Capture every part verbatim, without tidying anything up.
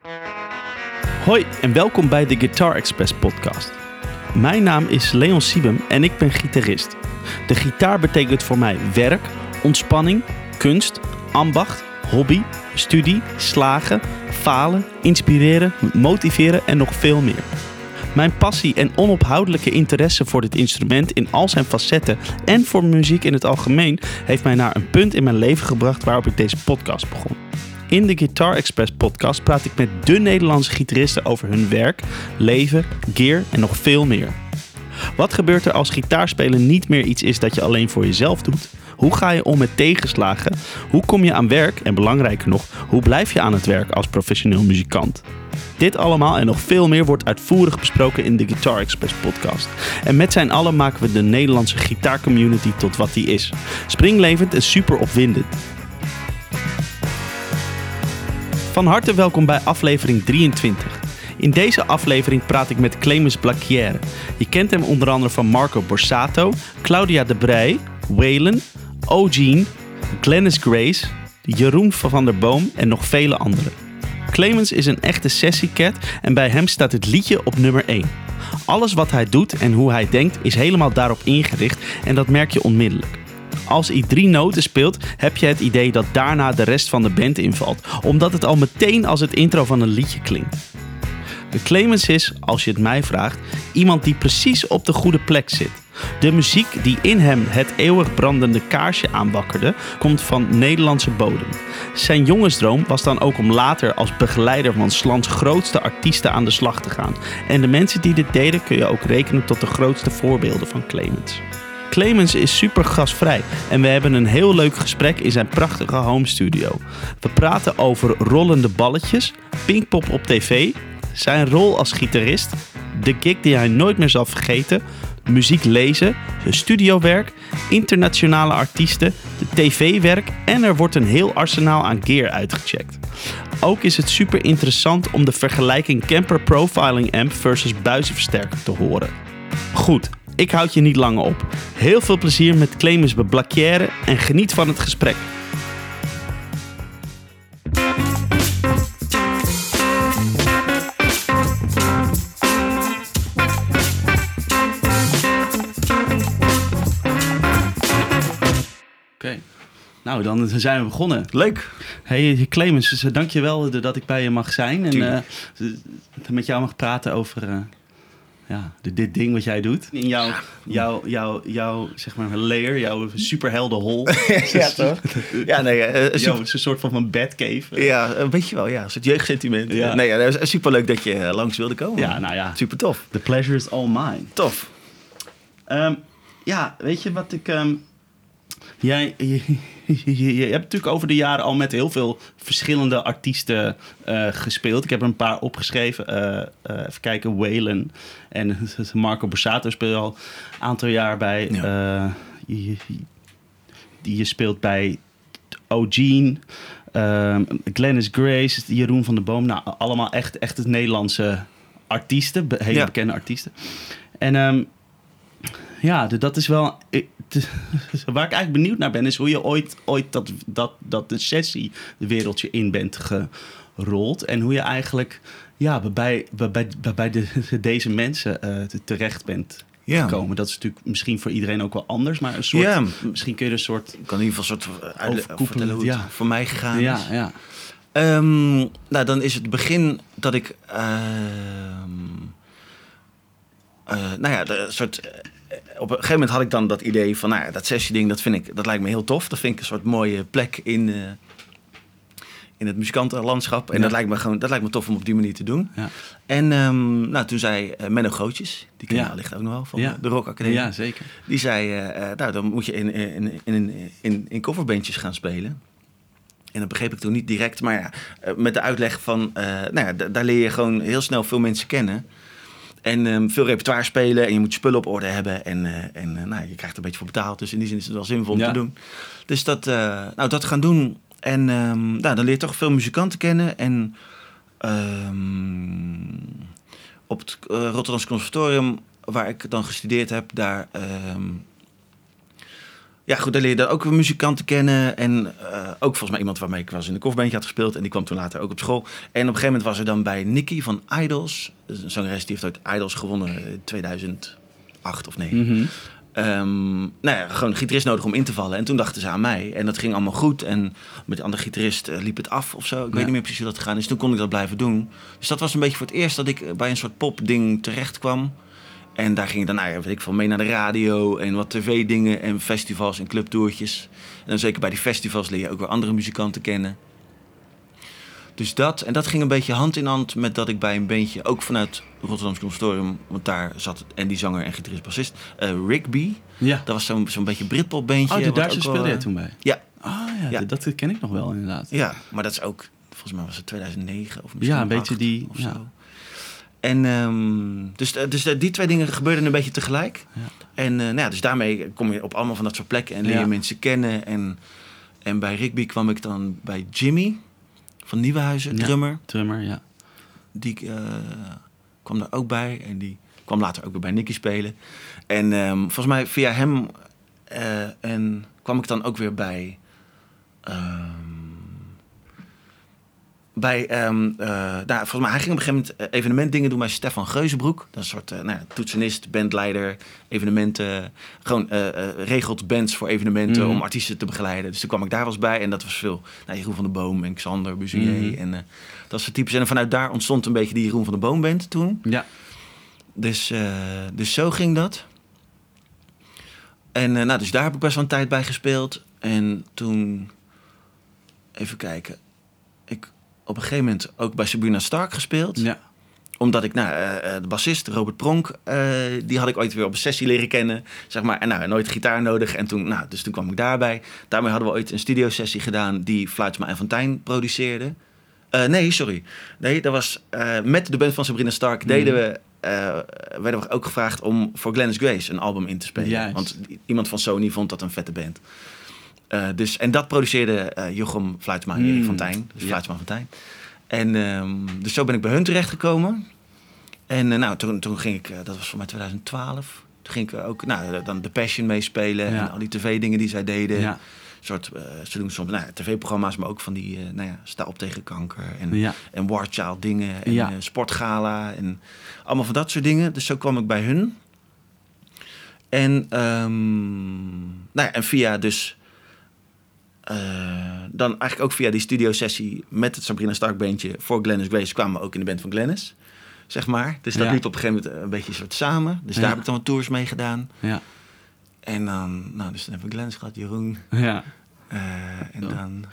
Hoi en welkom bij de Guitar Express podcast. Mijn naam is Leon Siebem en ik ben gitarist. De gitaar betekent voor mij werk, ontspanning, kunst, ambacht, hobby, studie, slagen, falen, inspireren, motiveren en nog veel meer. Mijn passie en onophoudelijke interesse voor dit instrument in al zijn facetten en voor muziek in het algemeen heeft mij naar een punt in mijn leven gebracht waarop ik deze podcast begon. In de Guitar Express podcast praat ik met de Nederlandse gitaristen over hun werk, leven, gear en nog veel meer. Wat gebeurt er als gitaarspelen niet meer iets is dat je alleen voor jezelf doet? Hoe ga je om met tegenslagen? Hoe kom je aan werk? En belangrijker nog, hoe blijf je aan het werk als professioneel muzikant? Dit allemaal en nog veel meer wordt uitvoerig besproken in de Guitar Express podcast. En met z'n allen maken we de Nederlandse gitaarcommunity tot wat die is. Springlevend en super opwindend. Van harte welkom bij aflevering drieëntwintig. In deze aflevering praat ik met Clemens Blacchiere. Je kent hem onder andere van Marco Borsato, Claudia de Brij, Waylon, Eugene, Glennis Grace, Jeroen van der Boom en nog vele anderen. Clemens is een echte sessiecat en bij hem staat het liedje op nummer één. Alles wat hij doet en hoe hij denkt is helemaal daarop ingericht en dat merk je onmiddellijk. Als hij drie noten speelt, heb je het idee dat daarna de rest van de band invalt, omdat het al meteen als het intro van een liedje klinkt. De Clemens is, als je het mij vraagt, iemand die precies op de goede plek zit. De muziek die in hem het eeuwig brandende kaarsje aanwakkerde, komt van Nederlandse bodem. Zijn jongensdroom was dan ook om later als begeleider van 's lands grootste artiesten aan de slag te gaan. En de mensen die dit deden kun je ook rekenen tot de grootste voorbeelden van Clemens. Clemens is super gastvrij en we hebben een heel leuk gesprek in zijn prachtige home studio. We praten over rollende balletjes, Pinkpop op tv, zijn rol als gitarist, de gig die hij nooit meer zal vergeten, muziek lezen, studiowerk, internationale artiesten, de tv-werk en er wordt een heel arsenaal aan gear uitgecheckt. Ook is het super interessant om de vergelijking Kemper Profiling Amp versus buizenversterker te horen. Goed. Ik houd je niet langer op. Heel veel plezier met Clemens Blacchiere en geniet van het gesprek. Oké, nou dan zijn we begonnen. Leuk. Hey Clemens, dank je wel dat ik bij je mag zijn en uh, met jou mag praten over... Uh, Ja, dit ding wat jij doet. In jouw, ja. jouw, jouw, jouw zeg maar, layer, jouw superheldenhol. Ja, toch? Ja, nee. Uh, super... Jouw, een soort van een Batcave. Ja, een beetje wel. Ja, een soort jeugdsentiment. Ja. Nee, ja, superleuk dat je langs wilde komen. Ja, nou ja. Super tof. The pleasure is all mine. Tof. Um, ja, weet je wat ik... Um, jij, je, je, je, je hebt natuurlijk over de jaren al met heel veel verschillende artiesten uh, gespeeld. Ik heb er een paar opgeschreven. Uh, uh, even kijken, Waylon en Marco Borsato speelt al een aantal jaar bij. Ja. Uh, je, je, je speelt bij Eugene, uh, Glennis Grace, Jeroen van der Boom. Nou, allemaal echt, echt het Nederlandse artiesten, hele ja. bekende artiesten. En... Um, Ja, dat is wel... Waar ik eigenlijk benieuwd naar ben... is hoe je ooit, ooit dat, dat, dat de sessiewereldje in bent gerold. En hoe je eigenlijk ja, bij, bij, bij de, deze mensen uh, terecht bent ja. gekomen. Dat is natuurlijk misschien voor iedereen ook wel anders. Maar een soort, ja. misschien kun je er een soort... Ik kan in ieder geval een soort uitle- vertellen hoe het ja. voor mij gegaan ja, is. Ja. Um, nou, dan is het begin dat ik... Uh, uh, nou ja, de soort... Uh, op een gegeven moment had ik dan dat idee van, nou ja, dat sessieding, dat vind ik, dat lijkt me heel tof. Dat vind ik een soort mooie plek in, uh, in het muzikantenlandschap. En ja. dat lijkt me gewoon, dat lijkt me tof om op die manier te doen. Ja. En um, nou, toen zei uh, Menno Gootjes, die ken je ja. wellicht ook nog wel van ja. de Rock Academie. Ja, zeker. Die zei, uh, nou, dan moet je in, in, in, in, in coverbandjes gaan spelen. En dat begreep ik toen niet direct, maar ja, uh, met de uitleg van, uh, nou ja, d- daar leer je gewoon heel snel veel mensen kennen. En um, veel repertoire spelen en je moet je spullen op orde hebben. En, uh, en uh, nou, je krijgt er een beetje voor betaald. Dus in die zin is het wel zinvol om ja. te doen. Dus dat, uh, nou, dat gaan doen. En um, nou, dan leer je toch veel muzikanten kennen. En um, op het uh, Rotterdamse Conservatorium, waar ik dan gestudeerd heb, daar... Um, ja, goed, daar leer je dan ook weer muzikanten kennen. En uh, ook volgens mij iemand waarmee ik wel eens in de coverbandje had gespeeld. En die kwam toen later ook op school. En op een gegeven moment was er dan bij Nicky van Idols. Een zangeres die heeft ooit Idols gewonnen in tweeduizend acht of negen. Mm-hmm. Um, nou ja, gewoon een gitarist nodig om in te vallen. En toen dachten ze aan mij. En dat ging allemaal goed. En met de andere gitarist uh, liep het af of zo. Ik ja. weet niet meer precies hoe dat gegaan is. Toen kon ik dat blijven doen. Dus dat was een beetje voor het eerst dat ik bij een soort popding terecht kwam. En daar ging ik dan, nou ja, weet ik veel, mee naar de radio en wat tv-dingen en festivals en clubtoertjes. En dan zeker bij die festivals leer je ook weer andere muzikanten kennen. Dus dat, en dat ging een beetje hand in hand met dat ik bij een bandje, ook vanuit Rotterdamse Conservatorium, want daar zat en die zanger en gitarist-bassist, uh, Rigby. Ja. Dat was zo'n, zo'n beetje Britpop bandje. Oh, de Duitsers speelde jij toen bij? Ja. Ah ja, ja. Dat, dat ken ik nog wel inderdaad. Ja, maar dat is ook, volgens mij was het tweeduizend negen of misschien ja, een beetje die, of ja. zo. En um, dus, dus die twee dingen gebeurden een beetje tegelijk. Ja. En uh, nou ja, dus daarmee kom je op allemaal van dat soort plekken en leer je ja. mensen kennen. En, en bij Rigby kwam ik dan bij Jimmy van Nieuwenhuizen, ja, drummer. Drummer, ja. Die uh, kwam daar ook bij en die kwam later ook weer bij Nicky spelen. En um, volgens mij via hem uh, en kwam ik dan ook weer bij... Um, Bij, um, uh, nou, volgens mij, hij ging op een gegeven moment uh, evenementdingen doen bij Stefan Geuzenbroek. Dat is een soort uh, nou ja, toetsenist, bandleider, evenementen. Gewoon uh, uh, regelt bands voor evenementen mm-hmm. om artiesten te begeleiden. Dus toen kwam ik daar wel eens bij en dat was veel. Nou, Jeroen van der Boom en Xander Buzier. Mm-hmm. En uh, dat soort types. En vanuit daar ontstond een beetje die Jeroen van der Boom band toen. Ja. Dus, uh, dus zo ging dat. En uh, nou, dus daar heb ik best wel een tijd bij gespeeld. En toen, even kijken, ik... op een gegeven moment ook bij Sabrina Stark gespeeld. Ja. Omdat ik, nou, uh, de bassist Robert Pronk, uh, die had ik ooit weer op een sessie leren kennen. Zeg maar, en nou, nooit gitaar nodig. En toen, nou, dus toen kwam ik daarbij. Daarmee hadden we ooit een studiosessie gedaan die Fluitsma en Fontijn produceerde. Uh, nee, sorry. Nee, dat was uh, met de band van Sabrina Stark deden we... Uh, werden we ook gevraagd om voor Glennis Grace een album in te spelen. Juist. Want iemand van Sony vond dat een vette band. Uh, dus, en dat produceerde uh, Jochem Fluitsma en mm. Erik Fontijn. Dus ja. Fluitsma Fontijn. En um, dus zo ben ik bij hun terechtgekomen. En uh, nou, toen, toen ging ik, uh, dat was voor mij tweeduizend twaalf. Toen ging ik uh, ook nou, dan The Passion meespelen. Ja. En al die tv-dingen die zij deden. Ja. Een soort, uh, ze doen soms nou, tv-programma's, maar ook van die, uh, nou ja, Sta op tegen kanker. En, ja. en War Child dingen. En ja. uh, Sportgala. En allemaal van dat soort dingen. Dus zo kwam ik bij hun. En, um, nou ja, en via dus... Uh, dan eigenlijk ook via die studiosessie met het Sabrina Stark bandje voor Glennis Grace kwamen we ook in de band van Glennis, zeg maar. Dus dat ja. liep op een gegeven moment een beetje een soort samen. Dus ja. daar heb ik dan wat tours mee gedaan. Ja. En dan, nou, dus dan hebben we Glennis gehad, Jeroen. Ja. Uh, en dan...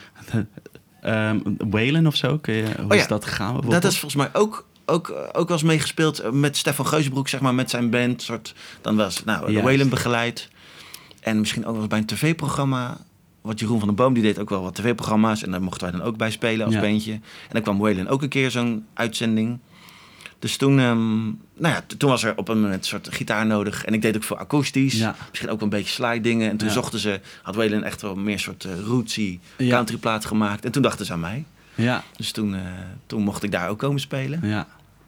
um, Waylon of zo, kun je, hoe oh, is ja. dat gegaan? Dat is volgens mij ook... Ook, ook wel eens meegespeeld met Stefan Geuzenbroek, zeg maar, met zijn band. Soort, dan was nou, de Waylon begeleid. En misschien ook wel eens bij een tv-programma... Wat Jeroen van der Boom, die deed ook wel wat tv-programma's. En daar mochten wij dan ook bij spelen als ja. bandje. En dan kwam Waylon ook een keer zo'n uitzending. Dus toen, um, nou ja, t- toen was er op een moment een soort gitaar nodig. En ik deed ook veel akoestisch. Ja. Misschien ook een beetje slide dingen. En toen ja. zochten ze, had Waylon echt wel meer soort uh, rootsy ja. countryplaat gemaakt. En toen dachten ze aan mij. Ja. Dus toen, uh, toen mocht ik daar ook komen spelen. Ja.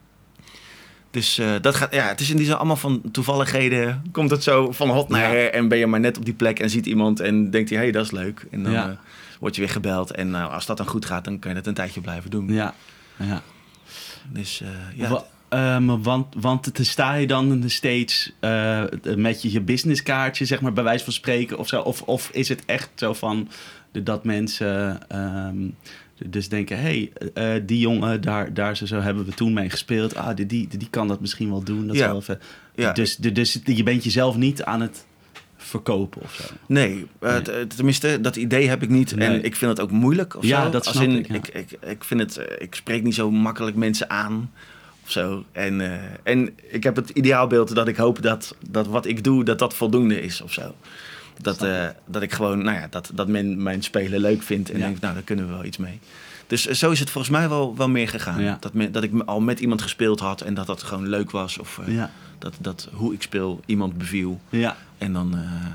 Dus uh, dat gaat, ja, het is in die zin allemaal van toevalligheden. Komt het zo van hot naar her en ben je maar net op die plek en ziet iemand en denkt hij, hé, hey, dat is leuk. En dan ja. uh, word je weer gebeld. En uh, als dat dan goed gaat, dan kan je dat een tijdje blijven doen. Ja, ja. Dus uh, ja. Wa- um, want, want sta je dan steeds uh, met je, je businesskaartje, zeg maar, bij wijze van spreken of zo? Of, of is het echt zo van dat mensen... Um, Dus denken, hé, hey, uh, die jongen, daar, daar zo, zo hebben we toen mee gespeeld. Ah, die, die, die kan dat misschien wel doen. Dat ja. wel even. Ja. Dus, dus je bent jezelf niet aan het verkopen of zo. Nee, uh, nee. T- tenminste, dat idee heb ik niet. Nee. En ik vind het ook moeilijk of ja, zo. Dat Als snap in, ik, ja. ik, ik, ik vind het, uh, ik spreek niet zo makkelijk mensen aan of zo. En, uh, en ik heb het ideaalbeeld dat ik hoop dat, dat wat ik doe, dat dat voldoende is of zo. Dat, uh, dat ik gewoon, nou ja, dat, dat men mijn spelen leuk vindt en ja. denkt, nou, daar kunnen we wel iets mee. Dus uh, zo is het volgens mij wel, wel meer gegaan. Ja. Dat, me, dat ik al met iemand gespeeld had en dat dat gewoon leuk was. Of uh, ja. dat, dat hoe ik speel iemand beviel. Ja. En dan, uh,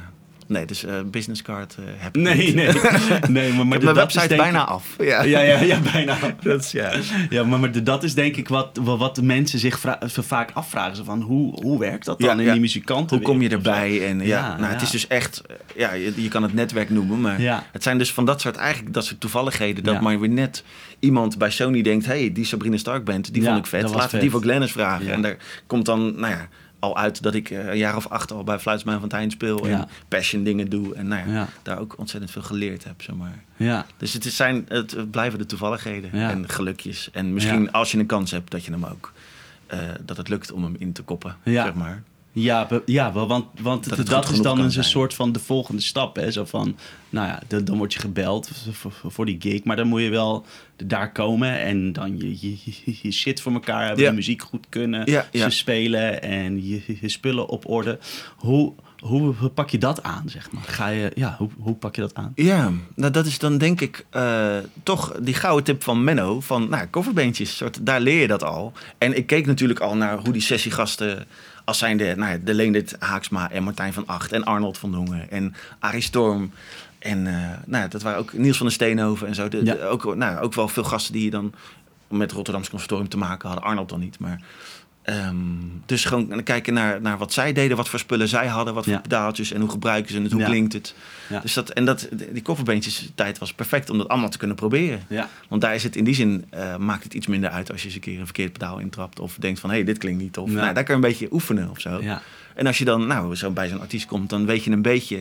Nee, dus uh, business card uh, heb ik nee, niet. Nee, nee. Maar, maar de, mijn website denk bijna ik... af. Ja, ja, ja, ja bijna. dat is, ja. ja, maar, maar dat is denk ik wat, wat de mensen zich vra- vaak afvragen. Zo van, hoe, hoe werkt dat dan ja, in ja. die muzikanten? Hoe kom je erbij? En, ja, ja, nou, ja. Het is dus echt... Ja, je, je kan het netwerk noemen, maar ja. het zijn dus van dat soort, eigenlijk dat soort toevalligheden. Dat ja. maar weer net iemand bij Sony denkt... Hé, hey, die Sabrina Stark band, die ja, vond ik vet. Laten we die voor Glennis vragen. Ja. En daar komt dan, nou ja... al uit dat ik een jaar of acht al bij Fluitsman van Tijn speel... Ja. en passion dingen doe. En nou ja, ja. daar ook ontzettend veel geleerd heb, zeg maar. Ja. Dus het, is zijn, het, het blijven de toevalligheden ja. en gelukjes. En misschien ja. als je een kans hebt, dat je hem ook... Uh, dat het lukt om hem in te koppen, ja. zeg maar. Ja, be, ja want, want dat, dat is dan een zijn. soort van de volgende stap. Hè? Zo van, nou ja, dan, dan word je gebeld voor, voor die gig. Maar dan moet je wel daar komen en dan je, je, je, je shit voor elkaar hebben. Ja. De muziek goed kunnen, ja, ja. ze spelen en je, je spullen op orde. Hoe, hoe pak je dat aan, zeg maar? Ga je, ja, hoe, hoe pak je dat aan? Ja, nou dat is dan denk ik uh, toch die gouden tip van Menno. Van, nou, coverbeentjes, soort, daar leer je dat al. En ik keek natuurlijk al naar hoe die sessiegasten... als zijn de, nou ja, de Leendert Haaksma en Martijn van Acht en Arnold van Dongen en Arie Storm. En uh, nou ja, dat waren ook Niels van der Steenhoven en zo. De, ja. de, ook, nou, ook wel veel gasten die je dan met het Rotterdamse Conservatorium te maken hadden. Arnold dan niet, maar... Um, dus gewoon kijken naar, naar wat zij deden, wat voor spullen zij hadden, wat voor ja. pedaaltjes en hoe gebruiken ze het, hoe ja. klinkt het. Ja. Dus dat, en dat, die coverbeentjes tijd was perfect om dat allemaal te kunnen proberen. Ja. Want daar is het in die zin, uh, maakt het iets minder uit als je eens een keer een verkeerd pedaal intrapt of denkt van hé, hey, dit klinkt niet. Of ja. nou, daar kan je een beetje oefenen of zo. Ja. En als je dan nou, zo bij zo'n artiest komt, dan weet je een beetje...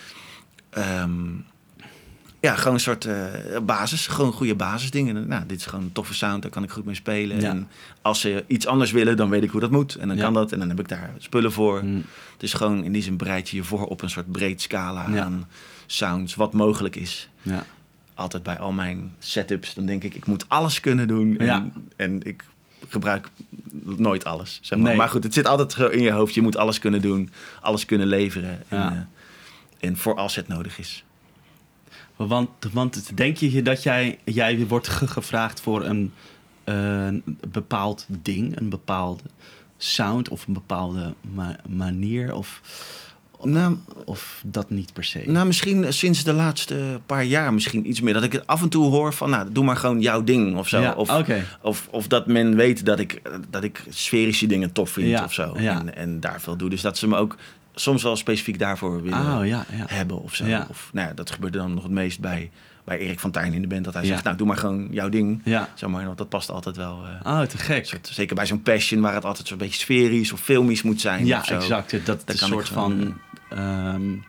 Um, Ja, gewoon een soort uh, basis. Gewoon goede basisdingen. Nou, dit is gewoon een toffe sound, daar kan ik goed mee spelen. Ja. En als ze iets anders willen, dan weet ik hoe dat moet. En dan ja. kan dat. En dan heb ik daar spullen voor. Mm. Dus gewoon in die zin bereid je je voor op een soort breed scala ja. aan sounds. Wat mogelijk is. Ja. Altijd bij al mijn setups, dan denk ik, ik moet alles kunnen doen. En, ja. en ik gebruik nooit alles. Zeg maar. Nee. maar goed, het zit altijd in je hoofd. Je moet alles kunnen doen. Alles kunnen leveren. Ja. En, uh, en voor als het nodig is. Want, want denk je dat jij, jij wordt ge- gevraagd voor een, uh, een bepaald ding, een bepaalde sound of een bepaalde ma- manier of, nou, of dat niet per se? Nou, misschien sinds de laatste paar jaar misschien iets meer. Dat ik het af en toe hoor van, nou, doe maar gewoon jouw ding of zo. Ja, of, okay. of, of dat men weet dat ik, dat ik sferische dingen tof vind ja, of zo. Ja. En, en daar veel doe. Dus dat ze me ook... soms wel specifiek daarvoor willen oh, ja, ja. hebben of zo. Ja. Of, nou ja, dat gebeurde dan nog het meest bij, bij Erik van Tijn in de band. Dat hij ja. zegt, nou, doe maar gewoon jouw ding. Ja. Zo maar, want dat past altijd wel. Uh, oh, te gek. Soort, zeker bij zo'n Passion, waar het altijd zo'n beetje sferisch of filmisch moet zijn. Ja, of zo. exact. Dat, dat is een soort van... Um,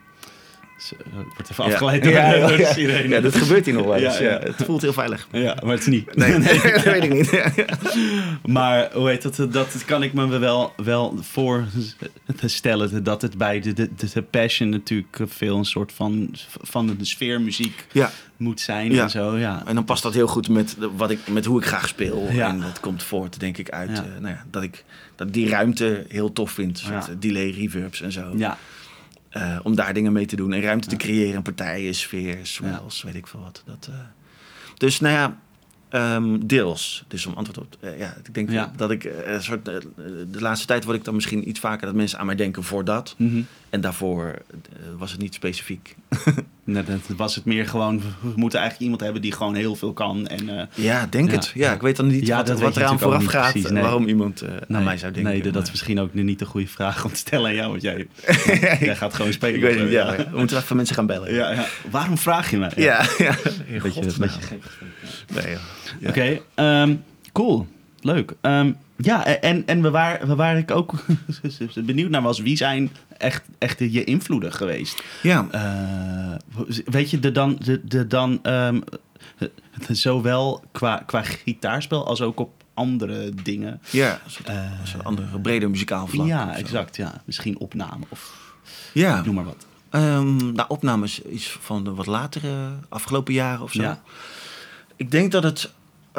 wordt even ja. afgeleid door, ja, ja, door ja. iedereen. Ja, dat gebeurt hier nog wel eens. Ja, ja. Ja, het voelt heel veilig. Ja, maar het is niet. Nee, nee dat weet ik niet. Ja, ja. Maar hoe heet dat, dat kan ik me wel, wel voorstellen. Dat het bij de, de, de Passion natuurlijk veel een soort van, van de sfeermuziek ja. moet zijn. Ja. En, zo, ja. En dan past dat heel goed met, wat ik, met hoe ik graag speel. Ja. En dat komt voort, denk ik, uit ja. uh, nou ja, dat ik dat die ruimte heel tof vind. Soort ja. delay, reverbs en zo. Ja. Uh, om daar dingen mee te doen en ruimte ja. te creëren, partijen, sfeer, swells, ja. weet ik veel wat. Dat, uh... Dus nou ja, um, deels. Dus om antwoord op, uh, ja, ik denk ja. dat ik uh, een soort uh, de laatste tijd word ik dan misschien iets vaker dat mensen aan mij denken voor dat. Mm-hmm. En daarvoor uh, was het niet specifiek. Nee, dat was het meer gewoon, we moeten eigenlijk iemand hebben die gewoon heel veel kan. En, uh, ja, denk ja, het. Ja, ja. ik weet dan niet ja, wat, wat eraan vooraf gaat precies, en nee. waarom iemand uh, nee, aan mij zou denken. Nee, dat maar... is misschien ook niet de goede vraag om te stellen aan jou, want jij, jij gaat gewoon spelen. Ik weet het niet, ja. We moeten even mensen gaan bellen. Ja, ja. Waarom vraag je mij? Ja, ja. ja. Beetje, beetje gek. Nee, ja. Ja. Oké, okay, um, cool. Leuk. Um, ja, en, en waar, waar ik ook benieuwd naar was, wie zijn echt, echt je invloeden geweest? Ja. Uh, weet je, de dan, de, de dan um, zowel qua, qua gitaarspel als ook op andere dingen. Ja, een soort, uh, een soort andere, breder muzikaal vlak. Ja, exact. Ja. Misschien opname of ja. noem maar wat. Um, nou, opnames iets van de wat latere afgelopen jaren of zo. Ja. Ik denk dat het...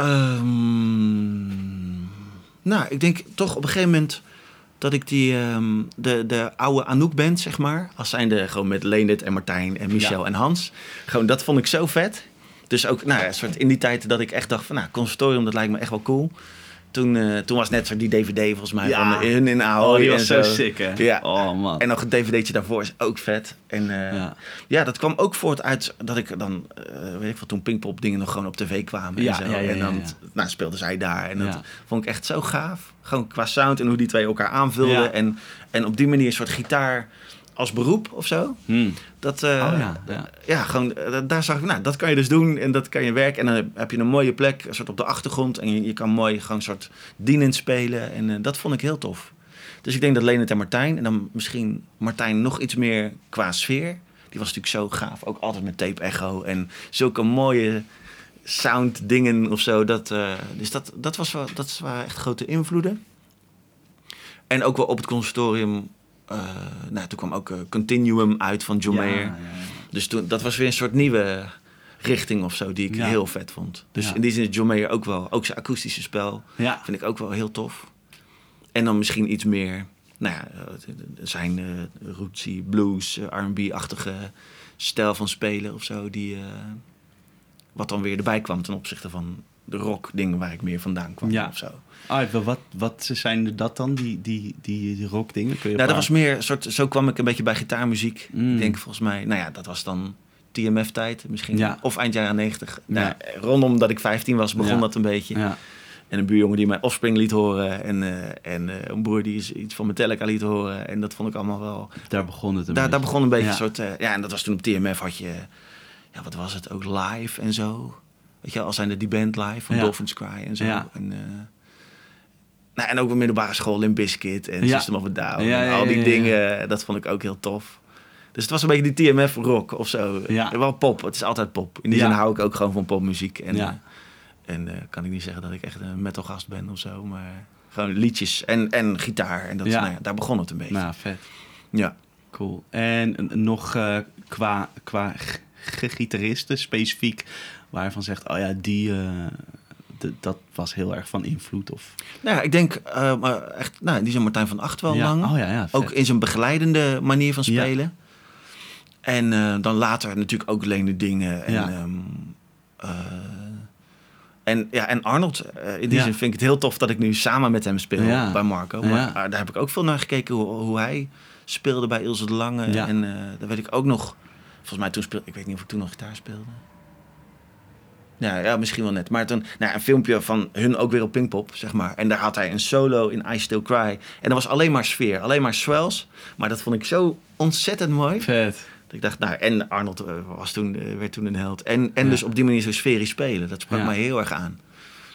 Um, nou, ik denk toch op een gegeven moment dat ik die um, de, de oude Anouk band, zeg maar, als zijnde gewoon met Leendert en Martijn en Michel ja. en Hans. Gewoon, dat vond ik zo vet. Dus ook, nou ja, soort in die tijd dat ik echt dacht van, nou, conservatorium, dat lijkt me echt wel cool. toen, uh, toen was net zo die D V D volgens mij Ja. van hun in Ahoy. Oh, die was en zo zo sick, hè? Ja. Oh, man. En nog een D V D'tje daarvoor is ook vet. En uh, ja. ja, dat kwam ook voort uit dat ik dan, uh, weet ik veel, toen Pinkpop dingen nog gewoon op tv kwamen. Ja, en zo. ja, ja, en dan ja, ja. Nou, speelden zij daar. En dat Ja. vond ik echt zo gaaf. Gewoon qua sound en hoe die twee elkaar aanvulden. Ja. En, en op die manier een soort gitaar als beroep of zo. Hmm. Dat, uh, Oh ja, ja. ja, gewoon, uh, daar zag ik, nou, dat kan je dus doen en dat kan je werken. En dan heb je een mooie plek, een soort op de achtergrond. En je, je kan mooi gewoon een soort dienend spelen. En uh, dat vond ik heel tof. Dus ik denk dat Leonard en Martijn, en dan misschien Martijn nog iets meer qua sfeer. Die was natuurlijk zo gaaf. Ook altijd met tape echo en zulke mooie sound dingen of zo. Dat, uh, dus dat, dat, was wel, dat waren echt grote invloeden. En ook wel op het conservatorium. Uh, nou, toen kwam ook uh, Continuum uit van John Ja, Mayer. ja, ja. Dus toen, dat was weer een soort nieuwe richting of zo, die ik Ja. heel vet vond. Dus Ja. in die zin is John Mayer ook wel, ook zijn akoestische spel, Ja. vind ik ook wel heel tof. En dan misschien iets meer, nou ja, zijn uh, rootsy, blues, uh, R en B-achtige stijl van spelen of zo, die, uh, wat dan weer erbij kwam ten opzichte van de rock dingen waar ik meer vandaan kwam Ja. of zo. Ah, wat, wat zijn dat dan, die, die, die, die rock dingen? Kun je Nou, dat paar- was meer een soort, zo kwam ik een beetje bij gitaarmuziek. Mm. Ik denk volgens mij, nou ja, dat was dan T M F-tijd misschien. Ja. Of eind jaren negentig. Ja. Nou, rondom dat ik vijftien was, begon Ja. dat een beetje. Ja. En een buurjongen die mijn Offspring liet horen. En, uh, en uh, een broer die iets van Metallica liet horen. En dat vond ik allemaal wel... Daar begon het een Daar, daar beetje. begon een beetje Ja. een soort... Uh, ja, en dat was toen op T M F had je... Ja, wat was het? Ook live en zo. Weet je, al zijn er die band live van Ja. Dolphins Cry en zo. Ja. En, uh, nou, en ook op middelbare school Limp Bizkit en Ja. System of a Down. Ja, en ja, al die ja, ja, ja. dingen, dat vond ik ook heel tof. Dus het was een beetje die T M F rock of zo. Ja. Wel pop, het is altijd pop. In die Ja. zin hou ik ook gewoon van popmuziek. En, Ja. uh, en uh, kan ik niet zeggen dat ik echt een metalgast ben of zo. Maar gewoon liedjes en, en gitaar. En dat, Ja. nou ja, daar begon het een beetje. Nou, vet. Ja. Cool. En uh, nog uh, qua, qua g- g- gitaristen specifiek, waarvan zegt, oh ja, die, uh, d- dat was heel erg van invloed. Of... Nou ja, ik denk uh, maar echt, nou, die is Martijn van Acht wel ja. lang. Oh ja, ja, vet. Ook in zijn begeleidende manier van spelen. Ja. En uh, dan later natuurlijk ook Lene Dingen. En, Ja. um, uh, en, ja, en Arnold, uh, in die Ja. zin vind ik het heel tof dat ik nu samen met hem speel Ja. bij Marco. Maar Ja. uh, daar heb ik ook veel naar gekeken hoe, hoe hij speelde bij Ilse de Lange. Ja. En uh, daar weet ik ook nog, volgens mij toen speelde, ik weet niet of ik toen nog gitaar speelde. Ja, ja, misschien wel net. Maar toen, nou, een filmpje van hun ook weer op Pinkpop, zeg maar. En daar had hij een solo in I Still Cry. En dat was alleen maar sfeer, alleen maar swells. Maar dat vond ik zo ontzettend mooi. Vet. Dat ik dacht, nou, en Arnold uh, was toen, uh, werd toen een held. En, en Ja. dus op die manier zo sferisch spelen. Dat sprak Ja. mij heel erg aan.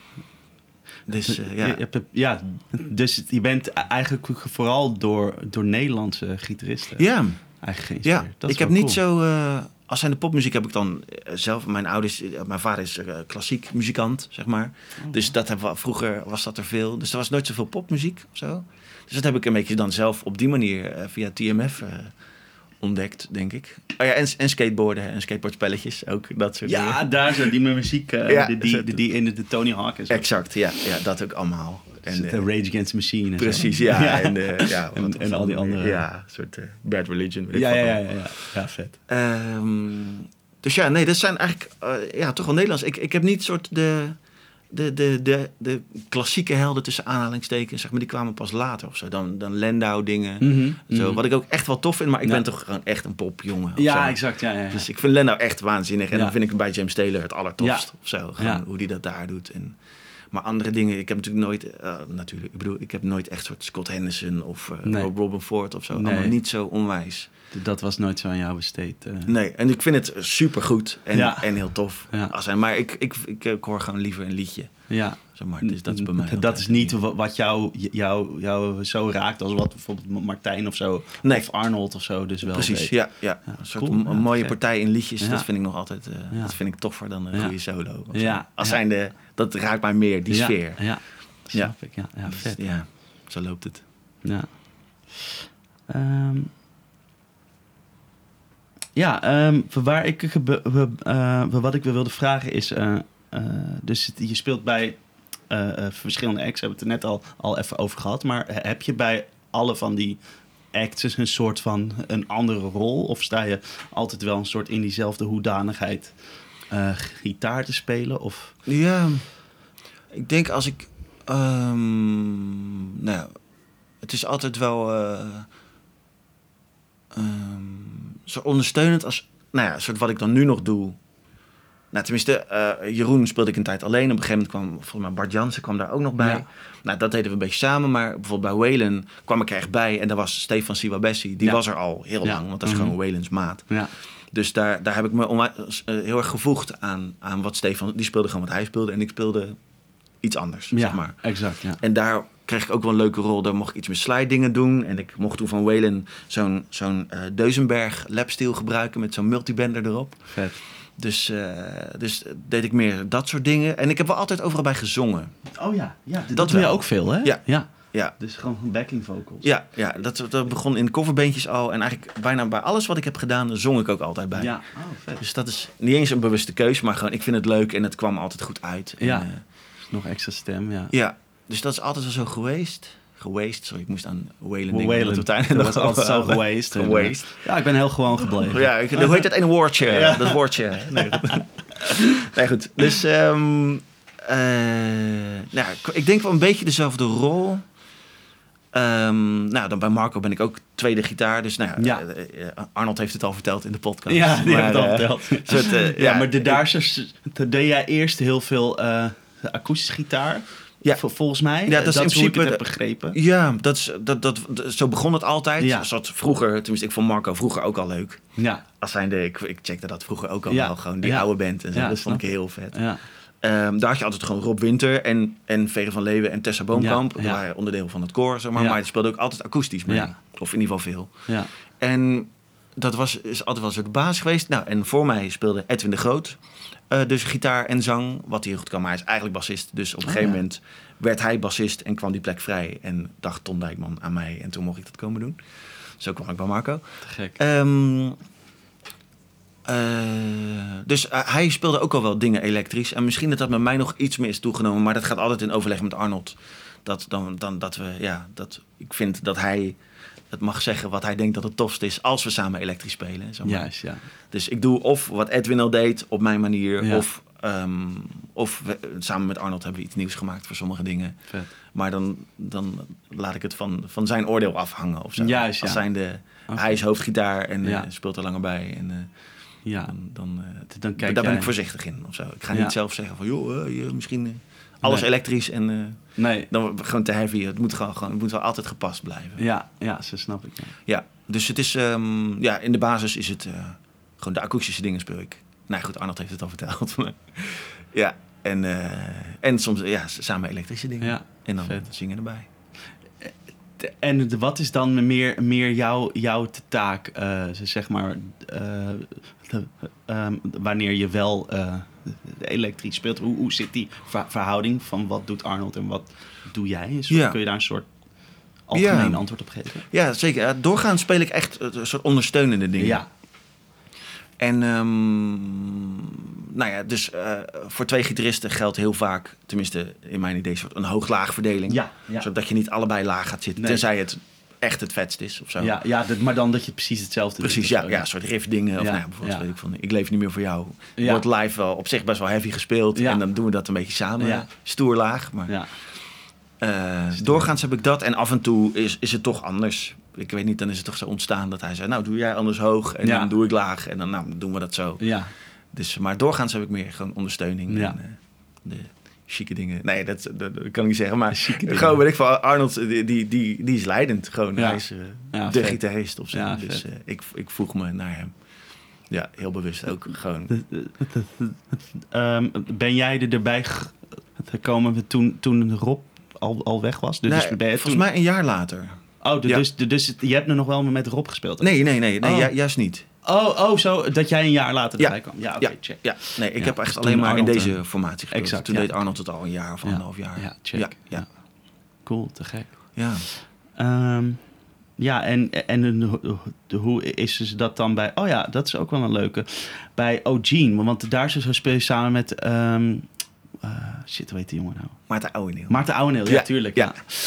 Dus uh, ja. Je, je hebt, ja, dus je bent eigenlijk vooral door, door Nederlandse gitaristen Ja, eigenlijk ja. geïnspireerd. Dat is ik heb wel niet cool. zo... Uh, als zijn de popmuziek heb ik dan uh, zelf... Mijn ouders... Uh, mijn vader is uh, klassiek muzikant, zeg maar. Oh. Dus dat hebben we, vroeger was dat er veel. Dus er was nooit zoveel popmuziek of zo. Dus dat heb ik een beetje dan zelf op die manier... Uh, via T M F uh, ontdekt, denk ik. Oh ja, en, en skateboarden en skateboardspelletjes ook. Dat soort dingen. Ja, daar zo, die met muziek, uh, Ja, die, die, die, die in de, de Tony Hawk en zo. Exact, ja, ja, dat ook allemaal. En, uh, de Rage Against the Machine. En precies, zo. ja. ja. En, uh, ja En- wat en of al die andere- Ja, een soort uh, Bad Religion. weet ik Ja, wat ja, dan. ja, ja, ja. Ja, vet. Um, dus ja, nee, dat zijn eigenlijk uh, ja, toch wel Nederlands. Ik, ik heb niet soort de, de, de, de, de klassieke helden tussen aanhalingstekens, zeg maar, die kwamen pas later of zo. Dan, dan Landau dingen. Mm-hmm. Zo, Mhm. wat ik ook echt wel tof vind, maar ik Ja. ben toch gewoon echt een popjongen. of Ja, zo. exact. Ja, ja, ja. Dus ik vind Landau echt waanzinnig. En Ja. dan vind ik hem bij James Taylor het allertofst Ja. of zo. Gewoon Ja. hoe die dat daar doet. En, maar andere dingen, ik heb natuurlijk nooit, uh, natuurlijk, ik bedoel, ik heb nooit echt soort Scott Henderson of uh, Nee. Robin Ford of zo. Nee. Allemaal niet zo onwijs. Dat was nooit zo aan jou besteed. uh. Nee, en ik vind het super goed en, Ja. en heel tof. Ja. Als hij, maar ik, ik, ik, ik hoor gewoon liever een liedje. Ja. Zeg maar. Dus dat is bij mij. Dat altijd is niet wa- wat jou, jou, jou zo raakt als wat bijvoorbeeld Martijn of zo. Nee. Of Arnold of zo. Dus wel Precies, weet. ja, ja. Ja, Een soort cool. m- een Ja, mooie vet. partij in liedjes, Ja. dat vind ik nog altijd uh, Ja. dat vind ik toffer dan een Ja. goede solo. of zo. Ja. Als Ja. zijnde, dat raakt mij meer, die ja. sfeer. Ja, snap ik. Ja, ja Dus, vet. ja, zo loopt het. Ja. Um, ja, um, waar ik, gebe- we, uh, wat ik wilde vragen is... Uh, uh, dus je speelt bij uh, uh, verschillende acts. We hebben het er net al, al even over gehad. Maar heb je bij alle van die acts een soort van een andere rol? Of sta je altijd wel een soort in diezelfde hoedanigheid uh, gitaar te spelen? Of... Ja, ik denk als ik... Um, nou ja, het is altijd wel uh, um, zo ondersteunend als, nou ja, soort wat ik dan nu nog doe. Nou, tenminste, uh, Jeroen speelde ik een tijd alleen. Op een gegeven moment kwam volgens mij Bart Jansen kwam daar ook nog bij. Ja. Nou, dat deden we een beetje samen. Maar bijvoorbeeld bij Waylon kwam ik er echt bij. En daar was Stefan Siwabessi. Die ja. was er al heel ja. lang, want dat is mm-hmm. gewoon Waylons maat. Ja. Dus daar, daar heb ik me onwijs, uh, heel erg gevoegd aan, aan wat Stefan... Die speelde gewoon wat hij speelde en ik speelde iets anders, ja, zeg maar. Exact, ja. En daar kreeg ik ook wel een leuke rol. Daar mocht ik iets met slide dingen doen. En ik mocht toen van Waylon zo'n, zo'n uh, Deuzenberg lapsteel gebruiken met zo'n multibender erop. Vet. Dus, uh, dus deed ik meer dat soort dingen. En ik heb wel altijd overal bij gezongen. Oh ja, ja dat, dat doe je ook veel, hè? Ja. ja. ja. Dus gewoon backing vocals. Ja, ja dat, dat begon in coverbandjes al. En eigenlijk bijna bij alles wat ik heb gedaan, zong ik ook altijd bij. Ja, oh, vet. Dus dat is niet eens een bewuste keuze, maar gewoon ik vind het leuk en het kwam altijd goed uit. Ja, en, uh, nog extra stem, ja. Ja, dus dat is altijd wel zo geweest. Geweest, sorry, ik moest aan Waylon denken. Waylon, dat, dat was altijd zo geweest. Geweest. Ja, ik ben heel gewoon gebleven. Ja, ik, hoe heet dat ene woordje? Ja. Dat woordje. Nee, nee goed. Dus, um, uh, nou, ik denk wel een beetje dezelfde rol. Um, nou, dan bij Marco ben ik ook tweede gitaar. Dus nou ja, ja. Uh, Arnold heeft het al verteld in de podcast. Ja, die maar, heeft het al uh, verteld. Soort, uh, ja, ja, maar de, daar ik, deed jij eerst heel veel uh, akoestische gitaar. Ja. Volgens mij, ja, dat is dat in principe ik het heb begrepen. Ja, dat is, dat, dat, dat, zo begon het altijd. Ja. Zat vroeger, tenminste ik vond Marco vroeger ook al leuk. Ja. Als zijnde, ik, ik checkte dat vroeger ook al ja. wel. Gewoon die ja. oude band en zo. Ja, dat vond ik heel vet. Ja. Um, daar had je altijd gewoon Rob Winter en, en Vere van Leeuwen en Tessa Boomkamp. Ja, ja. Die waren onderdeel van het koor, zeg maar. Ja. Maar die speelde ook altijd akoestisch mee. Ja. Of in ieder geval veel. Ja. En dat was, is altijd wel een soort basis geweest. Nou, en voor mij speelde Edwin de Groot. Uh, dus gitaar en zang, wat hij heel goed kan. Maar hij is eigenlijk bassist. Dus op een oh, gegeven ja. moment werd hij bassist en kwam die plek vrij. En dacht Ton Dijkman aan mij. En toen mocht ik dat komen doen. Zo kwam ik bij Marco. Te gek. Um, uh, dus uh, hij speelde ook al wel dingen elektrisch. En misschien dat dat met mij nog iets meer is toegenomen. Maar dat gaat altijd in overleg met Arnold. Dat, dan, dan, dat we, ja, dat, ik vind dat hij het mag zeggen wat hij denkt dat het tofst is als we samen elektrisch spelen. Zeg maar. Juist, ja. Dus ik doe of wat Edwin al deed op mijn manier. Ja. Of, um, of we, samen met Arnold hebben we iets nieuws gemaakt voor sommige dingen. Vet. Maar dan, dan laat ik het van, van zijn oordeel afhangen. Of zo. Juist, als ja. zijnde, okay. Hij is hoofdgitaar en ja. uh, speelt er langer bij. En, uh, ja. dan, dan, uh, dan kijk daar jij... ben ik voorzichtig in. Of zo. Ik ga ja. niet zelf zeggen van joh, uh, misschien uh, alles nee. elektrisch en uh, nee. dan gewoon te heavy. Het moet, gewoon, gewoon, het moet wel altijd gepast blijven. Ja, ja, zo snap ik. Ja, ja dus het is, um, ja, in de basis is het uh, gewoon de akoestische dingen speel ik. Nou goed, Arnold heeft het al verteld. ja, en, uh, en soms ja, samen elektrische dingen. Ja, en dan vet. zingen erbij. En wat is dan meer, meer jouw, jouw taak, uh, zeg maar, uh, de, um, wanneer je wel uh, elektrisch speelt? Hoe, hoe zit die ver- verhouding van wat doet Arnold en wat doe jij? Soort, ja. Kun je daar een soort algemeen ja. antwoord op geven? Ja, zeker. Ja, doorgaans speel ik echt een soort ondersteunende dingen. Ja. En um, nou ja, dus uh, voor twee gitaristen geldt heel vaak, tenminste in mijn idee, soort een hoog-laag verdeling. Ja, ja. Zodat je niet allebei laag gaat zitten, nee. tenzij het echt het vetst is of zo. Ja, ja dat, maar dan dat je precies hetzelfde precies, doet. Precies, ja, ja, een soort riffdingen. Of ja, nou ja, bijvoorbeeld, ja. weet ik van, ik leef niet meer voor jou. Ja. Wordt live wel op zich best wel heavy gespeeld. Ja. En dan doen we dat een beetje samen. Ja. Stoer laag, maar... Ja. Uh, doorgaans heb ik dat en af en toe is, is het toch anders. Ik weet niet, dan is het toch zo ontstaan dat hij zei... nou, doe jij anders hoog en ja. dan doe ik laag. En dan nou, doen we dat zo. Ja. Dus, maar doorgaans heb ik meer gewoon ondersteuning. Ja. En, uh, de chique dingen. Nee, dat, dat, dat kan ik niet zeggen. Maar gewoon, weet ik van Arnold, die, die, die, die is leidend. Gewoon, ja. Hij is uh, ja, de vet. gitarist of zo. Ja, dus uh, ik, ik voeg me naar hem. Ja, heel bewust ook gewoon. um, ben jij er erbij gekomen toen, toen Rob al, al weg was? Dus nee, ben je volgens toen... mij een jaar later. Oh, de, ja. dus, de, dus je hebt er nog wel met Rob gespeeld? Nee, nee, nee, nee oh. ju- juist niet. Oh, oh, zo dat jij een jaar later erbij ja. kwam. Ja, oké, okay, ja. check. Ja, nee, ik ja, heb echt dus alleen maar Arnold in deze en... formatie gespeeld. Exact, toen ja. deed Arnold het al een jaar of ja. anderhalf jaar. Ja, check. Ja, ja. Ja. Cool, te gek. Ja. Um, ja, en, en hoe is dat dan bij... Oh ja, dat is ook wel een leuke. Bij Eugene, want daar zo speel je samen met... Um, uh, shit, hoe heet die jongen nou? Maarten Ouweneel. Maarten Ouweneel, ja, ja, tuurlijk. Ja.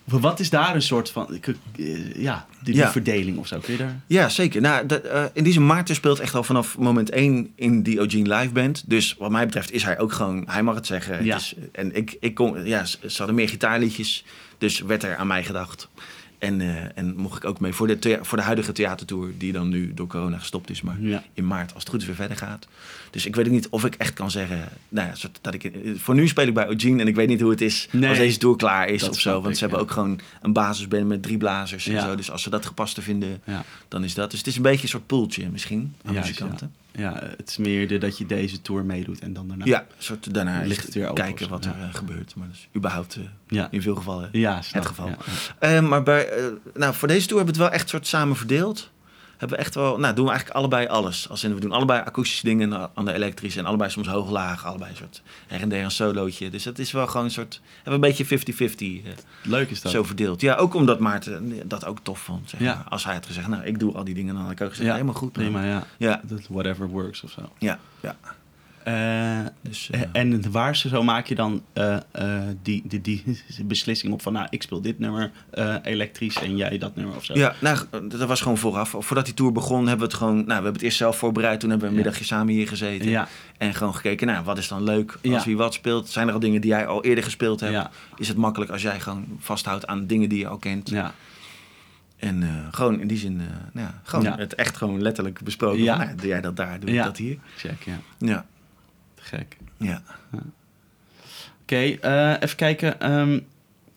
Wat is daar een soort van, uh, ja, die, die ja. verdeling of zo? Kun je daar? Ja, zeker. Nou, de, uh, in die zin, Maarten speelt echt al vanaf moment één in die Eugene live band. Dus wat mij betreft is hij ook gewoon, hij mag het zeggen. Ja. Het is, en ik, ik kon, ja, ze hadden meer gitaarliedjes, dus werd er aan mij gedacht. En, uh, en mocht ik ook mee voor de, thea- voor de huidige theatertour, die dan nu door corona gestopt is, maar Ja. in maart als het goed is weer verder gaat. Dus ik weet ook niet of ik echt kan zeggen, nou ja, soort dat ik, voor nu speel ik bij Eugene en ik weet niet hoe het is Nee, als deze tour klaar is dat of snap zo. Want ik, ze hebben ja. ook gewoon een basisband met drie blazers Ja. en zo. Dus als ze dat gepaste vinden, Ja. dan is dat. Dus het is een beetje een soort poeltje misschien aan Juist, muzikanten. Ja, het is meer de, dat je deze tour meedoet en dan daarna. Ja, een soort daarna Ligt het weer open kijken of zo, wat ja. er uh, gebeurt. Maar dat is überhaupt uh, Ja. in veel gevallen Ja, snap het ik, geval. ja, ja. Uh, maar bij, uh, nou, voor deze tour hebben we het wel echt soort samen verdeeld. Hebben we echt wel, nou doen we eigenlijk allebei alles. Als in, we doen allebei akoestische dingen aan de elektrische en allebei soms hoog-laag, allebei een soort her en der een solootje. Dus het is wel gewoon een soort, hebben we een beetje fifty fifty uh, Leuk is dat. zo verdeeld. Ja, ook omdat Maarten dat ook tof vond. Zeg Ja. maar. Als hij had gezegd, nou ik doe al die dingen, dan had ik ook gezegd, Ja, helemaal goed. man. Prima, ja. Ja, Dat whatever works of zo. ja, ja. Uh, Dus, uh, en waar zo maak je dan uh, uh, die, die, die beslissing op van, nou, ik speel dit nummer uh, elektrisch en jij dat nummer of zo? Ja, nou, dat was gewoon vooraf. Voordat die tour begon, hebben we het gewoon, nou, we hebben het eerst zelf voorbereid. Toen hebben we een Ja. middagje samen hier gezeten. Ja. En gewoon gekeken, nou, wat is dan leuk als Ja. wie wat speelt? Zijn er al dingen die jij al eerder gespeeld hebt? Ja. Is het makkelijk als jij gewoon vasthoudt aan dingen die je al kent? Ja. En uh, gewoon in die zin, uh, nou ja, gewoon Ja. het echt gewoon letterlijk besproken. Ja. Van, nou, doe jij dat daar, doe Ja. ik dat hier? Check, ja. Ja, Gek. ja. Oké, okay, uh, even kijken. Um,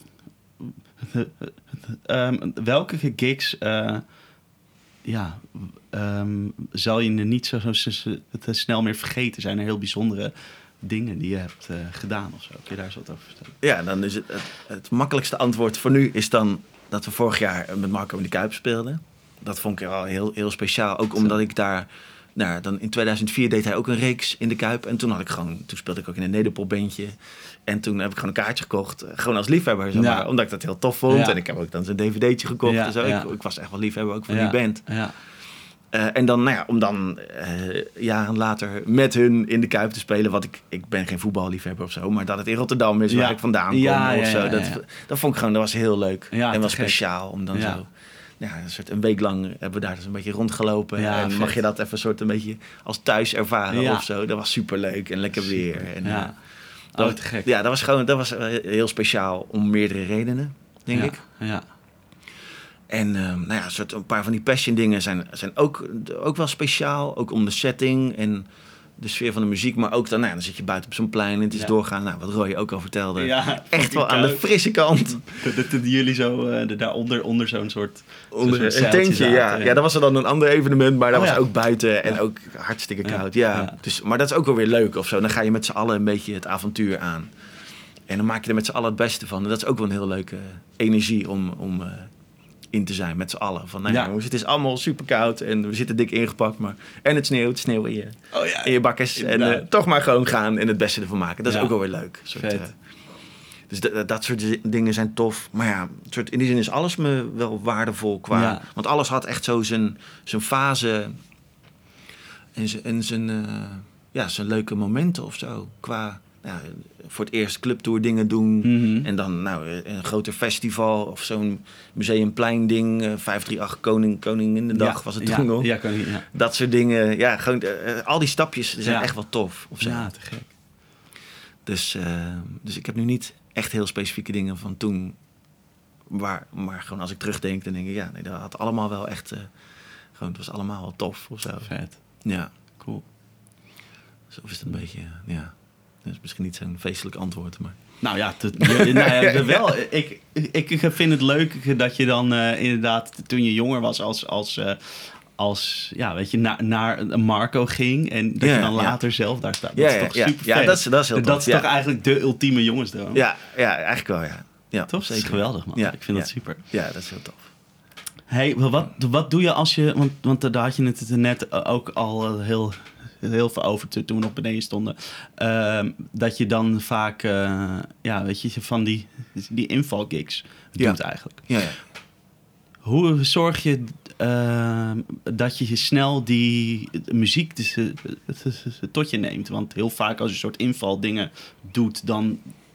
um, welke gigs uh, ja, um, zal je niet zo, zo, zo, zo te snel meer vergeten? Zijn er heel bijzondere dingen die je hebt uh, gedaan of zo? Kun je daar eens wat over vertellen? Ja, dan is het, het, het makkelijkste antwoord voor nu is dan dat we vorig jaar met Marco in de Kuip speelden. Dat vond ik wel heel, heel speciaal. Ook omdat ik daar... Nou, dan in tweeduizend vier deed hij ook een reeks in de Kuip. En toen had ik gewoon... Toen speelde ik ook in een nederpopbandje. En toen heb ik gewoon een kaartje gekocht. Gewoon als liefhebber, zeg maar. Ja. Omdat ik dat heel tof vond. Ja. En ik heb ook dan zo'n dvd'tje gekocht Ja, en zo. ja. Ik, ik was echt wel liefhebber ook van Ja. die band. Ja. Uh, en dan, nou ja, om dan uh, jaren later met hun in de Kuip te spelen. Wat ik... Ik ben geen voetballiefhebber of zo. Maar dat het in Rotterdam is Ja. waar ik vandaan kom Ja, of ja, zo. ja, ja, Dat, ja. dat vond ik gewoon... Dat was heel leuk. Ja, en was te gek. speciaal om dan Ja. zo... Ja, een soort een week lang hebben we daar dus een beetje rondgelopen. Ja, en vet. mag je dat even soort een beetje als thuis ervaren Ja. of zo. Dat was superleuk en lekker weer. En, Ja. uh, dat, Oh, te gek. Ja, dat was gewoon dat was uh, heel speciaal om meerdere redenen, denk ja. ik. Ja. En uh, nou ja, soort een paar van die passion dingen zijn, zijn ook, ook wel speciaal. Ook om de setting en de sfeer van de muziek. Maar ook dan, nou ja, dan zit je buiten op zo'n plein en het is Ja. doorgaan. Nou, wat Roy ook al vertelde. Ja, Echt wel aan de frisse kant. Dat, dat, dat jullie zo uh, daaronder onder zo'n soort... Onder zo'n een zeiltje tentje, zaten, ja. ja. Dat was er dan een ander evenement, maar dat Oh, was ja. ook buiten en Ja. ook hartstikke Ja. koud. Ja. Ja. Dus, maar dat is ook wel weer leuk of zo. Dan ga je met z'n allen een beetje het avontuur aan. En dan maak je er met z'n allen het beste van. En dat is ook wel een heel leuke energie om, om uh, in te zijn met z'n allen. Van, nou, Ja. jongens, het is allemaal super koud en we zitten dik ingepakt. Maar, en het sneeuwt, sneeuw in je, Oh ja, in je bakkes. En uh, inderdaad. toch maar gewoon gaan en het beste ervan maken. Dat is Ja. ook wel weer leuk. Een soort, Vet. uh, dus d- dat soort zi- dingen zijn tof. Maar ja, een soort, in die zin is alles me wel waardevol qua... Ja. Want alles had echt zo zijn, zijn fase en zijn, en zijn, uh, ja, zijn leuke momenten of zo. Qua ja, voor het eerst clubtour dingen doen. Mhm. En dan nou, een groter festival of zo'n museumplein ding. Uh, vijf drie acht Koning, Koninginnedag Ja, was het ja, toen nog. Ja, kan niet, ja. Dat soort dingen. Ja, gewoon, uh, al die stapjes zijn Ja. echt wel tof. Of zo. Ja, te gek. Dus, uh, dus ik heb nu niet echt heel specifieke dingen van toen. Waar, maar gewoon als ik terugdenk, dan denk ik, ja, nee, dat had allemaal wel echt... Uh, gewoon, het was allemaal wel tof of zo. Vet. Ja, Cool. zo is het een beetje, ja. Dat is misschien niet zo'n feestelijk antwoord, maar... Nou ja, te, nou ja wel. Ik, ik, ik vind het leuk dat je dan uh, inderdaad, toen je jonger was, als, als, uh, als ja, weet je, na, naar een Marco ging en dat Ja, je dan ja. later zelf daar staat. Dat Ja, is ja, toch ja. super Ja, vet. dat is- dat is heel Dat tof, is ja. toch eigenlijk de ultieme jongensdroom. Ja, ja, eigenlijk wel, ja. Ja, Toch? Dat is zeker. geweldig, man. Ja, Ik vind ja. dat super. Ja, dat is heel tof. Hey, wat, wat doe je als je... Want, want daar had je het net ook al heel, heel veel over toen we nog beneden stonden. Uh, dat je dan vaak, uh, ja, weet je, van die, die invalgigs doet Ja. eigenlijk. Ja, ja. Hoe zorg je uh, dat je snel die muziek dus, uh, tot je neemt? Want heel vaak als je een soort invaldingen doet, dan...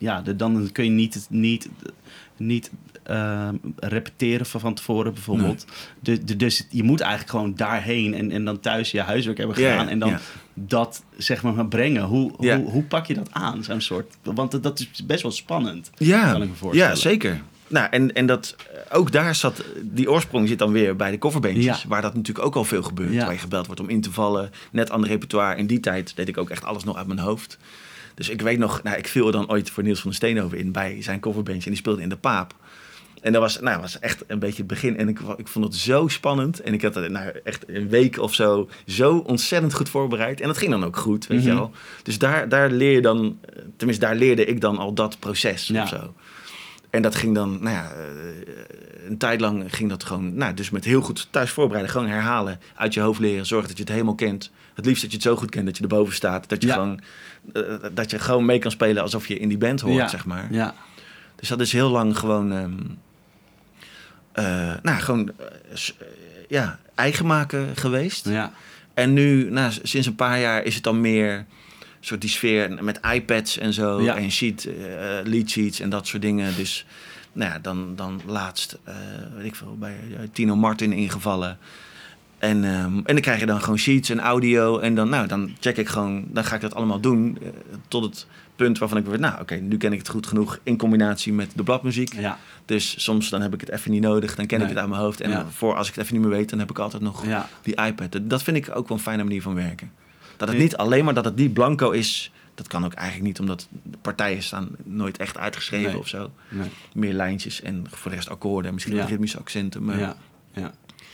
ja, de, dan kun je niet, niet, niet uh, repeteren van, van tevoren bijvoorbeeld. Nee. De, de, dus je moet eigenlijk gewoon daarheen en, en dan thuis je huiswerk hebben gedaan. Ja, ja, en dan ja. dat zeg maar maar brengen. Hoe, ja. hoe, hoe pak je dat aan? Zo'n soort, want dat is best wel spannend. Ja, kan ik me voorstellen. Ja, zeker. Nou, en, en dat, ook daar zat, die oorsprong zit dan weer bij de coverbandjes. Ja. Waar dat natuurlijk ook al veel gebeurt. Ja. Waar je gebeld wordt om in te vallen. Net aan de repertoire. In die tijd deed ik ook echt alles nog uit mijn hoofd. Dus ik weet nog, nou, ik viel er dan ooit voor Niels van der Steenhoven in bij zijn coverbandje. En die speelde in De Paap. En dat was, nou, was echt een beetje het begin. En ik, ik vond het zo spannend. En ik had het nou, echt een week of zo zo ontzettend goed voorbereid. En dat ging dan ook goed, weet mm-hmm. je wel. Dus daar, daar leer je dan, tenminste daar leerde ik dan al dat proces ja. of zo. En dat ging dan, nou ja, een tijd lang ging dat gewoon, nou, dus met heel goed thuis voorbereiden, gewoon herhalen, uit je hoofd leren, zorgen dat je het helemaal kent. Het liefst dat je het zo goed kent dat je erboven staat, dat je, ja. gewoon, uh, dat je gewoon mee kan spelen alsof je in die band hoort, ja. zeg maar. Ja. Dus dat is heel lang gewoon, um, uh, nou, gewoon, uh, ja, eigen maken geweest. Ja. En nu, nou, sinds een paar jaar is het dan meer soort die sfeer met iPads en zo. Ja. En sheet, uh, lead sheets en dat soort dingen. Dus nou ja, dan, dan laatst, uh, weet ik veel, bij uh, Tino Martin ingevallen. En, um, en dan krijg je dan gewoon sheets en audio. En dan, nou, dan check ik gewoon, dan ga ik dat allemaal doen. Uh, tot het punt waarvan ik weet, nou oké, okay, nu ken ik het goed genoeg in combinatie met de bladmuziek. Ja. Dus soms dan heb ik het even niet nodig, dan ken nee. ik het uit mijn hoofd. En ja. voor als ik het even niet meer weet, dan heb ik altijd nog ja. die iPad. Dat vind ik ook wel een fijne manier van werken. Dat het niet alleen maar dat het niet blanco is. Dat kan ook eigenlijk niet, omdat de partijen staan nooit echt uitgeschreven nee. of zo. Nee. Meer lijntjes en voor de rest akkoorden en misschien ja. ritmische accenten. Maar ja. Ja.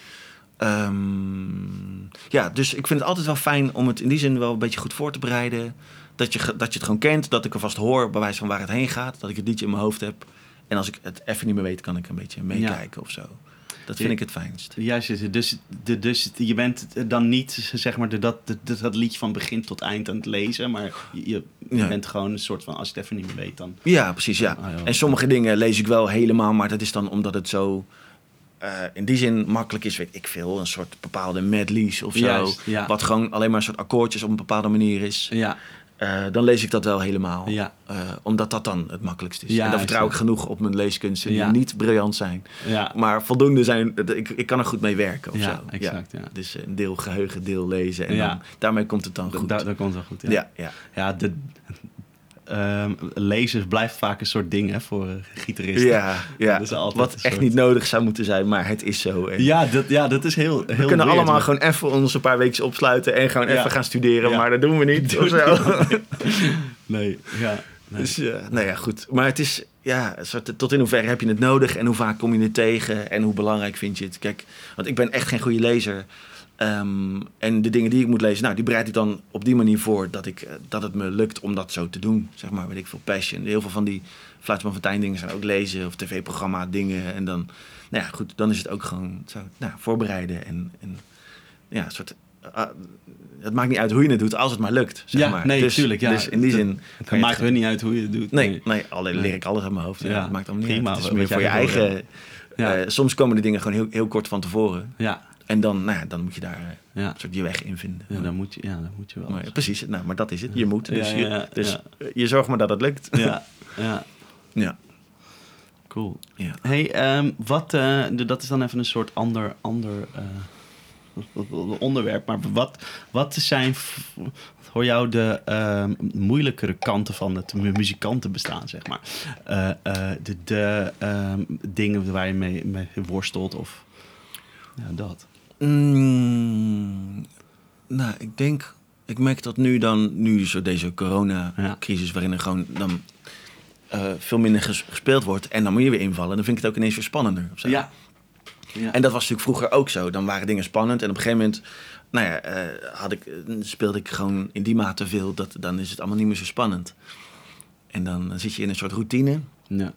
Um, ja, dus ik vind het altijd wel fijn om het in die zin wel een beetje goed voor te bereiden. Dat je, dat je het gewoon kent, dat ik alvast hoor bij wijze van waar het heen gaat. Dat ik het liedje in mijn hoofd heb. En als ik het even niet meer weet, kan ik een beetje meekijken ja. of zo. Dat vind ik het fijnst. Juist, dus, de, dus je bent dan niet zeg maar de, dat, de, dat liedje van begin tot eind aan het lezen, maar je, je ja. bent gewoon een soort van, als je het even niet meer weet dan. Ja, precies, ja. Oh, en sommige dingen lees ik wel helemaal, maar dat is dan omdat het zo uh, in die zin makkelijk is, weet ik veel, een soort bepaalde medleys of zo. Juist, ja. Wat gewoon alleen maar een soort akkoordjes op een bepaalde manier is. Ja. Uh, dan lees ik dat wel helemaal. Ja. Uh, omdat dat dan het makkelijkst is. Ja, en dan vertrouw ik genoeg op mijn leeskunsten die ja. niet briljant zijn. Ja. Maar voldoende zijn. Ik, ik kan er goed mee werken of ja, zo. Exact, ja. Ja. Dus een deel geheugen, deel lezen. En ja. dan, daarmee komt het dan goed. Da- dat komt wel goed, ja. Ja, ja. ja de, um, lezen blijft vaak een soort ding hè, voor uh, gitaristen. Ja, ja. Dat is wat echt soort... niet nodig zou moeten zijn, maar het is zo. En ja, dat, ja, dat is heel, heel we kunnen weird, allemaal maar... gewoon even ons een paar weken opsluiten en gewoon ja. even gaan studeren, ja. maar dat doen we niet. Doen of zo. Nee, ja. Nee. Dus uh, nou ja, goed. Maar het is, ja, soort, tot in hoeverre heb je het nodig en hoe vaak kom je het tegen en hoe belangrijk vind je het? Kijk, want ik ben echt geen goede lezer. Um, en de dingen die ik moet lezen, nou, die bereid ik dan op die manier voor dat, ik, uh, dat het me lukt om dat zo te doen. Zeg maar, weet ik veel, Passion. Heel veel van die Fluitsman Fontijn dingen zijn ook lezen of tv-programma dingen. En dan, nou ja, goed, dan is het ook gewoon zo, nou, voorbereiden en, en ja, een soort... Uh, het maakt niet uit hoe je het doet, als het maar lukt. Zeg ja, maar. nee, dus, tuurlijk. Ja. Dus in die zin... Het maakt het niet uit hoe je het doet. Nee, nee. nee alleen leer ik alles uit mijn hoofd. Ja. Ja, het maakt allemaal niet Prima, uit. Het is meer voor je eigen... Ja. Uh, soms komen de dingen gewoon heel, heel kort van tevoren. Ja. En dan, nou ja, dan moet je daar uh, ja. een soort je weg in vinden. Ja, dan moet je, ja, dan moet je wel. Maar, precies, nou, maar dat is het. Je moet. Dus, ja, ja, ja, je, dus ja. je zorgt maar dat het lukt. Ja, ja. ja. Cool. Ja. Hey, um, wat, uh, dat is dan even een soort ander... ander uh, onderwerp, maar wat, wat zijn voor jou de uh, moeilijkere kanten van het muzikantenbestaan, zeg maar? Uh, uh, de de uh, dingen waar je mee, mee worstelt of ja, dat? Mm, nou, ik denk, ik merk dat nu dan, nu zo deze coronacrisis, ja. waarin er gewoon dan uh, veel minder ges- gespeeld wordt en dan moet je weer invallen, dan vind ik het ook ineens weer spannender. Of zo. Ja. Ja. En dat was natuurlijk vroeger ook zo. Dan waren dingen spannend. En op een gegeven moment nou ja, uh, had ik, speelde ik gewoon in die mate veel. Dat, dan is het allemaal niet meer zo spannend. En dan, dan zit je in een soort routine. Ja.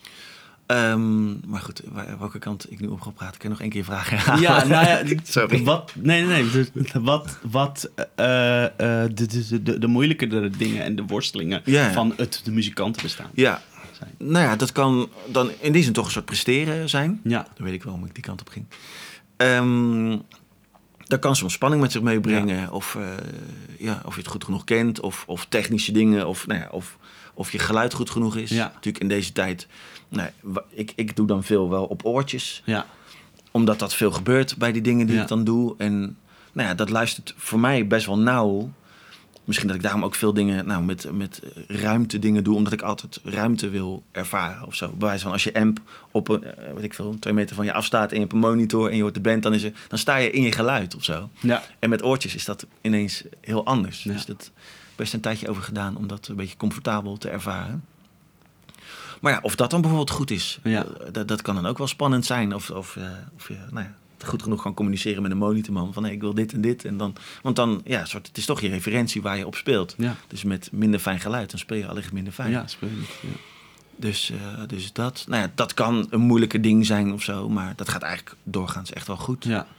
Um, maar goed, waar, welke kant ik nu op ga praten, kan ik nog één keer vragen. Ja, nou ja, sorry. Wat, nee, nee, nee. Wat, wat uh, uh, de, de, de, de moeilijkere dingen en de worstelingen ja, ja. van het de muzikantenbestaan. Ja. Zijn. Nou ja, dat kan dan in die zin toch een soort presteren zijn. Ja. Dan weet ik wel waarom ik die kant op ging. Um, dat kan soms spanning met zich meebrengen. Ja. Of, uh, ja, of je het goed genoeg kent. Of, of technische dingen. Of, nou ja, of, of je geluid goed genoeg is. Ja. Natuurlijk in deze tijd, nou, ik, ik doe dan veel wel op oortjes. Ja. Omdat dat veel gebeurt bij die dingen die Ja. ik dan doe. En nou ja, dat luistert voor mij best wel nauw. Misschien dat ik daarom ook veel dingen nou, met, met ruimte dingen doe. Omdat ik altijd ruimte wil ervaren of zo. Bij wijze van als je amp op een, weet ik veel, twee meter van je afstaat en je hebt een monitor en je hoort de band, dan, is er, dan sta je in je geluid of zo. Ja. En met oortjes is dat ineens heel anders. Ja. Dus dat best een tijdje over gedaan om dat een beetje comfortabel te ervaren. Maar ja, of dat dan bijvoorbeeld goed is, Ja. dat, dat kan dan ook wel spannend zijn. Of, of, uh, of je nou ja, goed genoeg kan communiceren met een monitorman. Van hey, ik wil dit en dit. En dan, want dan, ja, soort, het is toch je referentie waar je op speelt. Ja. Dus met minder fijn geluid, dan speel je allicht minder fijn. Ja, speel je. Ja. Dus, uh, dus dat, nou ja, dat kan een moeilijke ding zijn of zo. Maar dat gaat eigenlijk doorgaans echt wel goed. Ja.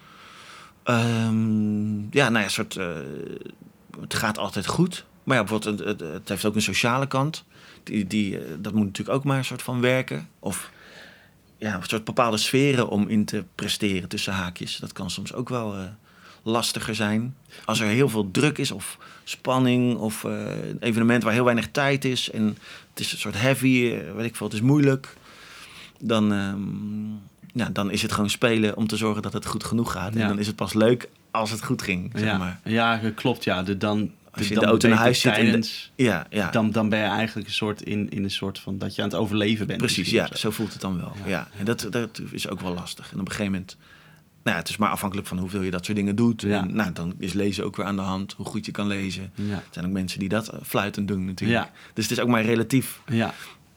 Um, ja, nou ja, soort, uh, het gaat altijd goed. Maar ja, bijvoorbeeld, het, het, het heeft ook een sociale kant. Die, die, uh, dat moet natuurlijk ook maar een soort van werken. Of ja, een soort bepaalde sferen om in te presteren tussen haakjes. Dat kan soms ook wel uh, lastiger zijn. Als er heel veel druk is of spanning of uh, een evenement waar heel weinig tijd is. En het is een soort heavy, uh, weet ik veel, het is moeilijk. Dan, um, ja, dan is het gewoon spelen om te zorgen dat het goed genoeg gaat. Ja. En dan is het pas leuk als het goed ging, zeg ja. maar. Ja, klopt, ja. De, dan, Als je de, in de auto naar huis zit en tijdens, de, ja, ja. Dan, dan ben je eigenlijk een soort in, in een soort van dat je aan het overleven bent. Precies, ja, zo. zo voelt het dan wel. Ja. Ja. En dat, dat is ook wel lastig. En op een gegeven moment, nou ja, het is maar afhankelijk van hoeveel je dat soort dingen doet. Ja. En, nou, dan is lezen ook weer aan de hand, hoe goed je kan lezen. Ja. Er zijn ook mensen die dat fluitend doen natuurlijk. Ja. Dus het is ook maar relatief Ja.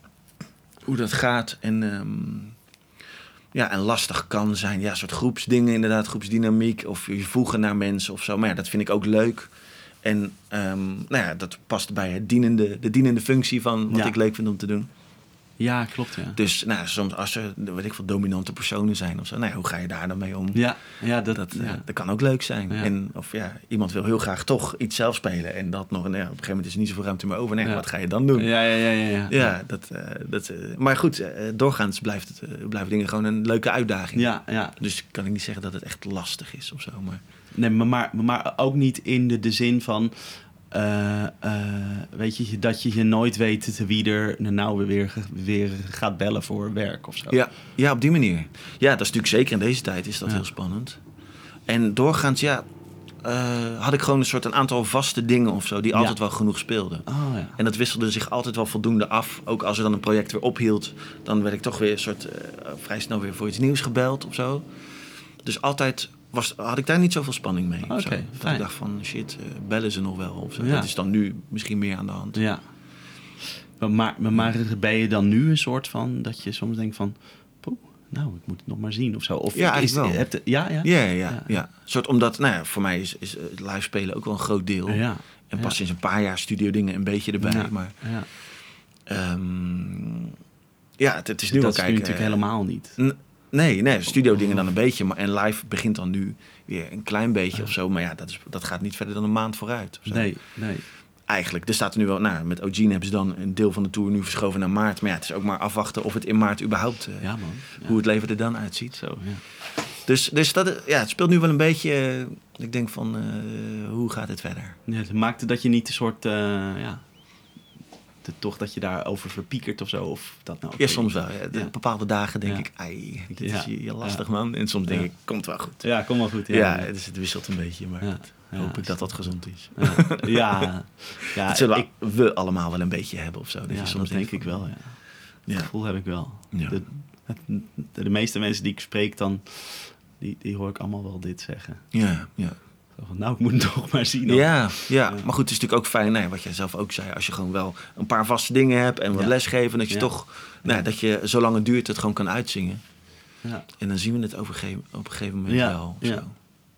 hoe dat gaat. En, um, ja, en lastig kan zijn. Ja, een soort groepsdingen inderdaad, groepsdynamiek. Of je voegen naar mensen of zo. Maar ja, dat vind ik ook leuk. En um, nou ja, dat past bij het dienende, de dienende functie van wat Ja. ik leuk vind om te doen. Ja, klopt, ja. Dus nou, soms als er, weet ik veel, dominante personen zijn of zo. Nou ja, hoe ga je daar dan mee om? Ja, ja, dat, Dat, ja. ja, dat kan ook leuk zijn. Ja. En, of ja, iemand wil heel graag toch iets zelf spelen. En dat nog, en, ja, op een gegeven moment is er niet zoveel ruimte meer over. Nee, Ja. wat ga je dan doen? Ja, ja, ja, ja, ja. Ja, dat, uh, dat, uh, maar goed, uh, doorgaans blijft het, uh, blijven dingen gewoon een leuke uitdaging. Ja, ja. Dus kan ik niet zeggen dat het echt lastig is of zo. Maar Nee, maar, maar, maar ook niet in de, de zin van... Uh, uh, weet je, dat je je nooit weet wie er nou weer, weer gaat bellen voor werk of zo. ja, ja, op die manier. Ja, dat is natuurlijk zeker in deze tijd is dat Ja. heel spannend. En doorgaans, ja, uh, had ik gewoon een soort een aantal vaste dingen of zo... die altijd Ja. wel genoeg speelden. Oh, ja. En dat wisselde zich altijd wel voldoende af. Ook als er dan een project weer ophield... dan werd ik toch weer een soort, uh, vrij snel weer voor iets nieuws gebeld of zo. Dus altijd... Was, had ik daar niet zoveel spanning mee. Oké, of zo. Dat fijn. ik dacht van, shit, uh, bellen ze nog wel? Of zo. Ja. Dat is dan nu misschien meer aan de hand. Ja. Maar, maar, maar, maar ben je dan nu een soort van... dat je soms denkt van... poeh, nou, ik moet het nog maar zien of zo? Of Ja, is, eigenlijk wel. Heb de, ja, ja? Ja, ja, ja. Ja. ja. Soort, omdat, nou ja, voor mij is, is uh, live spelen ook wel een groot deel. Ja. En Ja. pas sinds een paar jaar studio dingen een beetje erbij. Ja. Maar Ja. um, ja, het, het is nu Dat wel is nu kijken. natuurlijk helemaal niet. N- Nee, nee, studio dingen dan een beetje. Maar, en live begint dan nu weer een klein beetje ja. of zo. Maar ja, dat, is, dat gaat niet verder dan een maand vooruit. Of zo. Nee, nee. Eigenlijk, er staat er nu wel... Nou, met Eugene hebben ze dan een deel van de tour nu verschoven naar maart. Maar ja, het is ook maar afwachten of het in maart überhaupt... Uh, Ja, man. Ja. Hoe het leven er dan uitziet. Zo, ja. Dus, dus dat, ja, het speelt nu wel een beetje... Uh, ik denk van, uh, hoe gaat het verder? Ja, het maakte dat je niet een soort... Uh, ja, de, toch dat je daarover verpiekert of zo. Of dat nou ja, soms wel. Ja. De, ja. Bepaalde dagen denk ja. ik... Ai, dit ja. is je, je lastig, ja. man. En soms denk ja. ik, komt wel goed. Ja, kom wel goed. Ja, Ja, ja. ja dus het wisselt een beetje. Maar Ja. ja. hoop ik dat dat gezond is. Ja, ja. ja dat zullen ik, we allemaal wel een beetje hebben of zo. Dat ja, je soms dat denk denkt ik van, wel, ja. Ja. Dat gevoel heb ik wel. Ja. De, de, de meeste mensen die ik spreek dan... Die, die hoor ik allemaal wel dit zeggen. Ja, ja. Zo van, nou, ik moet het toch maar zien. Dan. Ja, ja, maar goed, het is natuurlijk ook fijn, nou ja, wat jij zelf ook zei, als je gewoon wel een paar vaste dingen hebt en wat Ja. lesgeven, dat je Ja. toch, nou ja, dat je zolang het duurt het gewoon kan uitzingen. Ja. En dan zien we het op een gegeven, op een gegeven moment Ja, wel. ja. Zo.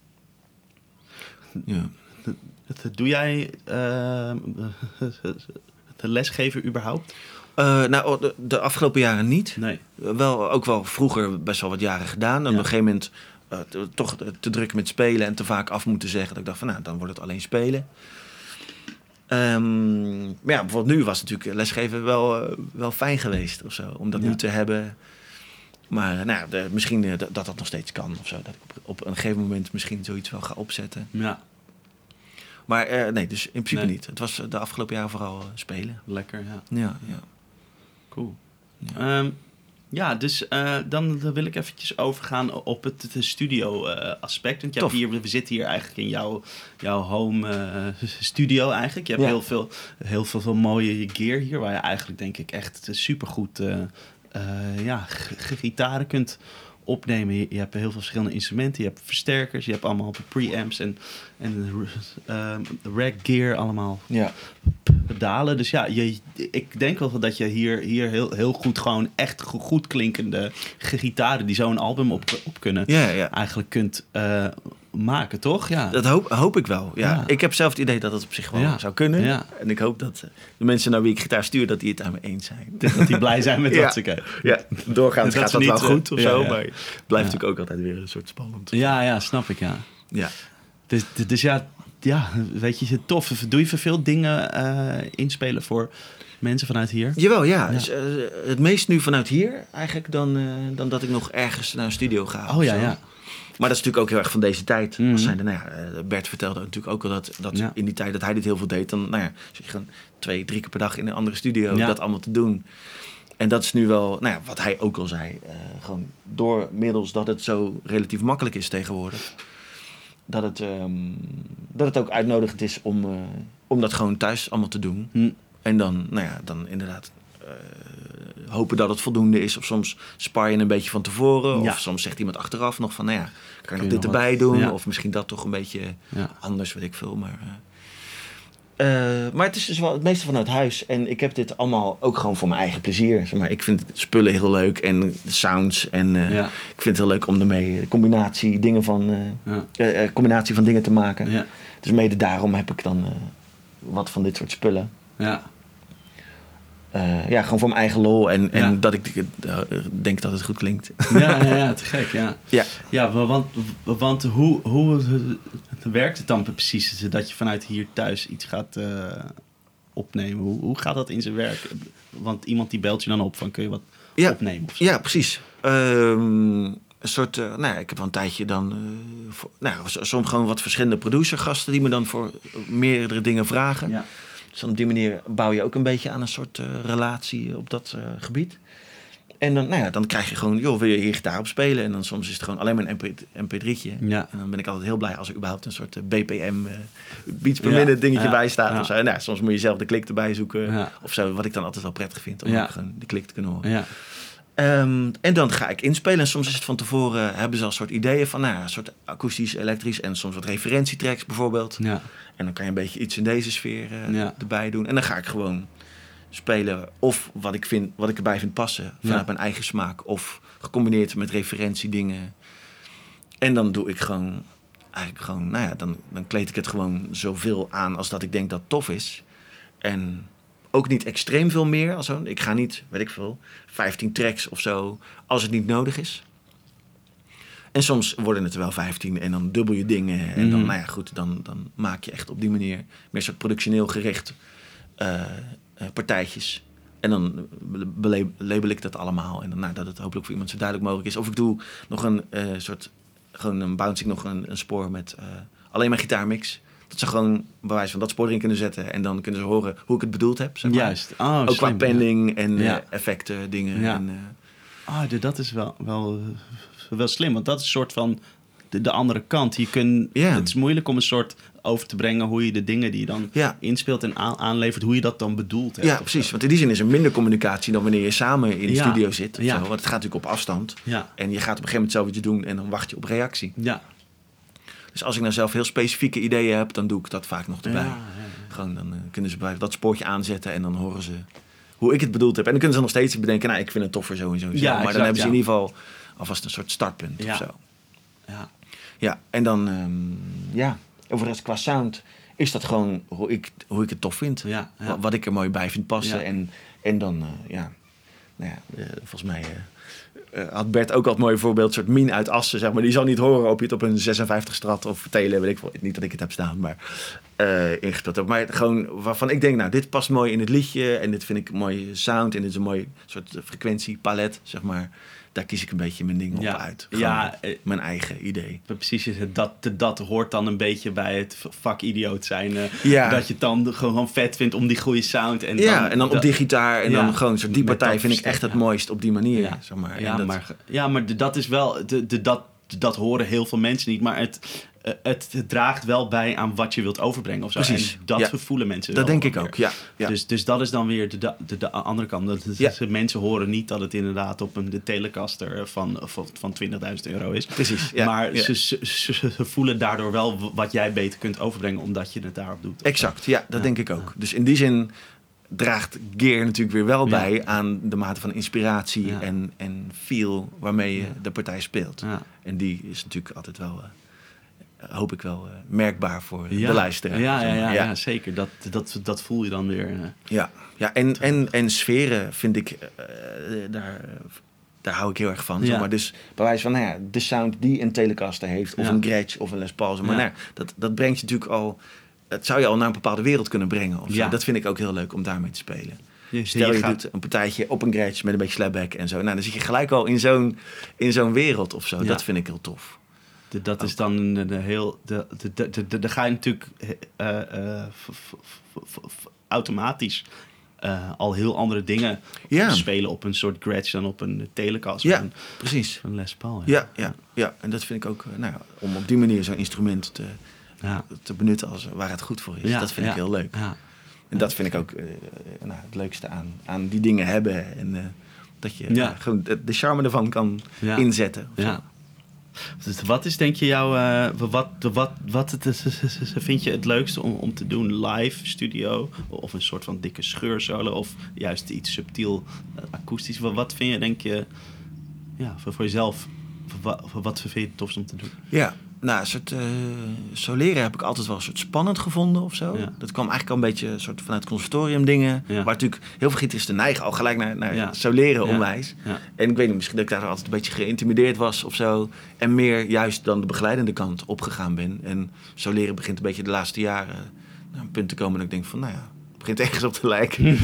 Ja. Dat, doe jij uh, de lesgeven überhaupt? Uh, nou, de, de afgelopen jaren niet. Nee. Wel, ook wel vroeger best wel wat jaren gedaan. En Ja. op een gegeven moment uh, te, toch te druk met spelen en te vaak af moeten zeggen. Dat ik dacht van, nou, dan wordt het alleen spelen. Um, maar ja, bijvoorbeeld nu was natuurlijk lesgeven wel, uh, wel fijn geweest of zo. Om dat Ja. nu te hebben. Maar uh, nou ja, de, misschien uh, dat dat nog steeds kan of zo. Dat ik op, op een gegeven moment misschien zoiets wel ga opzetten. Ja. Maar uh, nee, dus in principe Nee. niet. Het was de afgelopen jaren vooral uh, spelen. Lekker, ja. Ja, ja. Cool. Ja. Um, ja, dus uh, dan, dan wil ik eventjes overgaan op het, het studio uh, aspect. Want je hebt hier, we zitten hier eigenlijk in jouw, jouw home uh, studio eigenlijk. Je hebt ja. heel, veel, heel veel, veel mooie gear hier, waar je eigenlijk denk ik echt supergoed uh, uh, ja, g- gitaren kunt opnemen. Je, je hebt heel veel verschillende instrumenten, je hebt versterkers, je hebt allemaal preamps en, en uh, rack gear, allemaal ja. pedalen. Dus ja, je, ik denk wel dat je hier, hier heel, heel goed gewoon echt goed klinkende gitaren die zo'n album op, op kunnen, ja, ja. eigenlijk kunt uh, maken, toch? Ja. Dat hoop, hoop ik wel. Ja. Ja. Ik heb zelf het idee dat het op zich wel ja. zou kunnen. Ja. En ik hoop dat de mensen naar wie ik gitaar stuur, dat die het aan me eens zijn. Dat die blij zijn met ja. wat ze krijgen. Ja, doorgaans gaat dat niet, wel goed of ja, zo, ja. maar het blijft ja. natuurlijk ook altijd weer een soort spannend. Ja, ja, snap ik, ja. Ja. Dus, dus ja, ja, weet je, tof. Doe je veel dingen uh, inspelen voor mensen vanuit hier? Jawel, ja. ja. Dus, uh, het meest nu vanuit hier eigenlijk dan, uh, dan dat ik nog ergens naar een studio ga. Oh ja, ja. Maar dat is natuurlijk ook heel erg van deze tijd. Mm-hmm. Zijn er, nou ja, Bert vertelde natuurlijk ook al dat, dat ja. in die tijd dat hij dit heel veel deed, dan nou ja, zit je gewoon twee, drie keer per dag in een andere studio ja. dat allemaal te doen. En dat is nu wel, nou ja, wat hij ook al zei, uh, gewoon door middels dat het zo relatief makkelijk is tegenwoordig, dat het, um, dat het ook uitnodigend is om, uh, om dat gewoon thuis allemaal te doen. Mm. En dan, nou ja, dan inderdaad uh, hopen dat het voldoende is. Of soms spar je een beetje van tevoren. Ja. Of soms zegt iemand achteraf nog van, nou ja, kan je nog dit erbij doen? Ja. Of misschien dat toch een beetje ja. anders, weet ik veel. Maar, uh, uh, maar het is dus wel het meeste vanuit huis. En ik heb dit allemaal ook gewoon voor mijn eigen plezier. Zeg maar, ik vind spullen heel leuk en de sounds. En uh, ja. ik vind het heel leuk om ermee de combinatie, dingen van, uh, ja. uh, combinatie van dingen te maken. Ja. Dus mede daarom heb ik dan uh, wat van dit soort spullen. Ja. Uh, ja, gewoon voor mijn eigen lol en, en ja. dat ik uh, denk dat het goed klinkt. Ja, ja, ja, te gek, ja. Ja, ja want, want hoe, hoe werkt het dan precies dat je vanuit hier thuis iets gaat uh, opnemen? Hoe, hoe gaat dat in zijn werk? Want iemand die belt je dan op van kun je wat ja, opnemen of zo? Ja, precies. Um, een soort, uh, nou ja, ik heb wel een tijdje dan, uh, voor, nou, soms gewoon wat verschillende producergasten die me dan voor meerdere dingen vragen. Ja. Dus op die manier bouw je ook een beetje aan een soort uh, relatie op dat uh, gebied. En dan, nou ja, dan krijg je gewoon, joh, wil je hier gitaar op spelen? En dan soms is het gewoon alleen maar een M P drie'tje. Ja. En dan ben ik altijd heel blij als er überhaupt een soort uh, B P M, uh, beats per ja. minute dingetje ja. bij staat. Ja. Of zo. En, nou, soms moet je zelf de klik erbij zoeken. Ja. Of zo, wat ik dan altijd wel prettig vind, om ja. gewoon de klik te kunnen horen. Ja. Um, en dan ga ik inspelen. En soms is het van tevoren, uh, hebben ze al een soort ideeën van, nou ja, een soort akoestisch, elektrisch en soms wat referentietracks bijvoorbeeld. Ja. En dan kan je een beetje iets in deze sfeer uh, ja. erbij doen. En dan ga ik gewoon spelen of wat ik, vind, wat ik erbij vind passen vanuit ja. mijn eigen smaak. Of gecombineerd met referentiedingen. En dan doe ik gewoon, eigenlijk gewoon, nou ja, dan, dan kleed ik het gewoon zoveel aan als dat ik denk dat tof is. En ook niet extreem veel meer. Also, ik ga niet, weet ik veel, vijftien tracks of zo, als het niet nodig is. En soms worden het er wel vijftien en dan dubbel je dingen. En dan, mm. nou ja, goed, dan, dan maak je echt op die manier meer een soort productioneel gericht uh, uh, partijtjes. En dan bele- label ik dat allemaal. En dan, nou, dat het hopelijk voor iemand zo duidelijk mogelijk is. Of ik doe nog een uh, soort, gewoon een bounce ik nog een, een spoor met uh, alleen maar gitaarmix. Dat ze gewoon bewijs van dat spoor erin kunnen zetten. En dan kunnen ze horen hoe ik het bedoeld heb. Zeg maar. Juist. Oh, ook slim, qua pending ja. en ja. uh, effecten, dingen. Ja. En, uh, oh, dat is wel, wel, wel slim. Want dat is een soort van de, de andere kant. Je kunt, yeah. Het is moeilijk om een soort over te brengen hoe je de dingen die je dan ja. inspeelt en aan, aanlevert, hoe je dat dan bedoelt hebt. Ja, precies. Want in die zin is er minder communicatie dan wanneer je samen in de ja. studio zit. Ja. Zo, want het gaat natuurlijk op afstand. Ja. En je gaat op een gegeven moment zelf wat je doen en dan wacht je op reactie. Ja. Dus als ik nou zelf heel specifieke ideeën heb, dan doe ik dat vaak nog erbij. Ja, ja, ja. Gewoon, dan uh, kunnen ze bij dat spoortje aanzetten en dan horen ze hoe ik het bedoeld heb. En dan kunnen ze nog steeds bedenken, nou, ik vind het toffer zo en zo. En zo. Ja, maar exact, dan hebben ze ja. in ieder geval alvast een soort startpunt ja. of zo. Ja. Ja, en dan, um, ja, over de rest qua sound is dat gewoon hoe ik, hoe ik het tof vind. Ja, ja. Wat, wat ik er mooi bij vind passen. Ja. En, en dan, uh, ja, nou ja, uh, volgens mij... Uh, uh, had Bert ook al het mooie voorbeeld, soort Mien uit Assen, zeg maar. Die zal niet horen op je het op een zesenvijftig strat of tele, weet ik veel. Niet dat ik het heb staan, maar uh, ingespeeld heb. Maar gewoon waarvan ik denk, nou, dit past mooi in het liedje en dit vind ik een mooie sound en dit is een mooi soort frequentiepalet, zeg maar. Daar kies ik een beetje mijn dingen ja. op uit. Gewoon ja, uh, mijn eigen idee. Precies, dat, dat hoort dan een beetje bij het vakidioot zijn. Uh, ja. Dat je het dan gewoon vet vindt om die goede sound. En ja, dan, en dan op dat, die gitaar en ja, dan gewoon soort die partij vind ik echt het ja. mooist op die manier. Ja, zeg maar. Ja, dat... maar, ja, maar dat is wel, de, de, dat, dat horen heel veel mensen niet. Maar het, het, het draagt wel bij aan wat je wilt overbrengen. Of zo. Precies. En dat ja. voelen mensen dat wel. denk ik ook, ja. ja. Dus, dus dat is dan weer de, de, de andere kant. Dat, dat, ja. Mensen horen niet dat het inderdaad op een de Telecaster van, van, van twintigduizend euro is. Precies, ja. Maar ja. Ze, ze, ze, ze voelen daardoor wel wat jij beter kunt overbrengen, omdat je het daarop doet. Exact, ja, dat ja. denk ik ook. Dus in die zin draagt gear natuurlijk weer wel bij ja. aan de mate van inspiratie ja. en, en feel waarmee je ja. de partij speelt. Ja. En die is natuurlijk altijd wel... Uh, hoop ik wel uh, merkbaar voor ja. de luisteraar. Ja, ja, ja, ja. ja zeker. Dat, dat, dat voel je dan weer. Uh, ja, ja en, en, en sferen vind ik, uh, daar, daar hou ik heel erg van. Ja. Zeg maar. Dus bij wijze van, nou ja, de sound die een Telecaster heeft, of ja. een Gretsch of een Les Paul. Maar ja. nou, dat, dat brengt je natuurlijk al, het zou je al naar een bepaalde wereld kunnen brengen. Of ja. Dat vind ik ook heel leuk om daarmee te spelen. Je, Stel je, je gaat... doet een partijtje op een Gretsch met een beetje slapback en zo. Nou, dan zit je gelijk al in zo'n, in zo'n wereld of zo. Ja. Dat vind ik heel tof. De, dat ook. Is dan de, de heel... De, de, de, de, de, de ga je natuurlijk uh, uh, f, f, f, f, automatisch uh, al heel andere dingen ja. spelen op een soort Gretsch dan op een Telecaster. Ja, een, precies. Een Les Paul. Ja, ja, ja, ja. En dat vind ik ook... Uh, nou, om op die manier zo'n instrument te, ja. te benutten als waar het goed voor is. Ja, dat vind ja. ik heel leuk. Ja. En dat vind ik ook uh, nou, het leukste aan, aan die dingen hebben. En uh, dat je ja. uh, gewoon de, de charme ervan kan ja. inzetten. Ja. Dus wat is denk je jouw... Uh, wat, wat, wat het, vind je het leukste om, om te doen? Live, studio? Of een soort van dikke scheursolo? Of juist iets subtiel uh, akoestisch? Wat, wat vind je, denk je... Ja, voor, voor jezelf... Wat, wat vind je het tofst om te doen? Ja, nou, een soort... Uh, soleren heb ik altijd wel een soort spannend gevonden of zo. Ja. Dat kwam eigenlijk al een beetje soort vanuit conservatorium dingen. Ja. Waar natuurlijk heel veel gitaristen neigen al gelijk naar, naar ja. soleren ja. onwijs. Ja. En ik weet niet, misschien dat ik daar altijd een beetje geïntimideerd was of zo. En meer juist dan de begeleidende kant opgegaan ben. En soleren begint een beetje de laatste jaren naar een punt te komen dat ik denk van, nou ja, het begint ergens op te lijken.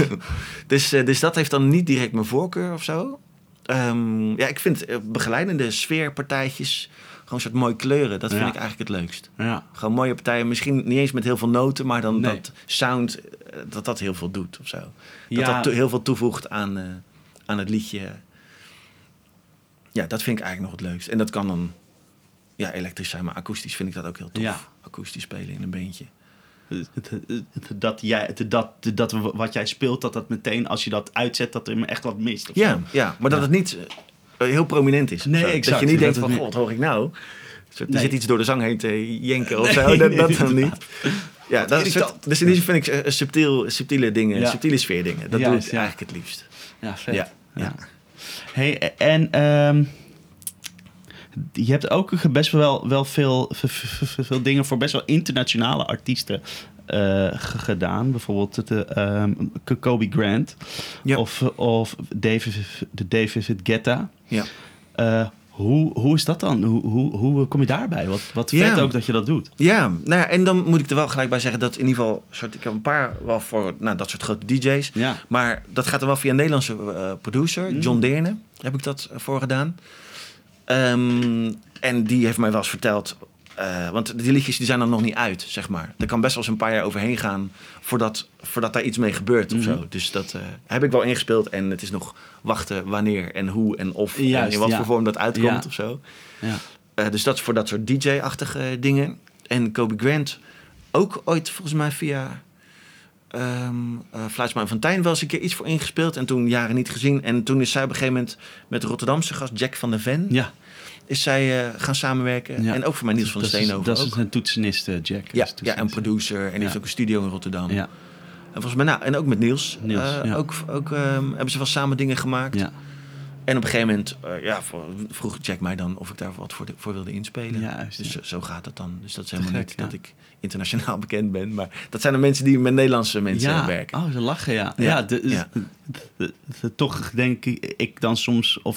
dus, uh, dus dat heeft dan niet direct mijn voorkeur of zo. Um, ja, ik vind uh, begeleidende sfeerpartijtjes... Gewoon een soort mooie kleuren. Dat vind ja. ik eigenlijk het leukst. Ja. Gewoon mooie partijen. Misschien niet eens met heel veel noten. Maar dan nee. dat sound, dat dat heel veel doet of zo. Dat ja. dat to- heel veel toevoegt aan, uh, aan het liedje. Ja, dat vind ik eigenlijk nog het leukst. En dat kan dan ja, elektrisch zijn. Maar akoestisch vind ik dat ook heel tof. Ja. Akoestisch spelen in een beentje. Dat, jij, dat, dat wat jij speelt, dat dat meteen, als je dat uitzet, dat er echt wat mist. Of ja, zo. ja, maar dat ja. het niet... heel prominent is. Nee, exact. Dat je niet dat denkt van, goh, wat hoor ik nou? Er nee. zit iets door de zang heen te jenken of zo. Nee, dat, dat dan niet. Ja, dat is het, dus in die zin vind ik uh, subtiel, subtiele dingen, ja. subtiele sfeerdingen. Dat ja, doe ik ja. eigenlijk het liefst. Ja, vet. Ja, ja. Ja. Hey, en um, je hebt ook best wel, wel veel, veel, veel dingen voor best wel internationale artiesten Uh, g- gedaan. Bijvoorbeeld de um, Kobe Grant ja. of, of David, de David Guetta. Ja. Uh, hoe, hoe is dat dan? Hoe, hoe, hoe kom je daarbij? Wat, wat vet ja. ook dat je dat doet. Ja, nou ja, en dan moet ik er wel gelijk bij zeggen dat in ieder geval, soort, ik heb een paar wel voor nou, dat soort grote D J's. Ja. Maar dat gaat er wel via een Nederlandse uh, producer, mm. John Deerne, heb ik dat voor gedaan. Um, en die heeft mij wel eens verteld. Uh, want die liedjes die zijn dan nog niet uit, zeg maar. Er kan best wel eens een paar jaar overheen gaan voordat, voordat daar iets mee gebeurt of mm-hmm. zo. Dus dat uh, heb ik wel ingespeeld. En het is nog wachten wanneer en hoe en of Juist, en in wat ja. voor vorm dat uitkomt ja. of zo. Ja. Uh, dus dat is voor dat soort D J-achtige dingen. En Kobe Grant ook ooit volgens mij via um, uh, Fluitsma en Fontijn wel eens een keer iets voor ingespeeld. En toen jaren niet gezien. En toen is zij op een gegeven moment met de Rotterdamse gast Jack van der Ven... Ja. is zij uh, gaan samenwerken. Ja. En ook voor mij Niels van der Steenhoven. Dat is, dat is een toetsenist, uh, Jack. Ja, ja, een producer. En die ja. heeft ook een studio in Rotterdam. Ja. En volgens mij, nou, en ook met Niels. Niels uh, ja. Ook, ook um, hebben ze wel samen dingen gemaakt. Ja. En op een gegeven moment uh, ja, vroeg Jack mij dan of ik daar wat voor, de, voor wilde inspelen. Ja, juist, dus ja. zo, zo gaat het dan. Dus dat is helemaal gek, niet ja. dat ik internationaal bekend ben. Maar dat zijn de mensen die met Nederlandse mensen ja. werken. Oh, ze lachen, ja. Ja, ja, de, ja. De, de, de, de, toch denk ik dan soms... of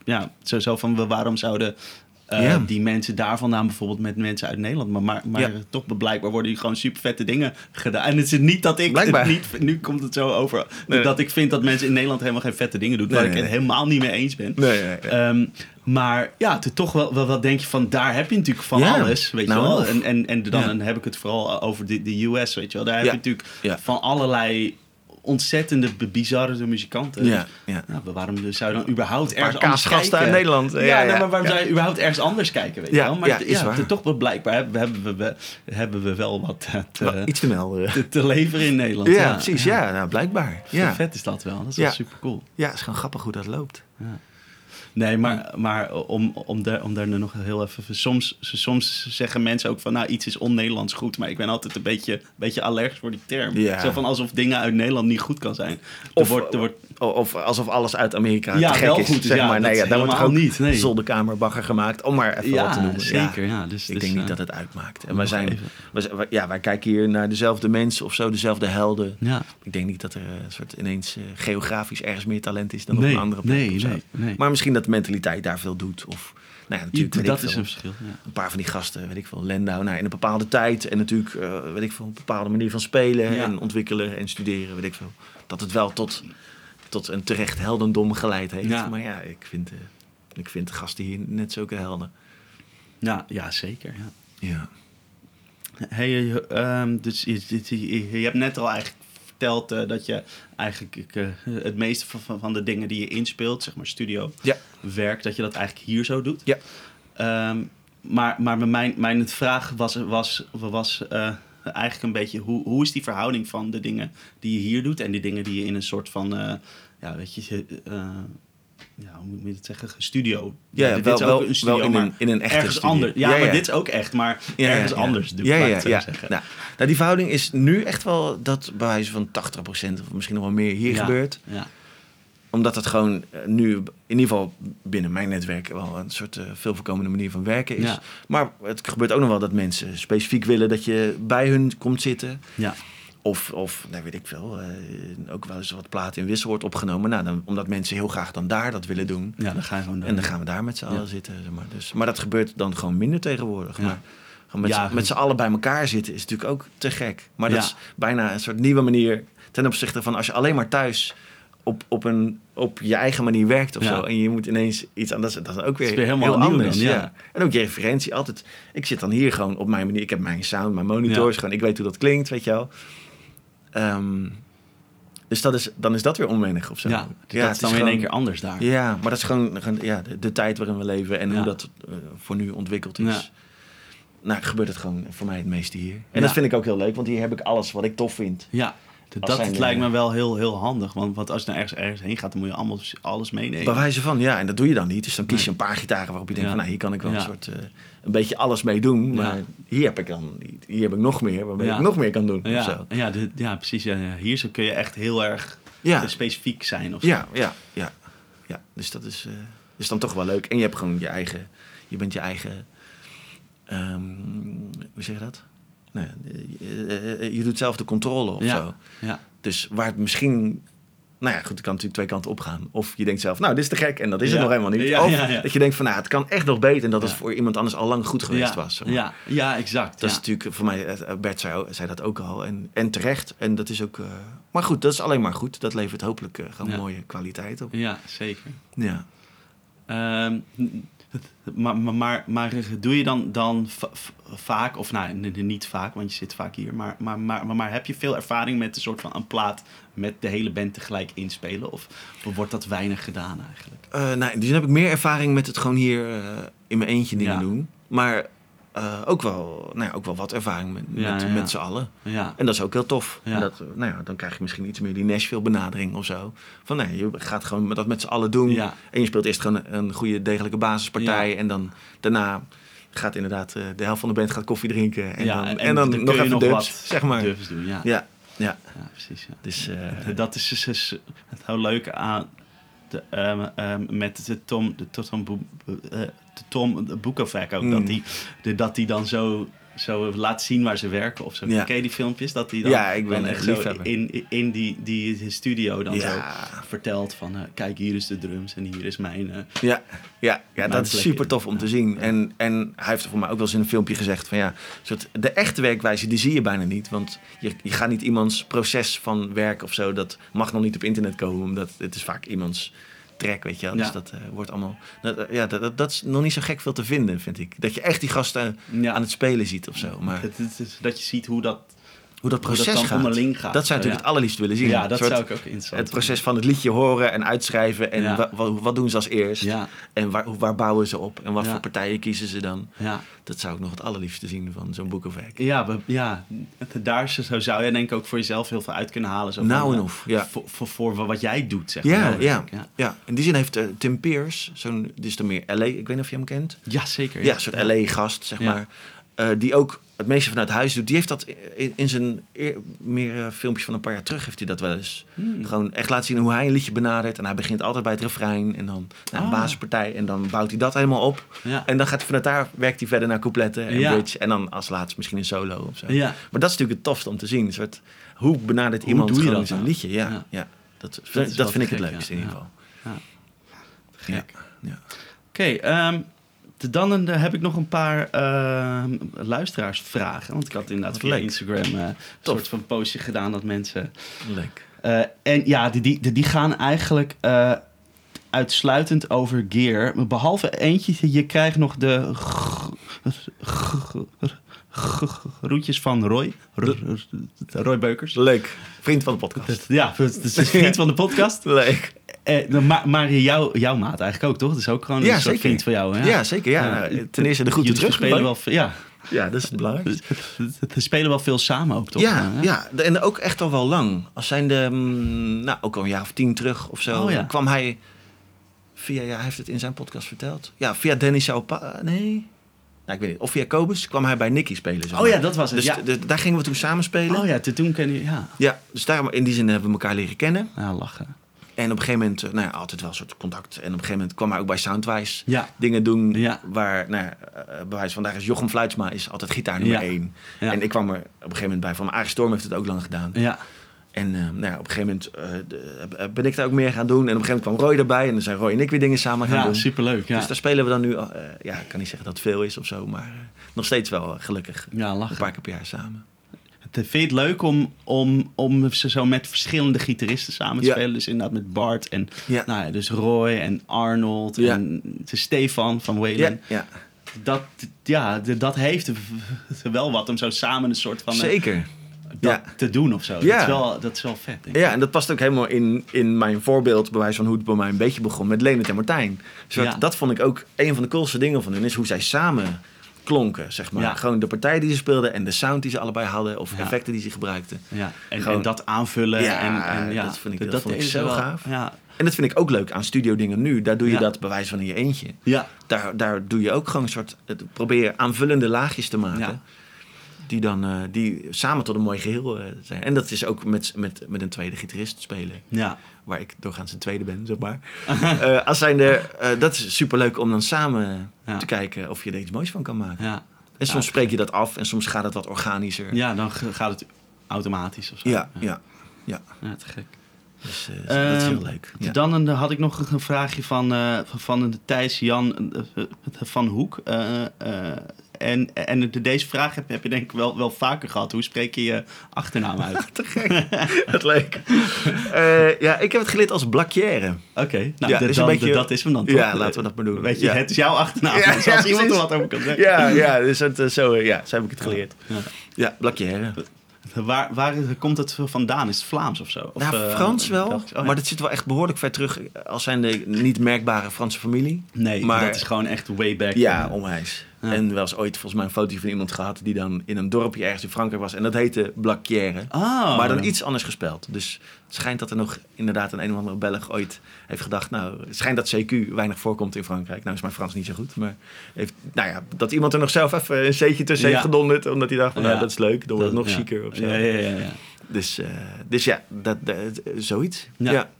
ja, zo, zo van waarom zouden uh, ja. die mensen daar vandaan bijvoorbeeld met mensen uit Nederland, maar, maar, maar ja. toch blijkbaar worden die gewoon super vette dingen gedaan. En het is niet dat ik het niet, nu komt het zo over, nee. dat ik vind dat mensen in Nederland helemaal geen vette dingen doen, nee, waar nee, ik het nee. helemaal niet mee eens ben. Nee, nee, nee. Um, maar ja, het toch wel, wel, wel denk je van, daar heb je natuurlijk van ja. alles, weet nou, je wel. En, en, en dan, ja. dan heb ik het vooral over de, de U S, weet je wel. Daar ja. heb je natuurlijk ja. van allerlei ontzettende bizarre muzikanten. Ja, ja. Nou, waarom zou je dan überhaupt ergens anders kijken? Uit Nederland. Ja, ja, ja, nou, maar waarom ja. zou je überhaupt ergens anders kijken? Weet je ja, wel? Maar ja, d- is ja, waar. toch wel blijkbaar hebben, hebben, we, hebben we wel wat te, well, iets te melden. Te, te leveren in Nederland. Ja, ja precies. Ja, ja nou, blijkbaar. Ja. Zo vet is dat wel. Dat is ja. wel super cool. Ja, het is gewoon grappig hoe dat loopt. Ja. Nee, maar, maar om, om, daar, om daar nog heel even... Soms, soms zeggen mensen ook van... nou, iets is on-Nederlands goed. Maar ik ben altijd een beetje, beetje allergisch voor die term. Ja. Zo van alsof dingen uit Nederland niet goed kan zijn. Of, er wordt, er wordt... of alsof alles uit Amerika ja, te gek wel is. Goed is zeg ja, maar. Nee, ja, daar wordt ook niet. Nee. zolderkamerbagger gemaakt. Om maar even ja, wat te noemen. Zeker, ja. ja. Dus, ik dus, denk niet uh, dat het uitmaakt. En wij, zijn, wij, ja, wij kijken hier naar dezelfde mensen of zo. Dezelfde helden. Ja. Ik denk niet dat er een soort ineens uh, geografisch ergens meer talent is dan nee, op een andere plek. Nee, nee, nee. Maar misschien dat de mentaliteit daar veel doet. Of, nou ja, natuurlijk, weet dat ik is veel, een verschil. Ja. Een paar van die gasten, weet ik veel, Lendau, nou, in een bepaalde tijd. En natuurlijk, uh, weet ik veel, een bepaalde manier van spelen ja. en ontwikkelen en studeren, weet ik veel. Dat het wel tot, tot een terecht heldendom geleid heeft. Ja. Maar ja, ik vind, uh, ik vind de gasten hier net zulke helden. Ja, ja zeker. Ja. ja. Hey, um, dus je, je, je hebt net al eigenlijk verteld uh, dat je eigenlijk uh, het meeste van, van de dingen die je inspeelt, zeg maar studio, ja. werk, dat je dat eigenlijk hier zo doet. Ja. Um, maar maar mijn, mijn vraag was, was, was uh, eigenlijk een beetje, hoe, hoe is die verhouding van de dingen die je hier doet en die dingen die je in een soort van, uh, ja, weet je, uh, ja, hoe moet je het zeggen, studio. Ja, ja dit wel, is ook wel, een studio, wel in, maar een, in een echte ergens studio. anders. Ja, ja, ja, maar dit is ook echt, maar ja, ergens ja, ja. anders doe ja, ik ja, het ja. zeggen. Nou, nou, die verhouding is nu echt wel dat bij wijze van tachtig procent of misschien nog wel meer hier ja, gebeurt. Ja. Omdat het gewoon uh, nu, in ieder geval binnen mijn netwerk, wel een soort uh, veel voorkomende manier van werken is. Ja. Maar het gebeurt ook nog wel dat mensen specifiek willen dat je bij hun komt zitten. Ja. Of, of nou weet ik veel, uh, ook wel eens wat platen in wissel wordt opgenomen. Nou, dan, omdat mensen heel graag dan daar dat willen doen. Ja, dan ga je gewoon daar. En dan gaan we daar met z'n allen ja. zitten. Zeg maar. Dus, maar dat gebeurt dan gewoon minder tegenwoordig. Ja. Maar gewoon met, ja, z'n, met z'n allen bij elkaar zitten is natuurlijk ook te gek. Maar ja. dat is bijna een soort nieuwe manier ten opzichte van als je alleen maar thuis op, op, een, op je eigen manier werkt of ja. zo. En je moet ineens iets anders. Dat is ook weer, is weer helemaal heel anders. Dan, ja. Ja. En ook je referentie altijd. Ik zit dan hier gewoon op mijn manier. Ik heb mijn sound, mijn monitors. Ja. Gewoon, ik weet hoe dat klinkt, weet je wel. Um, dus dat is, dan is dat weer onwennig of zo. Ja, ja dat is dan weer in één keer anders daar. Ja, maar dat is gewoon, gewoon ja, de, de tijd waarin we leven en ja. hoe dat uh, voor nu ontwikkeld is. Ja. Nou, gebeurt het gewoon voor mij het meeste hier. En ja. dat vind ik ook heel leuk, want hier heb ik alles wat ik tof vind. Ja, dat, dat lijkt uh, me wel heel, heel handig. Want, want als je nou ergens, ergens heen gaat, dan moet je allemaal alles meenemen. Bij wijze van, ja, en dat doe je dan niet. Dus dan kies je een paar gitaren waarop je denkt ja. van, nou, hier kan ik wel ja. een soort... Uh, een beetje alles mee doen, maar ja. hier heb ik dan hier heb ik nog meer, waarmee ja. ik nog meer kan doen. Ja, of zo. ja, de, ja precies. Ja. Hier zo kun je echt heel erg ja. specifiek zijn. Of zo. Ja, ja, ja, ja. Dus dat is, uh, is dan toch wel leuk. En je hebt gewoon je eigen, je bent je eigen, um, hoe zeg je dat? Nou, je, je doet zelf de controle of ja. zo. Ja. Dus waar het misschien... Nou ja, goed, het kan natuurlijk twee kanten opgaan. Of je denkt zelf, nou, dit is te gek en dat is ja. het nog helemaal niet. Ja, of ja, ja. dat je denkt van, nou, het kan echt nog beter... en dat ja. het voor iemand anders al lang goed geweest ja. was. Zeg maar. ja. ja, exact. Dat ja. is natuurlijk, voor mij, Bert zei, zei dat ook al. En, en terecht. En dat is ook... Uh, maar goed, dat is alleen maar goed. Dat levert hopelijk uh, gewoon ja. mooie kwaliteit op. Ja, zeker. Ja. Um, maar, maar, maar, maar doe je dan, dan v- v- vaak, of nou, niet vaak, want je zit vaak hier, maar, maar, maar, maar, maar heb je veel ervaring met een soort van een plaat met de hele band tegelijk inspelen? Of, of wordt dat weinig gedaan eigenlijk? Uh, nou, dus dan heb ik meer ervaring met het gewoon hier uh, in mijn eentje dingen ja. doen. Maar uh, ook, wel, nou ja, ook wel wat ervaring met, ja, met, ja. met z'n allen. Ja. En dat is ook heel tof. Ja. En dat, nou ja, dan krijg je misschien iets meer die Nashville-benadering of zo. Van nee, je gaat gewoon dat met z'n allen doen. Ja. En je speelt eerst gewoon een goede, degelijke basispartij. Ja. En dan daarna gaat inderdaad uh, de helft van de band gaat koffie drinken. En ja, dan, en, en dan, dan nog even nog dubs, wat zeg maar. Dubs doen, ja. Ja, ja. ja precies. Ja. Dus, uh, dat is dus, dus het heel leuke aan de, um, um, met de Tom, de Tom, de Tom Bukovac ook. Mm. Dat die, de, dat die dan zo zo laat zien waar ze werken of zo. Ja. Ken je die filmpjes? Dat hij dan, Ja, ik ben dan echt echt zo liefhebber. in, in die, die studio dan Ja. zo vertelt van... Uh, kijk, hier is de drums en hier is mijn... Uh, Ja, ja, ja dat is plekje. super tof om te zien. En, en hij heeft voor mij ook wel eens in een filmpje gezegd van ja, soort, de echte werkwijze die zie je bijna niet. Want je, je gaat niet iemands proces van werk of zo, dat mag nog niet op internet komen, omdat het is vaak iemands track, weet je wel. Dus Ja. dat uh, wordt allemaal... Dat, uh, ja, dat, dat, dat is nog niet zo gek veel te vinden, vind ik. Dat je echt die gasten ja. aan het spelen ziet of zo. Maar het, het, het, dat je ziet hoe dat, hoe dat proces hoe dat dan gaat, onderling gaat. dat zou ik ja. natuurlijk het allerliefst willen zien. Ja, dat soort, zou ik ook interessant het proces van het liedje horen en uitschrijven. En Ja. wa, wa, wat doen ze als eerst? Ja. En waar, waar bouwen ze op? En wat Ja. voor partijen kiezen ze dan? Ja. Dat zou ik nog het allerliefste zien van zo'n boek of werk. Ja, we, ja, daar zo zou je denk ik ook voor jezelf heel veel uit kunnen halen. Zo Nou van, en uh, of, ja. Voor, voor, voor wat jij doet, zeg Ja, maar. ja, ja. ja. In die zin heeft uh, Tim Pierce, zo'n, dit is dan meer L A, ik weet niet of je hem kent. Ja, zeker. Ja, een soort L A-gast, zeg Ja. maar. Uh, die ook het meeste vanuit huis doet. Die heeft dat in, in zijn eer, meer uh, filmpjes van een paar jaar terug heeft hij dat wel eens. Hmm. Gewoon echt laten zien hoe hij een liedje benadert. En hij begint altijd bij het refrein en dan naar een Ah. basispartij. En dan bouwt hij dat helemaal op. Ja. En dan gaat hij vanuit daar, werkt hij verder naar coupletten en Ja. bridge. En dan als laatst misschien een solo of zo. Ja. Maar dat is natuurlijk het tofste om te zien. Een soort, hoe benadert Hoe iemand doe je gewoon dat zo'n nou? liedje? Ja, Ja. ja. Dat, Dat dat, is dat wel vind ik gek, het leukste ja. in ieder geval. Ja. Ja. Ja. Oké, okay, um, dan uh, heb ik nog een paar uh, luisteraarsvragen. Want ik had inderdaad via Instagram uh, een soort van postje gedaan dat mensen... Leuk. Uh, en ja, die, die, die gaan eigenlijk uh, uitsluitend over gear. Behalve eentje, je krijgt nog de groetjes van Roy. Roy Beukers. Leuk. Vriend van de podcast. Ja, het is vriend van de podcast. Leuk. Eh, maar maar jou, jouw maat eigenlijk ook, toch? Dat is ook gewoon een ja, soort zeker. vriend van jou. Hè? Ja, zeker. Ja. Ja. Nou, ten eerste de groeten terug. Spelen wel, ja. ja, dat is het belangrijkste. We spelen wel veel samen ook, toch? Ja, ja, en ook echt al wel lang. Als zijn de, nou, ook al een jaar of tien terug of zo, oh, ja. kwam hij via, ja, hij heeft het in zijn podcast verteld. Ja, via Dennis Saupa, nee... Nou, ik weet niet. Of via Kobus kwam hij bij Nicky spelen. Zeg maar. Oh ja, dat was het. Dus ja. de, de, daar gingen we toen samen spelen. Oh ja, toen kennen je, ja. Ja, dus daar, in die zin hebben we elkaar leren kennen. Ja, lachen. En op een gegeven moment, nou ja, altijd wel een soort contact. En op een gegeven moment kwam hij ook bij Soundwise ja. dingen doen. Ja. Waar, nou ja, bewijs van daar is Jochem Fluitsma is altijd gitaar nummer ja. één. Ja. En ik kwam er op een gegeven moment bij van, Arie Storm heeft het ook lang gedaan. Ja. En uh, nou ja, op een gegeven moment uh, de, ben ik daar ook meer gaan doen. En op een gegeven moment kwam Roy erbij. En dan zijn Roy en ik weer dingen samen gaan ja, doen. Superleuk, ja. Dus daar spelen we dan nu... Uh, ja, ik kan niet zeggen dat het veel is of zo. Maar uh, nog steeds wel uh, gelukkig. Ja, lachen. Een paar keer per jaar samen. Vind je het leuk om, om, om zo met verschillende gitaristen samen te ja. spelen? Dus inderdaad met Bart en ja. nou ja, dus Roy en Arnold ja. en Stefan van Waylon. Ja, ja. Dat, ja, dat heeft wel wat om zo samen een soort van... Zeker. Dat ja. te doen of zo. Ja. Dat, is wel, dat is wel vet, denk ik. Ja, en dat past ook helemaal in, in mijn voorbeeld... bewijs van hoe het bij mij een beetje begon... met Leonard en Martijn. Dus ja. Dat vond ik ook een van de coolste dingen van hun... is hoe zij samen klonken, zeg maar. Ja. Gewoon de partij die ze speelden... en de sound die ze allebei hadden... of ja. effecten die ze gebruikten. Ja. En, Gewoon, en dat aanvullen. Ja, en, en, ja. dat vind ik, dat, dat vond ik zo wel, gaaf. Ja. En dat vind ik ook leuk aan studio dingen nu. Daar doe je ja. dat bewijs van in je eentje. Ja. Daar, daar doe je ook gewoon een soort... probeer je aanvullende laagjes te maken... Ja. Die dan uh, die samen tot een mooi geheel uh, zijn. En dat is ook met, met, met een tweede gitarist spelen. Ja. Waar ik doorgaans een tweede ben, zeg maar. uh, als zijnde, uh, dat is superleuk om dan samen ja. te kijken of je er iets moois van kan maken. Ja. En soms ja, spreek je dat af en soms gaat het wat organischer. Ja, dan gaat het automatisch of zo. Ja, ja. Ja, ja. ja te gek. Dus uh, uh, dat is heel leuk. Ja. Dan uh, had ik nog een vraagje van, uh, van de Thijs Jan uh, van Hoek. Uh, uh, En, en de, deze vraag heb, heb je denk ik wel, wel vaker gehad. Hoe spreek je je achternaam uit? Te gek. Wat leuk. Uh, ja, ik heb het geleerd als Blakjere. Oké, okay, nou ja, de, dus dan, een beetje, de, dat is hem dan toch? Ja, laten we dat maar doen. Weet je, ja. het is jouw achternaam. Ja, dus ja, als iemand er precies. wat over kan zeggen. Ja, ja, dus het, uh, zo, uh, ja, zo heb ik het geleerd. Ja, ja Blakjere. Waar, waar komt het vandaan? Is het Vlaams of zo? Of, nou, uh, Frans wel, oh, ja. maar dat zit wel echt behoorlijk ver terug. Als zijn de niet merkbare Franse familie. Nee, maar dat is gewoon echt way back. Ja, onwijs. Ja. En wel eens ooit volgens mij een foto van iemand gehad... die dan in een dorpje ergens in Frankrijk was. En dat heette Blakjere. Oh. Maar dan iets anders gespeld. Dus het schijnt dat er nog inderdaad een een of andere Belg ooit heeft gedacht... nou, het schijnt dat C Q weinig voorkomt in Frankrijk. Nou is mijn Frans niet zo goed. Maar heeft, nou ja, dat iemand er nog zelf even een C'tje tussen ja. heeft gedonderd... omdat hij dacht van, nou, ja. dat is leuk. Dan wordt het nog ja. zieker of zo. Ja, ja, ja, ja. Dus, uh, dus ja, dat, dat, zoiets. Ja. ja.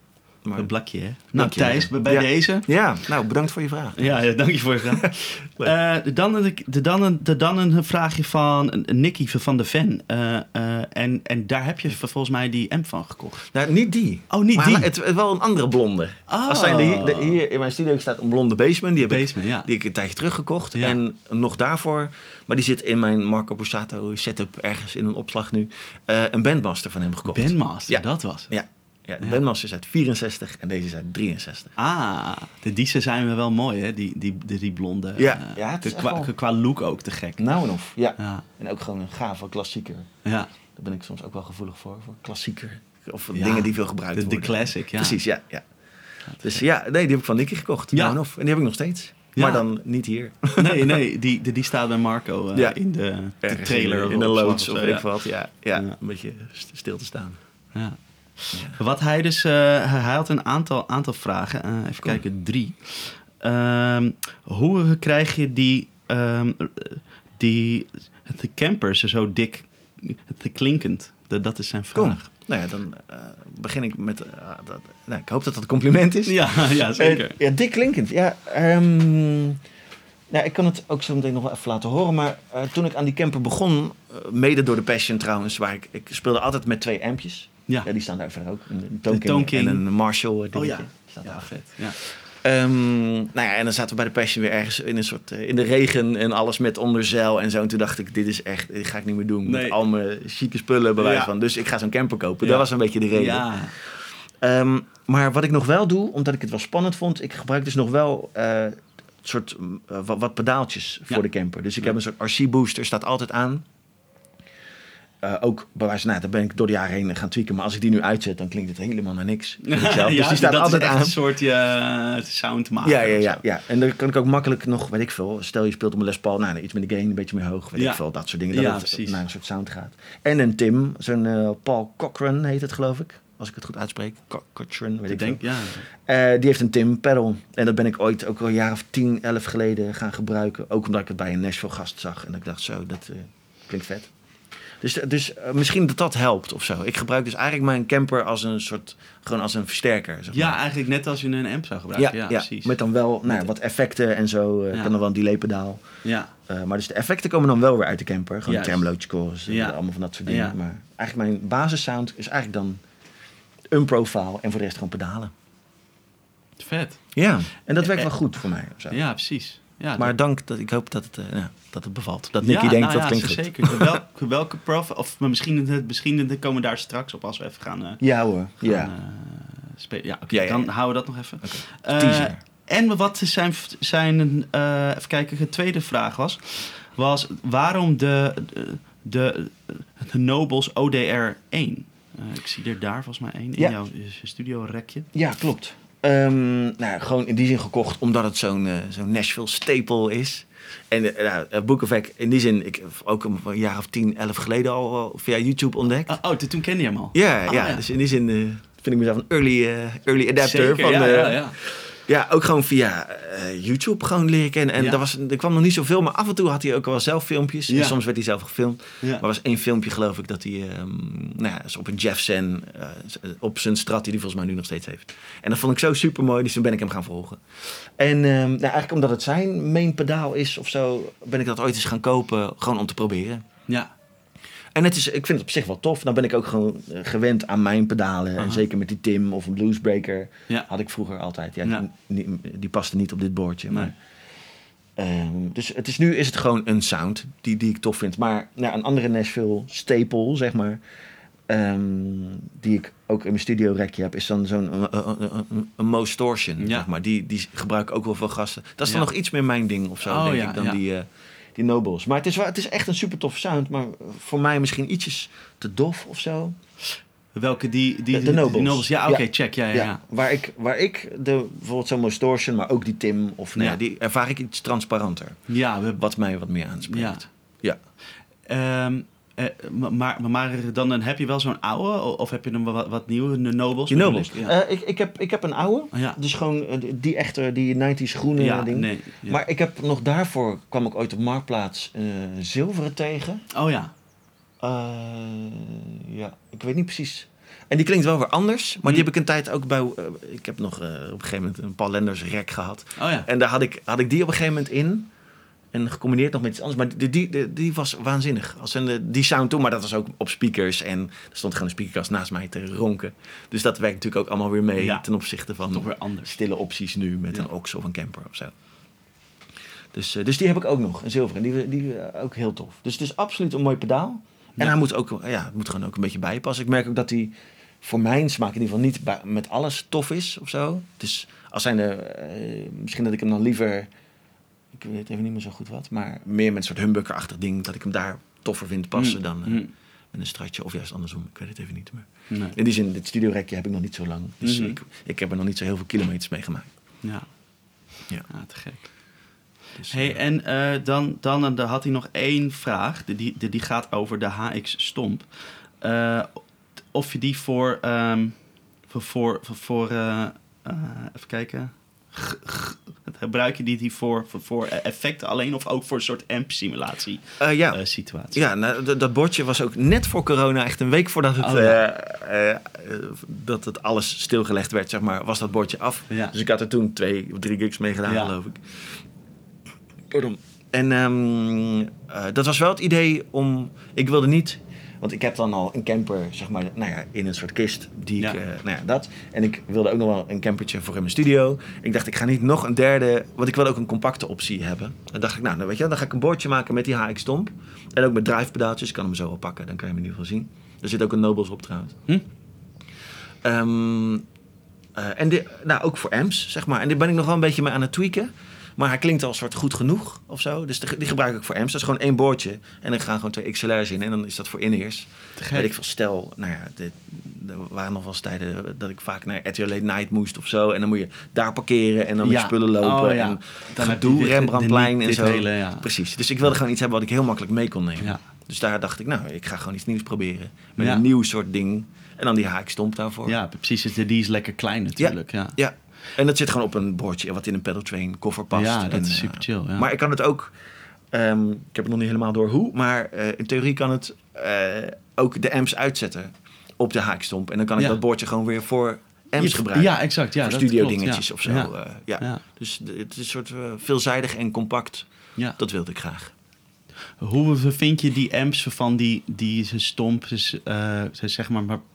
Maar... Een blakje, hè? Nou, Blakje, Thijs, ja. bij Ja. deze. Ja, nou, bedankt voor je vraag. Ja, ja, dank je voor je vraag. uh, dan, de, de, dan, een, de, dan een vraagje van Nicky van de Ven. Uh, uh, en, en daar heb je volgens mij die amp van gekocht. Nou, niet die. Oh, niet maar die? Het is wel een andere blonde. Oh. Als zijn de, hier, de, hier in mijn studio staat een blonde Bassman. Die heb Bassman, ik, ja. die ik een tijdje teruggekocht. Ja. En nog daarvoor, maar die zit in mijn Marco Borsato setup ergens in een opslag nu. Uh, een Bandmaster van hem gekocht. Bandmaster, ja. dat was het. Ja. Ja, de ja. Bandmaster is uit vierenzestig en deze is uit drieënzestig. Ah, de diesel zijn we wel mooi, hè? Die, die, die, die blonde. Ja, uh, ja het is qua, wel... qua look ook te gek. Nou en of, ja. ja. En ook gewoon een gave klassieker. Ja. Daar ben ik soms ook wel gevoelig voor, voor klassieker. Of ja. dingen die veel gebruikt de, worden. De classic, ja. Precies, ja. ja. Dus ja, nee, die heb ik van Nicky gekocht. Ja. Nou en of. En die heb ik nog steeds. Ja. Maar dan niet hier. Nee, nee, die, die, die staat bij Marco uh, ja. in de, de trailer. In, in de loods of weet ja. ik wat. Ja, ja, ja. een beetje stil te staan. Ja. Ja. Wat hij dus... Uh, hij had een aantal, aantal vragen. Uh, even cool. kijken, drie. Um, hoe krijg je die... Um, die de campers zo dik te klinkend? De, dat is zijn vraag. Cool. Nou ja, dan uh, begin ik met... Uh, dat, nou, ik hoop dat dat een compliment is. Ja, ja zeker. Uh, ja, dik klinkend. Ja, um, nou, ik kan het ook zo meteen nog wel even laten horen. Maar uh, toen ik aan die camper begon... Uh, mede door de Passion trouwens... Waar ik, ik speelde altijd met twee ampjes. Ja. ja, die staan daar verder ook. Een Tone King, Tone King en een Marshall dingetje. Oh ja, staat ja vet. Ja. Um, nou ja, en dan zaten we bij de Passion weer ergens in een soort... Uh, in de regen en alles met onderzeil en zo. En toen dacht ik, dit is echt... Dit ga ik niet meer doen. Nee. Met al mijn chique spullen bij wijze ja. van. Dus ik ga zo'n camper kopen. Ja. Dat was een beetje de reden. Ja. Um, maar wat ik nog wel doe, omdat ik het wel spannend vond... Ik gebruik dus nog wel... Uh, soort uh, wat, wat pedaaltjes voor ja. de camper. Dus ik ja. heb een soort R C booster, staat altijd aan. Uh, ook bij wijze nou, daar ben ik door de jaren heen gaan tweaken. Maar als ik die nu uitzet, dan klinkt het helemaal naar niks. ja, dus die staat dat altijd is echt aan. Een soort uh, sound maken. Ja, ja, ja, ja. En dan kan ik ook makkelijk nog, weet ik veel. Stel je speelt op een Les Paul, nou, iets met de gain, een beetje meer hoog, weet ja. ik veel, dat soort dingen. Dat ja, het precies. naar een soort sound gaat. En een Tim, zo'n uh, Paul Cochran heet het, geloof ik. Als ik het goed uitspreek. Cochran, weet ik, ik denk, veel. Ja. Uh, die heeft een Tim pedal. En dat ben ik ooit ook al een jaar of tien, elf geleden gaan gebruiken. Ook omdat ik het bij een Nashville gast zag. En ik dacht zo, dat uh, klinkt vet. Dus, dus uh, misschien dat dat helpt of zo. Ik gebruik dus eigenlijk mijn camper als een soort, gewoon als een versterker. Zeg maar. Ja, eigenlijk net als je een amp zou gebruiken. Ja, ja, ja precies. Met dan wel nou, ja, wat effecten en zo. Uh, ja. Kan dan wel een delaypedaal. Ja. Uh, maar dus de effecten komen dan wel weer uit de camper. Gewoon tremolootje chorus, ja. allemaal van dat soort dingen. Ja. Maar eigenlijk mijn basissound is eigenlijk dan een profile en voor de rest gewoon pedalen. Vet. Ja, en dat werkt wel goed voor mij. Zo. Ja, precies. Ja, maar dat... dank dat ik hoop dat het, uh, ja, dat het bevalt. Dat Nicky ja, denkt nou dat ja, klinkt goed. Zeker. Welke, welke prof, of misschien, misschien komen we daar straks op als we even gaan. Uh, ja hoor. Gaan, ja. Uh, spelen. Ja, oké. Okay, ja, ja, dan ja. houden we dat nog even. Okay. Uh, Teaser. En wat zijn, zijn uh, even kijken, de tweede vraag was, was waarom de, de, de, de Nobles O D R één? Uh, ik zie er daar volgens mij één in ja. jouw studio-rekje. Ja, klopt. Um, nou, gewoon in die zin gekocht omdat het zo'n, uh, zo'n Nashville staple is. En uh, uh, Book of Egg, in die zin, ik ook een, een jaar of tien, elf geleden al, al via YouTube ontdekt. Oh, oh toen kende je hem al? Ja, oh, ja, ja. Dus in die zin uh, vind ik mezelf een early, uh, early adapter. Zeker, van, ja, uh, ja, ja. Ja, ook gewoon via uh, YouTube gewoon leren kennen. En ja. er, was, er kwam nog niet zoveel, maar af en toe had hij ook wel zelf filmpjes. Ja. En soms werd hij zelf gefilmd. Ja. Maar er was één filmpje, geloof ik, dat hij um, nou ja, op een Jeffsen uh, op zijn Strat, die hij volgens mij nu nog steeds heeft. En dat vond ik zo super mooi, dus toen ben ik hem gaan volgen. En um, nou, eigenlijk omdat het zijn main pedaal is of zo, ben ik dat ooit eens gaan kopen, gewoon om te proberen. Ja. En het is, ik vind het op zich wel tof. Dan ben ik ook gewoon gewend aan mijn pedalen. Uh-huh. En zeker met die Tim of een Bluesbreaker ja. had ik vroeger altijd. Ja, ja. Die, die paste niet op dit boordje. Nee. Maar, um, dus het is, nu is het gewoon een sound die, die ik tof vind. Maar nou, een andere Nashville staple, zeg maar, um, die ik ook in mijn studio rekje heb, is dan zo'n een, een, een, een Mostortion. Ja. Zeg maar. Die, die gebruik ik ook wel veel gasten. Dat is dan ja. nog iets meer mijn ding of zo, oh, denk ja, ik, dan ja. die... Uh, Die Nobles. Maar het is, wel, het is echt een super tof sound. Maar voor mij misschien ietsjes te dof of zo. Welke? Die, die, de, de Nobles. Die Nobles. Ja, oké, okay, ja. check. Ja, ja, ja. ja. Waar ik, waar ik de, bijvoorbeeld zo'n Mostortion, maar ook die Tim. Of, nou ja. Ja, die ervaar ik iets transparanter. Ja, we... Wat mij wat meer aanspreekt. Ja. ja. Um, Uh, maar, maar dan, dan heb je wel zo'n oude, of heb je een wat, wat nieuwe Nobles? Die Nobles. Ik? Ja. Uh, ik, ik, heb, ik heb een oude. Oh, ja. Dus gewoon uh, die echte, die negentig groene ja, ding. Nee, ja. Maar ik heb nog daarvoor, kwam ik ooit op Marktplaats uh, zilveren tegen. Oh ja. Uh, ja, ik weet niet precies. En die klinkt wel weer anders. Maar Hmm. die heb ik een tijd ook bij... Uh, ik heb nog uh, op een gegeven moment een Paul Lenders rek gehad. Oh ja. En daar had ik, had ik die op een gegeven moment in. En gecombineerd nog met iets anders. Maar die, die, die, die was waanzinnig. Als een, die sound toen, maar dat was ook op speakers. En er stond gewoon een speakerkast naast mij te ronken. Dus dat werkt natuurlijk ook allemaal weer mee. Ja. Ten opzichte van Toch weer anders. stille opties nu. Met Ja. een Ox of een Kemper of zo. Dus, uh, dus die heb ik ook nog. Een zilver. En die, die uh, ook heel tof. Dus het is absoluut een mooi pedaal. En Ja. hij moet ook, ja, het moet gewoon ook een beetje bijpassen. Ik merk ook dat hij voor mijn smaak in ieder geval niet bij, met alles tof is of zo. Dus als zijn er, uh, misschien dat ik hem dan liever, ik weet even niet meer zo goed wat, maar meer met een soort humbucker-achtig ding, dat ik hem daar toffer vind passen Mm. dan uh, Mm. met een stratje of juist andersom. Ik weet het even niet meer. Nee. In die zin, dit studiorekje heb ik nog niet zo lang. Dus Mm-hmm. ik, ik heb er nog niet zo heel veel kilometers mee gemaakt. Ja. Ja. Ah, te gek. Dus, Hey, uh, en uh, dan, dan uh, had hij nog één vraag. Die, die, die gaat over de H X Stomp. Uh, of je die voor... Um, voor, voor, voor, voor uh, uh, even kijken. G, g, gebruik je die, die voor, voor, voor effecten alleen of ook voor een soort amp-simulatie uh, ja. uh, situatie? Ja, nou, d- dat bordje was ook net voor corona, echt een week voordat het, Oh, ja. uh, uh, uh, dat het alles stilgelegd werd, zeg maar, was dat bordje af. Ja. Dus ik had er toen twee of drie gigs mee gedaan, Ja. geloof ik. Pardon. En um, uh, dat was wel het idee om... Ik wilde niet... Want ik heb dan al een camper, zeg maar, nou ja, in een soort kist. Die Ja. ik, uh, nou ja, dat. En ik wilde ook nog wel een campertje voor in mijn studio. Ik dacht, ik ga niet nog een derde... Want ik wilde ook een compacte optie hebben. Dan dacht ik, nou, dan weet je, dan ga ik een bordje maken met die H X Stomp. En ook met drivepedaaltjes. Ik kan hem zo wel pakken, dan kan je hem in ieder geval zien. Er zit ook een Nobles op trouwens. Hm? Um, uh, en die, nou, ook voor amps, zeg maar. En daar ben ik nog wel een beetje mee aan het tweaken. Maar hij klinkt al soort goed genoeg of zo. Dus die gebruik ik voor amps. Dat is gewoon één boordje. En dan gaan gewoon twee X L R's in. En dan is dat voor in-ears. Weet ik veel, stel, nou ja, dit, er waren nog wel eens tijden dat ik vaak naar R T L Late Night moest of zo. En dan moet je daar parkeren en dan met Ja. spullen lopen. Oh, ja. En Dan heb je gedoe, dit- Rembrandtplein dit en zo. hele, ja. Precies. Dus ik wilde gewoon iets hebben wat ik heel makkelijk mee kon nemen. Ja. Dus daar dacht ik, nou, ik ga gewoon iets nieuws proberen. Met Ja. een nieuw soort ding. En dan die H X Stomp daarvoor. Ja, precies. Die is lekker klein natuurlijk. Ja, ja. Ja. En dat zit gewoon op een bordje wat in een pedal train koffer past. Ja, dat en, is super chill. Ja. Maar ik kan het ook... Um, ik heb het nog niet helemaal door hoe. Maar uh, in theorie kan het uh, ook de amps uitzetten op de H X Stomp. En dan kan ik Ja. dat bordje gewoon weer voor amps Ja, gebruiken. Ja, exact. Ja, voor dat studio klopt, dingetjes ja. of zo. Ja. Uh, ja. Ja. Dus de, het is een soort uh, veelzijdig en compact. Ja. Dat wilde ik graag. Hoe vind je die amps van die, die ze stomp, dus, uh, zeg maar, maar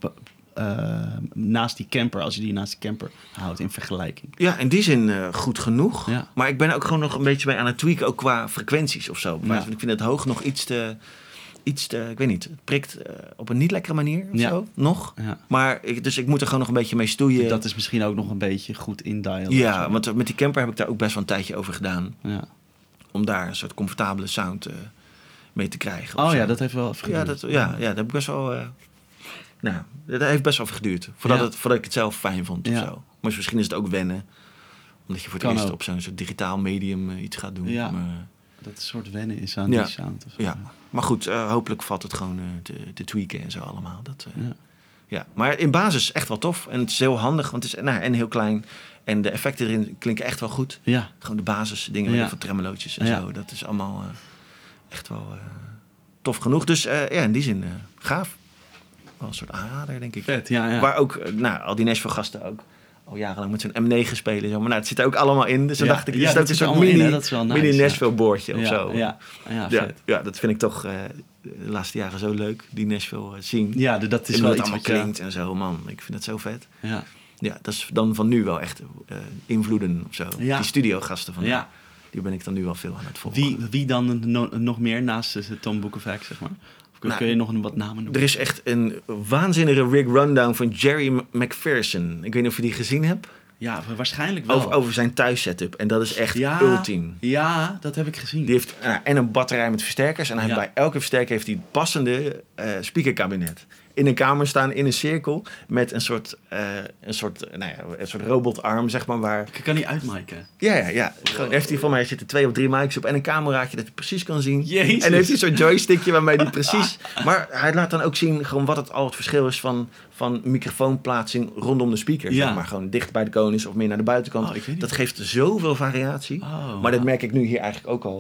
uh, naast die camper, als je die naast die camper houdt in vergelijking? Ja, in die zin uh, goed genoeg. Ja. Maar ik ben ook gewoon nog een beetje bij aan het tweaken, ook qua frequenties of zo. Ja. Ik vind het hoog nog iets te... Iets te, ik weet niet, het prikt uh, op een niet lekkere manier of Ja. zo, nog. Ja. Maar ik, dus ik moet er gewoon nog een beetje mee stoeien. Dat is misschien ook nog een beetje goed indialen. Ja, want met die camper heb ik daar ook best wel een tijdje over gedaan. Ja. Om daar een soort comfortabele sound uh, mee te krijgen. of Oh zo. ja, dat heeft wel even ja, geduurd. dat, ja, ja, dat heb ik best wel... Uh, nou, dat heeft best wel even geduurd. Voordat, Ja. het, voordat ik het zelf fijn vond of Ja. zo. Maar misschien is het ook wennen. Omdat je voor het Kan eerst ook. op zo'n soort digitaal medium uh, iets gaat doen. Ja. Maar, Dat een soort wennen is aan Ja. die sound. Of zo. ja. Maar goed, uh, hopelijk valt het gewoon uh, te, te tweaken en zo allemaal. Dat, uh, Ja. ja. Maar in basis echt wel tof. En het is heel handig, want het is nou, en heel klein. En de effecten erin klinken echt wel goed. Ja. Gewoon de basis dingen Ja. met van tremolootjes en Ja. zo. Dat is allemaal uh, echt wel uh, tof genoeg. Dus uh, ja, in die zin uh, gaaf. Wel een soort aanrader, denk ik. Vet, ja, ja. Waar ook, uh, nou, al die Nashville gasten ook al jarenlang met zo'n M negen spelen. Zo. Maar nou, het zit er ook allemaal in. Dus dan Ja. dacht ik, Ja, is dat dat zit een er soort allemaal in, mini, hè? Dat is wel nice, mini ja. Nashville boordje of ja, zo. Ja, ja, Ja, vet. ja, dat vind ik toch uh, de laatste jaren zo leuk. Die Nashville uh, zien. Ja, de- dat is en wel hoe het iets allemaal wat, ja. klinkt en zo, man. Ik vind het zo vet. Ja. Ja, dat is dan van nu wel echt uh, invloeden of zo. Ja. Die studiogasten van Ja. die ben ik dan nu wel veel aan het volgen. Wie, wie dan no- nog meer naast de Tom Boekenvac, zeg maar? Of kun Nou, kun je nog een wat namen noemen? Er is echt een waanzinnige rig rundown van Jerry M- McPherson. Ik weet niet of je die gezien hebt. Ja, waarschijnlijk wel. Over, over zijn thuissetup. En dat is echt ja, ultiem. Ja, dat heb ik gezien. Die heeft uh, en een batterij met versterkers. En hij Ja. heeft bij elke versterker heeft hij het passende uh, speakerkabinet. In een kamer staan, in een cirkel. Met een soort, uh, een soort, uh, nou ja, een soort robotarm, zeg maar. Waar... Ik kan niet uitmiken. Ja, ja, ja. Gewoon, heeft hij van mij zitten twee of drie mics op. En een cameraatje dat hij precies kan zien. Jezus. En dan heeft hij zo'n joystickje waarmee hij precies... Maar hij laat dan ook zien gewoon wat het al het verschil is van, van microfoonplaatsing rondom de speaker. Ja. Zeg maar gewoon dicht bij de konus of meer naar de buitenkant. Oh, ik weet niet. Dat geeft zoveel variatie. Oh, maar dat wow. merk ik nu hier eigenlijk ook al.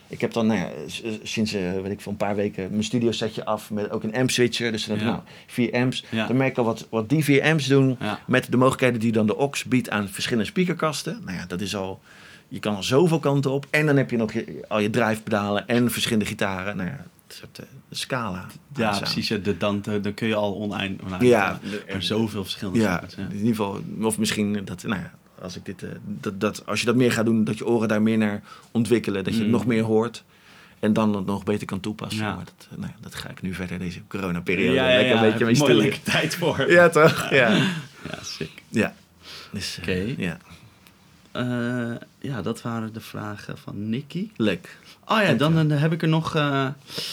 ik heb dan nou ja, sinds uh, weet ik veel, een paar weken mijn studio setje af met ook een amp switcher. Dus dan heb ik Ja. nou vier amps. Ja. Dan merk ik al wat, wat die vier amps doen Ja. met de mogelijkheden die dan de aux biedt aan verschillende speakerkasten. Nou ja, dat is al, je kan al zoveel kanten op. En dan heb je nog je, al je drivepedalen en verschillende gitaren. Nou ja, een soort uh, scala. Ja, aan precies. Ja, de, dan, dan kun je al oneind, oneindig Ja, er zoveel verschillende Ja, sounds, ja. in ieder geval, of misschien dat, nou ja, als ik dit, uh, dat, dat, als je dat meer gaat doen, dat je oren daar meer naar ontwikkelen, dat je Mm. het nog meer hoort en dan het nog beter kan toepassen. Ja. Maar dat, uh, nou ja, dat ga ik nu verder deze coronaperiode Ja, ja, lekker ja, een beetje mee mooie stellen. lekker tijd voor. Ja, toch? Ja, Ja, sick. ja. Dus, uh, Oké. ja. Uh, ja, dat waren de vragen van Nicky. Leuk. Oh ja, dan uh, heb ik er nog uh,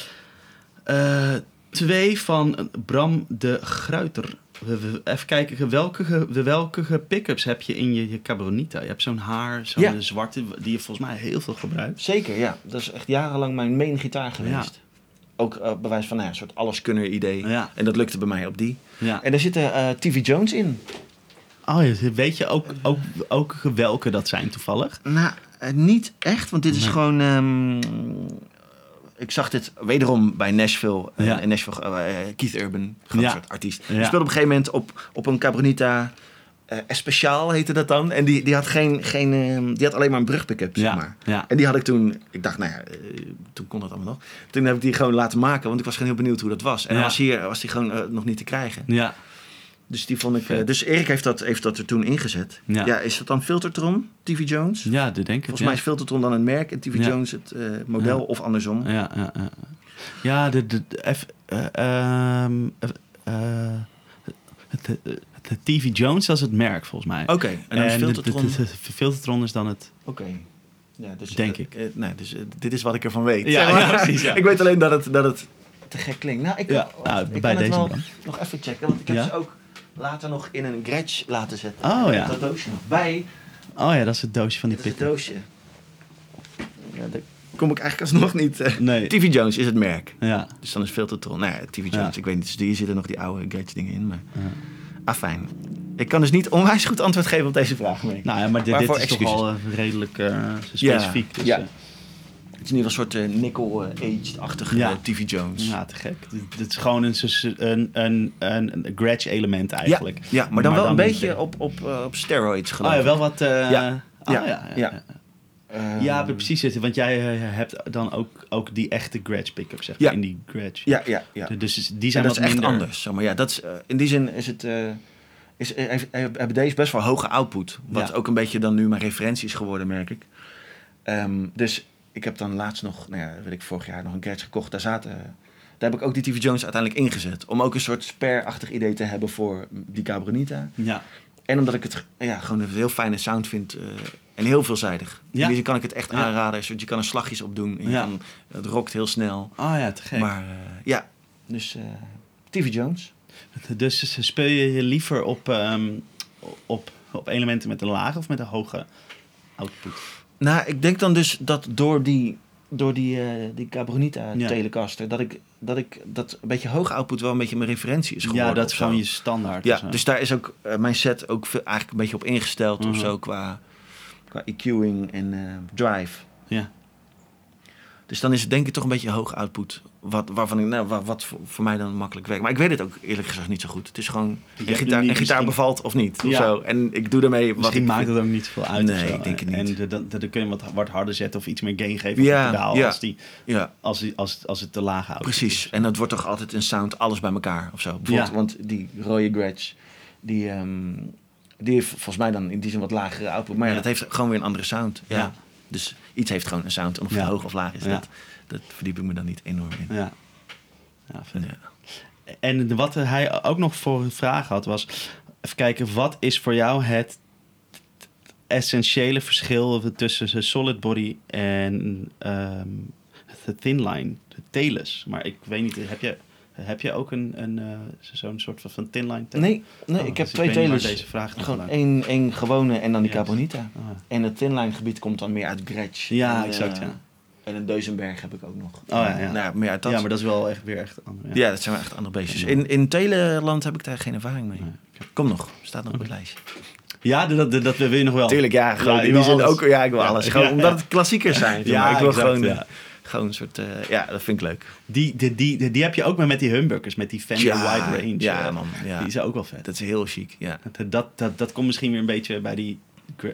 uh, twee van Bram de Gruiter. We, we, even kijken, welke, welke pick-ups heb je in je, je Cabronita? Je hebt zo'n haar, zo'n Ja. zwarte, die je volgens mij heel veel gebruikt. Zeker, ja. Dat is echt jarenlang mijn main gitaar geweest. Ja. Ook uh, bewijs van nou, ja, een soort alleskunner idee. Ja. En dat lukte bij mij op die. Ja. En daar zitten uh, T V Jones in. Oh, ja, weet je ook, ook, ook welke dat zijn toevallig? Nou, uh, niet echt, want dit is Nee. gewoon... Um, ik zag dit wederom bij Nashville. Uh, Ja. in Nashville uh, Keith Urban, gewoon Ja. een soort artiest. Ja. Die speelde op een gegeven moment op, op een Cabronita... Uh, Especiaal heette dat dan. En die, die had geen... geen uh, die had alleen maar een brugpick-up, zeg Ja. maar. Ja. En die had ik toen... Ik dacht, nou ja, uh, toen kon dat allemaal nog. Toen heb ik die gewoon laten maken, want ik was gewoon heel benieuwd hoe dat was. En Ja. dan was hier was die gewoon uh, nog niet te krijgen. Ja. Dus die vond ik... Vet. Uh, dus Erik heeft dat, heeft dat er toen ingezet. Ja. Ja, is dat dan Filtertron, T V Jones? Ja, dat denk ik. Volgens ja. mij is Filtertron dan een merk en T V Ja. Jones het uh, model Ja. of andersom. Ja, ja, ja. Ja, de, de, de F, uh, um, uh, het, het T V Jones, dat is het merk volgens mij. Oké, okay, en dan is de- Filtertron... de- de- de Filtertron is dan het... Oké. Ja, dus, Denk uh, ik. Uh, nee, dus uh, dit is wat ik ervan weet. Ja, zeg maar. ja, precies, ja. Ik weet alleen dat het, dat het te gek klinkt. Nou, ik, Ja, oh, nou, ik bij kan deze het wel dan. nog even checken, want ik heb Ja? ze ook later nog in een Gretsch laten zetten. Oh, Ik ja. heb dat doosje nog bij. Oh ja, dat is het doosje van die Dat is het pitten. doosje. Ja, daar kom ik eigenlijk alsnog niet... Uh, Nee. T V Jones is het merk. Ja. Dus dan is Filtertron. Nou ja, T V Jones, Ja. ik weet niet. Dus hier zitten nog die oude Gretsch dingen in. Maar... Ja. Ah, fijn. Ik kan dus niet onwijs goed antwoord geven op deze vraag. Mee. Nou ja, maar dit, dit Waarvoor is toch excuses. al uh, redelijk uh, specifiek. Ja, Dus, ja. uh, Het is in ieder geval een soort uh, nickel-aged-achtige Ja. uh, T V Jones. ja, te gek. Dit, dit is gewoon een, een, een, een, een Gretsch-element eigenlijk. Ja, ja, maar dan Maar wel een dan- beetje op, op, uh, op steroids geloof Oh ja, ik. wel wat... Uh, Ja. Oh, Ja. ja, ja, Ja. ja. Ehm, Ja, precies. Want jij uh, hebt dan ook, ook die echte Gretsch pick-up, zeg maar, Ja. in die Gretsch. Ja, ja, ja. Dus die En zijn dat wat is echt minder... anders. Zeg maar ja, dat is, uh, in die zin is het... Uh, is, uh, heeft- hebben deze best wel hoge output. Wat Ja. ook een beetje dan nu mijn referentie is geworden, merk ik. Um, dus ik heb dan laatst nog, nou ja, weet ik, vorig jaar nog een Gretsch gekocht. Daar zaten... Uh, daar heb ik ook die T V Jones uiteindelijk ingezet. Om ook een soort spare-achtig idee te hebben voor die Cabronita. Ja. En omdat ik het ja, gewoon een heel fijne sound vind. Uh, en heel veelzijdig. Ja. In die zin kan ik het echt Ja. aanraden. Zodat je kan er slagjes op doen. En je Ja. kan, het rokt heel snel. Oh ja, te gek. Maar uh, ja, dus uh, T V Jones. Dus speel je je liever op, um, op, op elementen met een lage of met een hoge output? Nou, ik denk dan dus dat door die, door die, uh, die Cabronita Ja. Telecaster... Dat ik, dat ik dat een beetje hoge output wel een beetje mijn referentie is geworden. Ja, dat is of zo. gewoon je standaard. Ja, of zo. dus daar is ook uh, mijn set ook veel, eigenlijk een beetje op ingesteld. Mhm. Of zo qua, qua EQing en uh, drive. Ja. Dus dan is het denk ik toch een beetje hoog output. Wat, waarvan ik, nou, wat, wat voor, voor mij dan makkelijk werkt. Maar ik weet het ook eerlijk gezegd niet zo goed. Het is gewoon Je een hebt gitaar, nu niet een gitaar misschien- bevalt of niet. Of Ja. zo. En ik doe daarmee wat Misschien ik maakt vind. het ook niet zoveel uit. Nee, of zo. ik denk het niet. En dan, dan kun je wat, wat harder zetten of iets meer gain geven Ja, op het pedaal ja. als, die, Ja, als, die, als, als het te laag houdt. precies. En dat wordt toch altijd een sound, alles bij elkaar of zo. Bijvoorbeeld, Ja. Want die rode Gretsch, die, um, die heeft volgens mij dan in die zin wat lagere output. Maar ja, Ja. dat heeft gewoon weer een andere sound. Ja. Ja. Dus iets heeft gewoon een sound. En of het Ja. hoog of laag is, Ja. dat, dat verdiep ik me dan niet enorm in. Ja. Ja, vet. Ja. En wat hij ook nog voor een vraag had was... Even kijken, wat is voor jou het essentiële verschil tussen de solid body en um, de thin line, de tailless? Maar ik weet niet, heb je, heb je ook een, een uh, zo'n soort van, van thin line tail? Nee, nee Oh, ik heb dus twee weet niet waar telers. deze vraag naar Gewoon vandaan één, één gewone en dan die Ja. Cabronita. Ah. En het thinline gebied komt dan meer uit Gretsch. Ja, en, exact, uh, ja. En een Deuzenberg heb ik ook nog. Oh ja, ja. Nou, meer uit dat. Ja, maar dat is wel echt weer echt anders. Ja, dat zijn wel echt andere beestjes. Ja. In, in Teleland heb ik daar geen ervaring mee. Nee, oké. Kom nog, staat nog op het lijstje. Ja, dat, dat, dat wil je nog wel. Tuurlijk, ja. Gewoon, Ja, in je die wil zin alles. ook, ja, ik wil Ja, alles. Gewoon ja, omdat ja. het klassiekers zijn. Ja, maar ik wil exact, gewoon, ja. gewoon een soort... Uh, ja, dat vind ik leuk. Die, die, die, die, die heb je ook maar met die humbuckers, met die Fender Ja, Wide Range. ja, eh, man, ja. Die is ook wel vet. Dat is heel chic, ja. Dat, dat, dat, dat komt misschien weer een beetje bij die... Uh,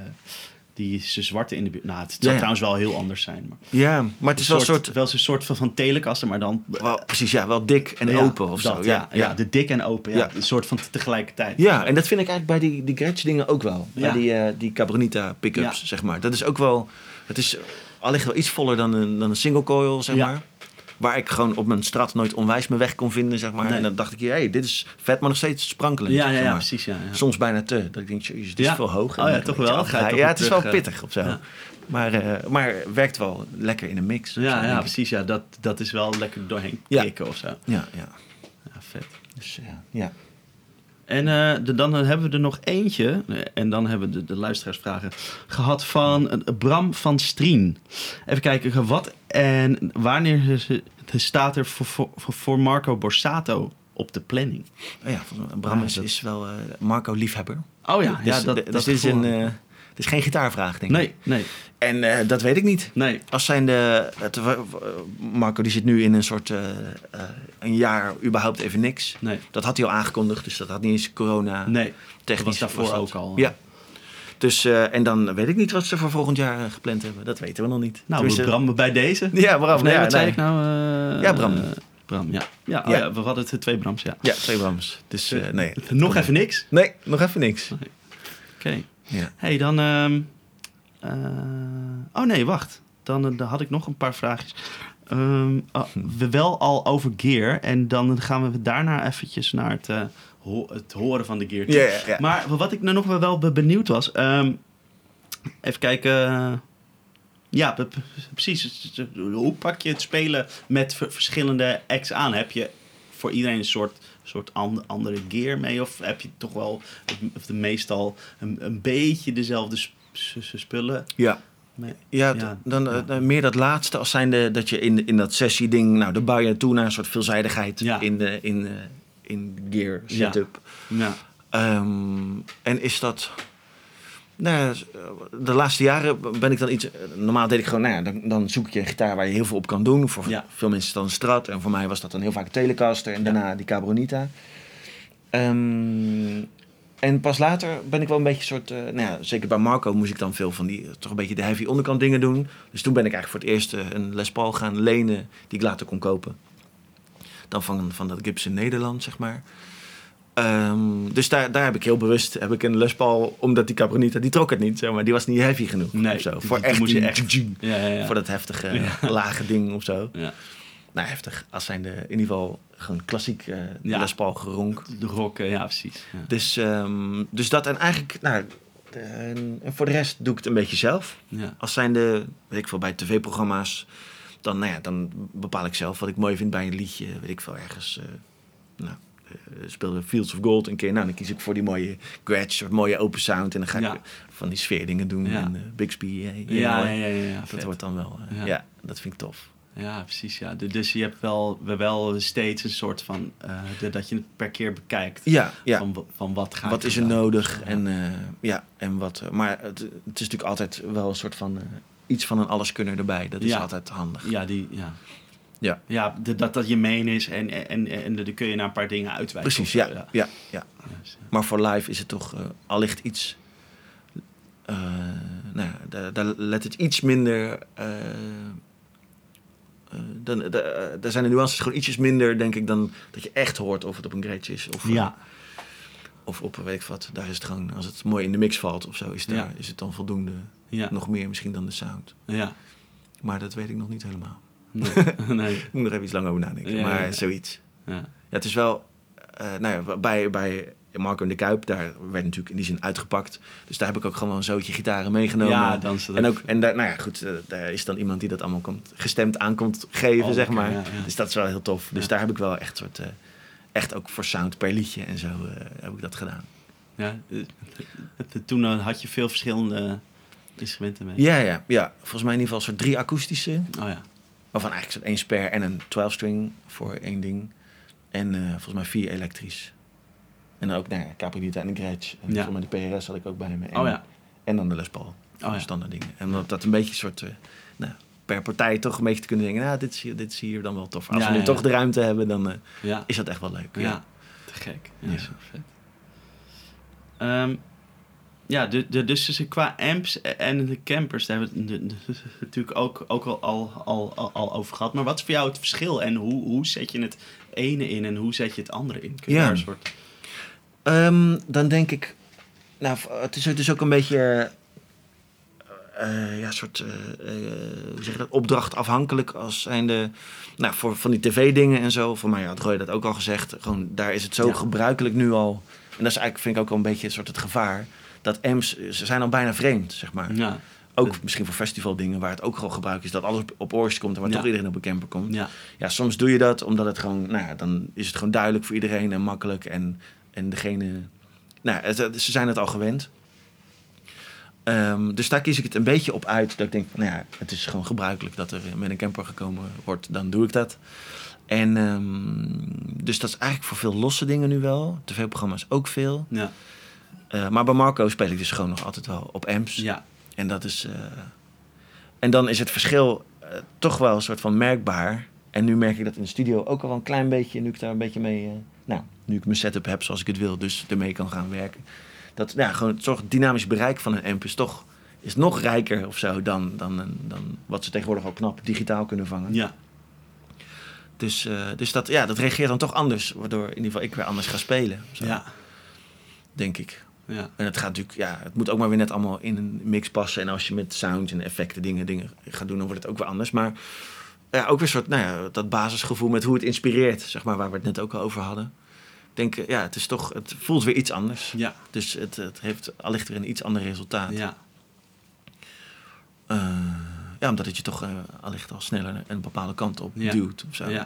die is zwarte in de buurt. Nou, het zou Ja, ja. trouwens wel heel anders zijn. Maar Ja, maar het is wel een soort... Wel een soort van, van telekasten, maar dan... Wel, precies, ja, wel dik en ja, open of dat, zo. Ja, ja, ja, de dik en open. Ja. Ja. Een soort van tegelijkertijd. Ja, en dat vind ik eigenlijk bij die, die Gretsch dingen ook wel. Ja. Bij die, uh, die Cabronita pick-ups, Ja. zeg maar. Dat is ook wel... Het is allicht wel iets voller dan een, dan een single coil, zeg Ja. maar. Waar ik gewoon op mijn strat nooit onwijs mijn weg kon vinden, zeg maar. Nee. En dan dacht ik, hé, hey, dit is vet, maar nog steeds sprankelend. Ja, ja, zeg ja, maar. precies. Ja, ja. Soms bijna te. Dat ik denk, jezus, dit is Ja. veel hoger. Oh ja, En toch een wel? beetje Ga je afdraaien. toch Ja, weer het is wel terug, uh, pittig of zo. ja. Maar, uh, maar werkt wel lekker in een mix. of zo, Ja, denk ja, ik. precies. Ja, dat, dat is wel lekker doorheen Ja. kicken of zo. Ja, ja. Ja, vet. Dus ja, ja. En uh, de, dan hebben we er nog eentje. En dan hebben we de, de luisteraarsvragen gehad van uh, Bram van Strien. Even kijken, wat en wanneer staat er voor, voor, voor Marco Borsato op de planning? Oh ja, Bram Ah, is, dat- is wel uh, Marco-liefhebber. Oh ja, Dus, ja dat, dus dat dit is, gevoel. een, uh, dit is geen gitaarvraag, denk ik. Nee, nee, En uh, dat weet ik niet. nee. Als zijn de... Het, uh, Marco die zit nu in een soort... Uh, uh, een jaar überhaupt even niks. Nee, Dat had hij al aangekondigd, dus dat had niet eens corona. nee. Technisch Dat was daarvoor was dat. ook al. Ja. Dus, uh, en dan weet ik niet wat ze voor volgend jaar uh, gepland hebben. Dat weten we nog niet. Nou, Tenminste- Bram bij deze. Ja, Bram. Of nee, ja, wat zei nee. ik nou? Uh, Ja, Bram. uh, Bram, ja. Ja, oh Ja. ja, we hadden het twee Brams, ja. Ja, twee Brams. Dus uh, nee. Nog even niks? Nee, nog even niks. Oké. Okay. Ja. Hey, dan... Um, uh, oh nee, wacht. Dan, uh, dan had ik nog een paar vraagjes. Um, oh, we wel al over gear. En dan gaan we daarna eventjes naar het, uh, ho- het horen van de gear. toe. Ja, ja, ja. Maar wat ik nou nog wel, wel benieuwd was... Um, even kijken... uh, ja, p- p- precies. Hoe pak je het spelen met v- verschillende acts aan? Heb je voor iedereen een soort, soort and- andere gear mee? Of heb je toch wel of de meestal een, een beetje dezelfde sp- s- s- spullen Ja. mee? Ja, Ja. d- dan uh, Ja. meer dat laatste als zijnde dat je in, in dat sessie-ding... Nou, dan bouw je naartoe naar een soort veelzijdigheid Ja. in de in, uh, in gear setup. Ja. Um, en is dat... Nou ja, de laatste jaren ben ik dan iets... Normaal deed ik gewoon... Nou ja, dan, dan zoek je een gitaar waar je heel veel op kan doen. Voor Ja. veel mensen is dat een Strat. En voor mij was dat dan heel vaak een Telecaster. En daarna die Cabronita. Um, en pas later ben ik wel een beetje een soort... Uh, nou ja, zeker bij Marco moest ik dan veel van die... Toch een beetje de heavy onderkant dingen doen. Dus toen ben ik eigenlijk voor het eerst uh, een Les Paul gaan lenen... die ik later kon kopen. Dan van, van dat Gibson Nederland, zeg maar. Um, dus daar, daar heb ik heel bewust heb ik een Les Paul, omdat die Cabronita, die trok het niet, zeg maar. Die was niet heavy genoeg nee, of zo. Die, voor die, echt, moest je die, echt ja, ja, ja. voor dat heftige, ja. lage ding of zo. Ja. Nou, heftig. Als zijn de, in ieder geval gewoon klassiek uh, ja. Les Paul geronk. De rock, ja, precies. Ja. Dus, um, dus dat en eigenlijk, nou, de, en voor de rest doe ik het een beetje zelf. Ja. Als zijn de, weet ik veel, bij tv-programma's, dan, nou ja, dan bepaal ik zelf wat ik mooi vind bij een liedje, weet ik veel, ergens, uh, nou. Uh, speelde Fields of Gold een keer. Nou, dan kies ik voor die mooie Gretsch, soort mooie open sound. En dan ga ik ja. van die sfeerdingen doen. Ja. En uh, Bixby. Hey, ja, ja, ja, ja, ja, dat vet. wordt dan wel... Uh, ja. ja, dat vind ik tof. Ja, precies. Ja. Dus je hebt wel, wel steeds een soort van... Uh, de, dat je het per keer bekijkt. Ja, ja. Van, van wat gaat Wat is er dan? nodig? Ja. En, uh, ja, en wat... Uh, maar het, het is natuurlijk altijd wel een soort van... Uh, iets van een alleskunner erbij. Dat is ja. altijd handig. Ja, die... Ja. Ja, ja de, dat dat je meen is en, en, en dan kun je naar een paar dingen uitwijken. precies, ja. ja. ja, ja. ja. Yes, ja. Maar voor live is het toch uh, allicht iets... Uh, nou ja, daar, daar let het iets minder... Uh, uh, dan, uh, daar zijn de nuances gewoon ietsjes minder, denk ik, dan dat je echt hoort of het op een Gretsch is. Of, uh, Ja. of op, weet ik wat, daar is het gewoon... Als het mooi in de mix valt of zo, is, daar, Ja. is het dan voldoende. Ja. Nog meer misschien dan de sound. Ja. Maar dat weet ik nog niet helemaal. Nee. nee. Ik moet nog even iets langer over nadenken. Ja, maar ja, ja. zoiets. Ja. Ja, het is wel... Uh, nou ja, bij, bij Marco in de Kuip, daar werd natuurlijk in die zin uitgepakt. Dus daar heb ik ook gewoon een zootje gitaren meegenomen. Ja, dan is dat en ook- ook en daar, nou ja, goed, uh, daar is dan iemand die dat allemaal komt, gestemd aan komt geven, Oh, zeg lekker, maar. ja, ja. Dus dat is wel heel tof. Dus Ja. daar heb ik wel echt soort... Uh, echt ook voor sound per liedje en zo uh, heb ik dat gedaan. Ja. Toen uh, had je veel verschillende instrumenten mee. Ja, ja, ja. Volgens mij in ieder geval soort drie akoestische. Oh ja. Waarvan eigenlijk zo'n één spare en een twaalf string voor één ding. En uh, volgens mij vier elektrisch. En dan ook, nou ja, Capri en Gretsch. En Ja. voor mij de P R S had ik ook bij me. En, Oh ja. en dan de Les Paul. Oh ja. Standaard dingen. En dat, dat een beetje een soort... Uh, nou, per partij toch een beetje te kunnen denken... Nou, dit is hier, dit is hier dan wel tof. Als Ja, we nu ja, toch ja. de ruimte hebben, dan uh, Ja. is dat echt wel leuk. Ja, Ja. te gek. Ja, Ja. super vet. Um, ja, de, de, dus tussen qua amps en de campers... daar hebben we het de, de, natuurlijk ook, ook al, al, al, al over gehad. Maar wat is voor jou het verschil? En hoe, hoe zet je het ene in en hoe zet je het andere in? Kun je Ja. daar een soort... Um, dan denk ik... Nou, het is dus ook een beetje... Uh, ja, soort uh, uh, hoe zeg je dat, opdracht afhankelijk als zijnde, nou, voor van die tv-dingen en zo. Voor mij had Roy dat ook al gezegd. Gewoon, daar is het zo ja. gebruikelijk nu al. En dat is eigenlijk, vind ik ook wel een beetje een soort het gevaar. Dat amps, ze zijn al bijna vreemd, zeg maar. Ja. Ook dat... misschien voor festivaldingen waar het ook gewoon gebruikt is. Dat alles op, op oortjes komt en waar ja. toch iedereen op een camper komt. Ja. ja, soms doe je dat omdat het gewoon, nou ja, dan is het gewoon duidelijk voor iedereen en makkelijk. En, en degene, nou, het, ze zijn het al gewend. Um, dus daar kies ik het een beetje op uit. Dat ik denk, nou ja, het is gewoon gebruikelijk dat er met een camper gekomen wordt. Dan doe ik dat. En um, dus dat is eigenlijk voor veel losse dingen nu wel. T V-programma's ook veel. Ja. Uh, maar bij Marco speel ik dus gewoon nog altijd wel op amps. Ja. En dat is... Uh, en dan is het verschil uh, toch wel een soort van merkbaar. En nu merk ik dat in de studio ook al een klein beetje. Nu ik daar een beetje mee... Uh, nou, nu ik mijn setup heb zoals ik het wil. Dus ermee kan gaan werken. Dat, ja, gewoon het soort dynamisch bereik van een amp is toch is nog rijker of zo dan, dan, dan wat ze tegenwoordig al knap digitaal kunnen vangen. Ja. Dus, uh, dus dat, ja, dat reageert dan toch anders, waardoor in ieder geval ik weer anders ga spelen. Zo, Ja. Denk ik. Ja. En het gaat natuurlijk, ja, het moet ook maar weer net allemaal in een mix passen. En als je met sounds en effecten dingen, dingen gaat doen, dan wordt het ook weer anders. Maar ja, ook weer een soort, nou ja, dat basisgevoel met hoe het inspireert, zeg maar, waar we het net ook al over hadden. Denk, ja, het is toch, het voelt weer iets anders. Ja. Dus het, het heeft allicht weer een iets ander resultaat. Ja. Uh, ja, omdat het je toch uh, allicht al sneller een bepaalde kant op ja. duwt of zo. Ja.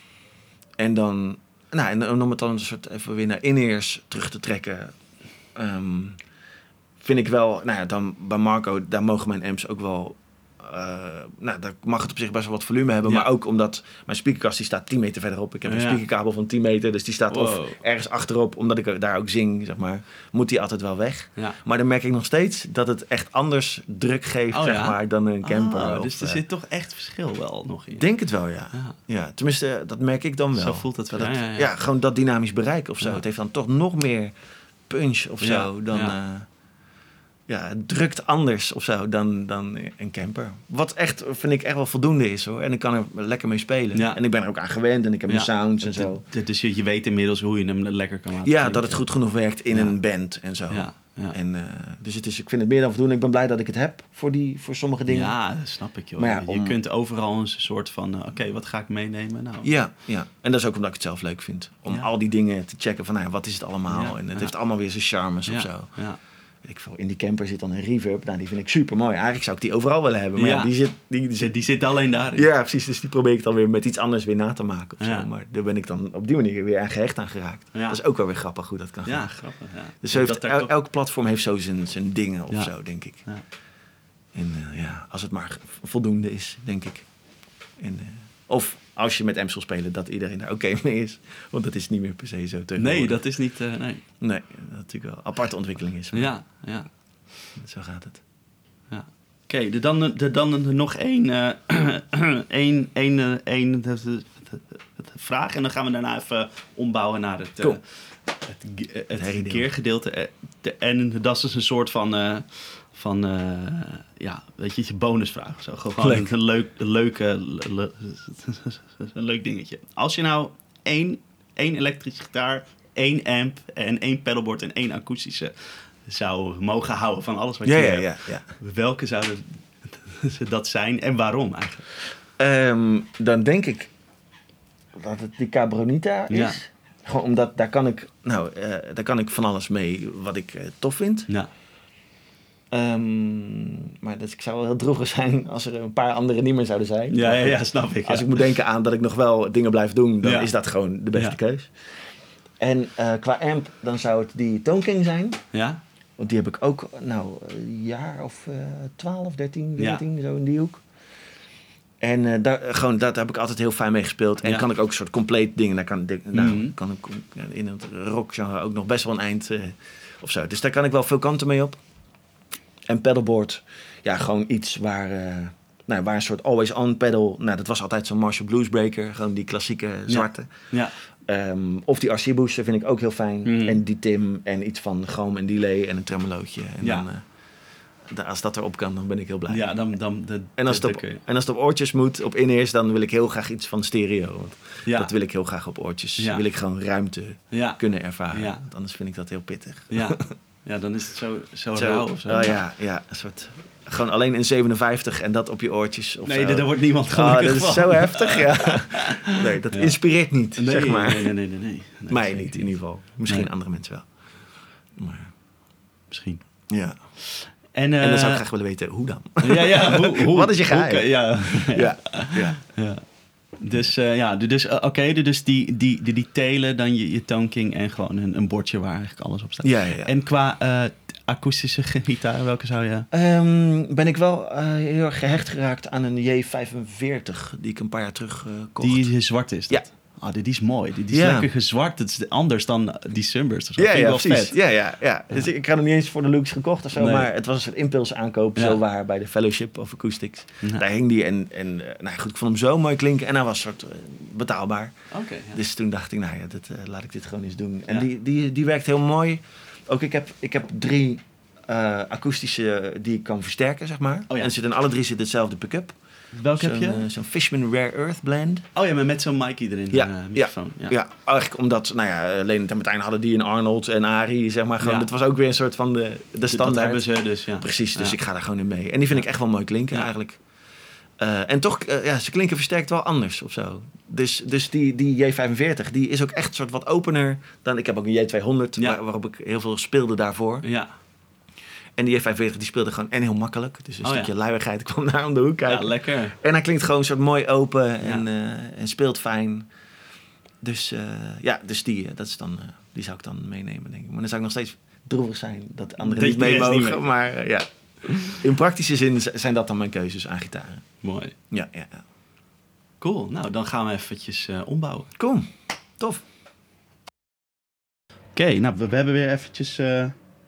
En dan, nou, en om het dan een soort even weer naar in-ears terug te trekken, um, vind ik wel, nou ja, dan bij Marco, daar mogen mijn amps ook wel. Uh, nou, daar mag het op zich best wel wat volume hebben. Ja. Maar ook omdat mijn speakerkast die staat tien meter verderop. Ik heb een ja. speakerkabel van tien meter. Dus die staat wow. of ergens achterop. Omdat ik daar ook zing, zeg maar. Moet die altijd wel weg. Ja. Maar dan merk ik nog steeds dat het echt anders druk geeft, oh, zeg ja? maar, dan een camper. Oh, of, dus er uh, zit toch echt verschil wel nog in. Denk het wel, ja. ja. ja tenminste, dat merk ik dan wel. Zo voelt het wel. Dat ja, ja, ja. ja, gewoon dat dynamisch bereik of zo. Ja. Het heeft dan toch nog meer punch of zo ja. dan... Ja. Uh, Ja, het drukt anders of zo dan, dan een camper. Wat echt, vind ik, echt wel voldoende is, hoor. En ik kan er lekker mee spelen. Ja. En ik ben er ook aan gewend en ik heb ja. mijn sounds en zo. Dus je, je weet inmiddels hoe je hem lekker kan laten Ja, klinken. Dat het goed genoeg werkt in ja. een band en zo. Ja. Ja. En, uh, dus het is, ik vind het meer dan voldoende. Ik ben blij dat ik het heb voor, die, voor sommige dingen. Ja, dat snap ik, joh. Maar ja, je om... kunt overal een soort van, uh, oké, okay, wat ga ik meenemen? Nou, ja, ja, en dat is ook omdat ik het zelf leuk vind. Om ja. al die dingen te checken van, nou, wat is het allemaal? Ja. En het ja. heeft allemaal weer zijn charmes ja. of zo. Ja. Ik, in die camper zit dan een reverb. Nou, die vind ik super mooi. Eigenlijk zou ik die overal willen hebben. Maar ja, ja die, zit, die, die, zit, die zit alleen daarin. Ja, precies. Dus die probeer ik dan weer met iets anders weer na te maken. Of ja. zo. Maar daar ben ik dan op die manier weer aan gehecht aan geraakt. Ja. Dat is ook wel weer grappig hoe dat kan gaan. Ja, grappig. Ja. Dus heeft, el, toch... elk platform heeft zo zijn, zijn dingen of ja. zo, denk ik. Ja. En uh, ja, als het maar voldoende is, denk ik. En, uh, of als je met amps wil spelen, dat iedereen daar oké okay mee is. Want dat is niet meer per se zo tegenwoordig. Nee, dat is niet... Uh, nee. nee, dat natuurlijk wel een aparte ontwikkeling is. Maar... Ja, ja. Zo gaat het. Ja. Oké, okay, dan, dan nog één, uh, één, één, één de, de, de, de vraag. En dan gaan we daarna even ombouwen naar het, uh, cool. het, het, het keergedeelte. En dat is dus een soort van... Uh, van uh, ja, weet je, bonusvraag of zo. Gewoon leuk. Een, leuk, een, leuke, le, een leuk dingetje. Als je nou één, één elektrische gitaar, één amp en één pedalboard en één akoestische... zou mogen houden van alles wat ja, je ja, hebt. Ja, ja. Welke zouden dat zijn en waarom eigenlijk? Um, dan denk ik dat het die Cabronita is. Ja. Gewoon omdat daar kan ik, nou, uh, daar kan ik van alles mee wat ik uh, tof vind. Ja. Um, maar dat, ik zou wel heel droevig zijn als er een paar andere niet meer zouden zijn. Ja, ja, ja snap ik. Als ja. ik moet denken aan dat ik nog wel dingen blijf doen, dan ja. is dat gewoon de beste ja. keus. En uh, qua amp, dan zou het die Tone King zijn. Ja. Want die heb ik ook, nou, een jaar of uh, twaalf, dertien, veertien, ja. zo in die hoek. En uh, daar, gewoon, daar, daar heb ik altijd heel fijn mee gespeeld. En Ja. kan ik ook een soort compleet dingen. Daar kan, ik- nou, Mhm. kan ik in het rockgenre ook nog best wel een eind uh, of zo. Dus daar kan ik wel veel kanten mee op. En paddleboard, ja, gewoon iets waar, uh, nou, waar een soort always on pedal. Nou, dat was altijd zo'n Marshall Bluesbreaker. Gewoon die klassieke zwarte. Ja. Um, of die R C Booster vind ik ook heel fijn. Mhm. En die Tim en iets van chroom en delay en een tremolootje. En Ja. dan, uh, da- als dat erop kan, dan ben ik heel blij. Ja, dan... dan de, En als, de- het op, de- en als het op oortjes moet, op in-ears, dan wil ik heel graag iets van stereo. Want Ja. dat wil ik heel graag op oortjes. Ja. Wil ik gewoon ruimte Ja. kunnen ervaren. Ja. Want anders vind ik dat heel pittig. Ja. Ja, dan is het zo, zo, Zo, rauw of zo. Oh ja, ja, een soort... Gewoon alleen een zevenenvijftig en dat op je oortjes. Of Nee, zo. daar daar wordt niemand Oh, gelukkig dat is van. zo heftig, ja. Nee, dat Ja. inspireert niet, Nee, zeg maar. nee, nee, nee, nee, nee. Nee, Mij zeker niet, in ieder geval. Misschien Nee. andere mensen wel. Maar, Misschien. ja. En, uh, En dan zou ik graag willen weten, hoe dan? Ja, ja. Hoe, hoe, Wat is je geheim? hoe- ja. Ja, ja. Ja. Dus uh, ja, dus uh, oké, okay, dus die, die, die, die telen, dan je, je Tone King en gewoon een, een bordje waar eigenlijk alles op staat. Ja, ja, ja. En qua uh, akoestische gitaar, welke zou je... Um, ben ik wel uh, heel erg gehecht geraakt aan een J vijfenveertig die ik een paar jaar terug uh, kocht. Die zwart is dat? Ja. Oh, die, die is mooi. Die, die is Ja. lekker gezwart. Dat is anders dan die Sunburst of zo. Ja, Vind ik ja, wel precies. vet. Ja, ja, ja. Dus ik, ik had hem niet eens voor de looks gekocht of zo, Nee. maar het was een soort impuls aankoop, Ja. zo waar bij de Fellowship of Acoustics. Ja. Daar hing die en, en uh, nou goed, ik vond hem zo mooi klinken en hij was soort uh, betaalbaar. Oké, ja. Dus toen dacht ik, nou ja, dat, uh, laat ik dit gewoon eens doen. En Ja. die, die, die werkt heel mooi. Ook ik heb, ik heb drie uh, akoestische die ik kan versterken, zeg maar. Oh ja. En zit in alle drie zit hetzelfde pick-up. Welke heb Zo'n, je? uh, zo'n Fishman Rare Earth blend. Oh ja, maar met zo'n micie erin. Ja, uh, ja, microfoon. Ja. ja, eigenlijk omdat, nou ja, Leonard en Martijn hadden die in Arnold en Ari, zeg maar. Gewoon, Ja. Dat was ook weer een soort van de, de Dat standaard. hebben ze dus, ja. Precies, dus Ja. ik ga daar gewoon in mee. En die vind ik echt wel mooi klinken, Ja. eigenlijk. Uh, en toch, uh, ja, ze klinken versterkt wel anders of zo. Dus, dus die, die J vijfenveertig, die is ook echt een soort wat opener dan... Ik heb ook een J tweehonderd, Ja. waar, waarop ik heel veel speelde daarvoor. Ja. En die J vijfenveertig, die speelde gewoon en heel makkelijk. Dus een Oh, stukje ja. luiigheid kwam daar om de hoek kijken. Ja, lekker. En hij klinkt gewoon een soort mooi open en, Ja. uh, en speelt fijn. Dus uh, ja, dus die, uh, dat is dan, uh, die zou ik dan meenemen, denk ik. Maar dan zou ik nog steeds droevig zijn dat anderen Dat niet je de mee rest niet mogen. mee. Maar uh, ja, in praktische zin z- zijn dat dan mijn keuzes aan gitaren. Mooi. Ja, ja, ja. Cool. Nou, dan gaan we eventjes uh, ombouwen. Cool. Tof. Oké, okay, nou, we, we hebben weer eventjes... Uh,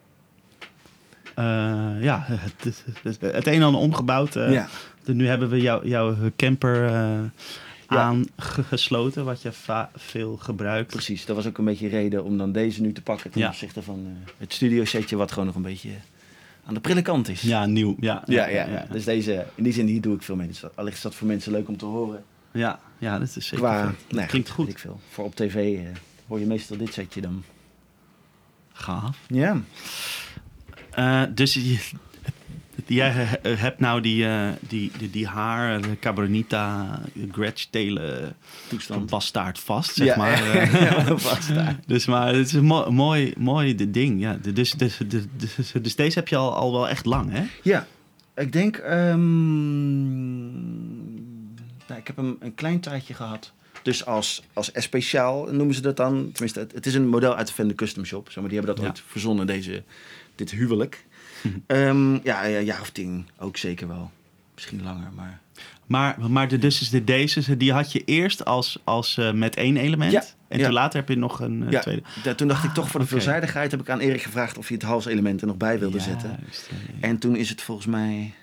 uh, ja, het, het, het een en ander omgebouwd. Uh, Ja. de, nu hebben we jou, jouw camper uh, Ja. aangesloten, wat je va- veel gebruikt. Precies, dat was ook een beetje reden om dan deze nu te pakken ten Ja. opzichte van uh, het studio setje, wat gewoon nog een beetje aan de prille kant is. Ja, nieuw. Ja, Ja, ja, ja. Dus deze, in die zin, hier doe ik veel mee. Dus dat, allicht is dat voor mensen leuk om te horen. Ja, ja, dat is zeker Qua, vet. Dat nee, klinkt weet goed. Ik veel. Voor op tv uh, hoor je meestal dit setje dan. Gaaf. Ja. Uh, dus je, jij he- hebt nou die, uh, die, die, die haar, de Cabronita, Gretsch telen Toestand. bastaard vast, zeg Ja, maar. ja, ja, bastaard. Dus maar het is een mo- mooi, mooi de ding. Ja. Dus, dus, dus, dus, dus deze heb je al, al wel echt lang, hè? Ja, ik denk... Um, nou, ik heb hem een klein tijdje gehad. Dus als, als speciaal noemen ze dat dan. Tenminste, het, het is een model uit de Fender Custom Shop. Zeg maar, die hebben dat Ja. ooit verzonnen, deze, dit huwelijk. um, ja, een jaar of tien ook zeker wel. Misschien langer, maar... Maar, maar de, dus is de, deze, die had je eerst als, als uh, met één element. Ja, En ja. toen later heb je nog een uh, Ja, tweede. da- toen dacht ik toch voor de oké. veelzijdigheid... heb ik aan Erik gevraagd of hij het halselement er nog bij wilde zetten. Juist, ja, ja. En toen is het volgens mij...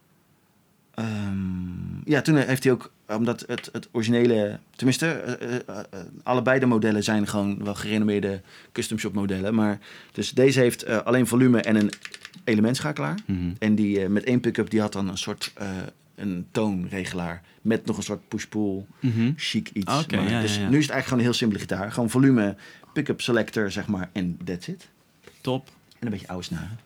Um, ja, toen heeft hij ook... Omdat het, het originele... Tenminste, uh, uh, uh, allebei de modellen zijn gewoon wel gerenommeerde custom shop modellen. Maar dus deze heeft uh, alleen volume en een elementschakelaar. Mhm. En die uh, met één pick-up die had dan een soort... Uh, een toonregelaar met nog een soort push-pull Mhm. chic iets. Oké, Maar ja, dus ja, ja. nu is het eigenlijk gewoon een heel simpele gitaar. Gewoon volume, pick-up selector, zeg maar, en that's it. Top. En een beetje oude snaren.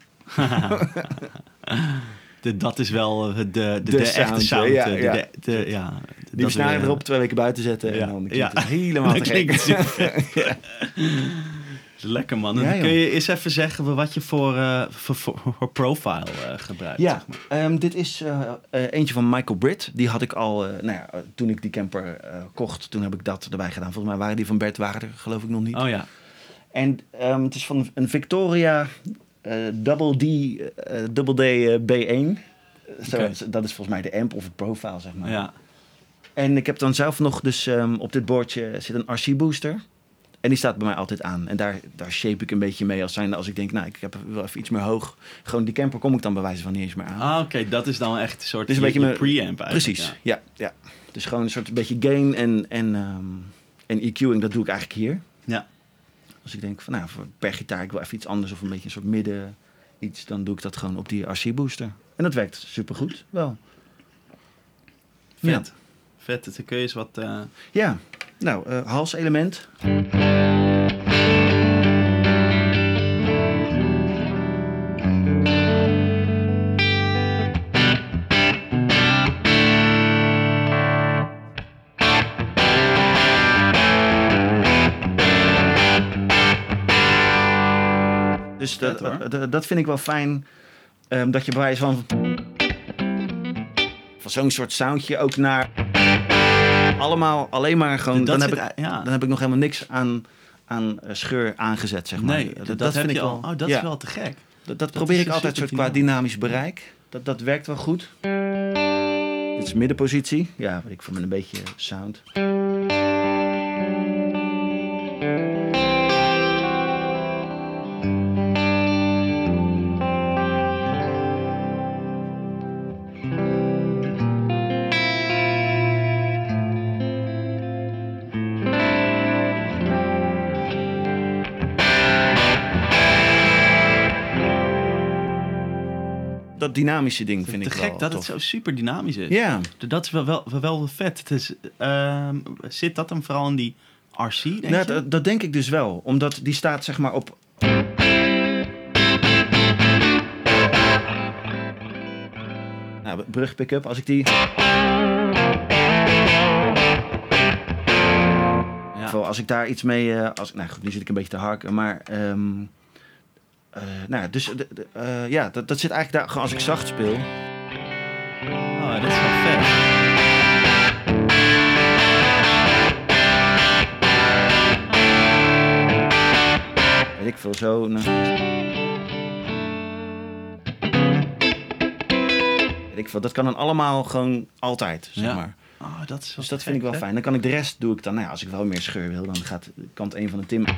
De, dat is wel uh, de, de, de, De echte sound, sound. ja, uh, de, ja. de, de- ja, Die dat snaren weer, erop, twee weken buiten zetten ja. en dan klinkt Ja. het helemaal Dat te gek. klinkt super vet. Lekker man. En Ja, dan joh. kun je eens even zeggen wat je voor, uh, voor, voor, voor profile uh, gebruikt. Ja, zeg maar. um, dit is uh, uh, eentje van Michael Britt. Die had ik al, uh, nou ja, uh, toen ik die camper uh, kocht, toen heb ik dat erbij gedaan. Volgens mij waren die van Bert Waarder, geloof ik nog niet. Oh ja. En um, het is van een Victoria uh, Double D, uh, Double D uh, B één. Zo, Oké. Dat is volgens mij de amp of het profile, zeg maar. Ja. En ik heb dan zelf nog dus um, op dit bordje zit een R C booster. En die staat bij mij altijd aan. En daar, daar shape ik een beetje mee als zijnde als ik denk, nou, ik heb wel even iets meer hoog. Gewoon die camper kom ik dan bij wijze van niet eens meer aan. Ah, oké, dat is dan echt een soort dus een beetje mijn preamp eigenlijk. Precies, ja. ja, ja. Dus gewoon een soort een beetje gain en, en, um, en EQing, dat doe ik eigenlijk hier. Ja. Als ik denk van, nou, voor per gitaar ik wil even iets anders of een beetje een soort midden iets, dan doe ik dat gewoon op die R C booster. En dat werkt supergoed, wel. Vet. Ja. Vet, dan kun je eens wat... Uh... Ja, nou, uh, halselement. Dus Vet, dat, dat, dat vind ik wel fijn, um, dat je bij wijze van... van zo'n soort soundje ook naar... allemaal alleen maar gewoon... Dan heb, ik, ja. dan heb ik nog helemaal niks aan, aan scheur aangezet, zeg maar. Nee, dat, dat, dat vind ik al... Oh, dat ja. is wel te gek. Dat, dat, dat probeer ik altijd soort qua dynamisch bereik. Dat, dat werkt wel goed. Dit is middenpositie. Ja, ik vond het een beetje sound. Dat dynamische ding vind ik wel te gek dat tof. het zo super dynamisch is. Ja. Dat is wel, wel, wel, wel vet. Het is, uh, zit dat hem vooral in die R C, denk nou, je? Dat, dat denk ik dus wel. Omdat die staat zeg maar op... Nou, brug pick-up. Als ik die... Ja. Als ik daar iets mee... Uh, als, nou goed, nu zit ik een beetje te harken. Maar... Um, Uh, nou, dus uh, ja, dat, dat zit eigenlijk daar gewoon als ik zacht speel. Oh, dat is wel vet. Weet ik veel, zo. Nou. Weet ik veel, dat kan dan allemaal gewoon altijd, zeg ja. maar. Oh, dat is dus dat gek, vind ik wel hè? fijn. Dan kan ik de rest, doe ik dan, nou ja, als ik wel meer scheur wil, dan gaat kant één van de tim.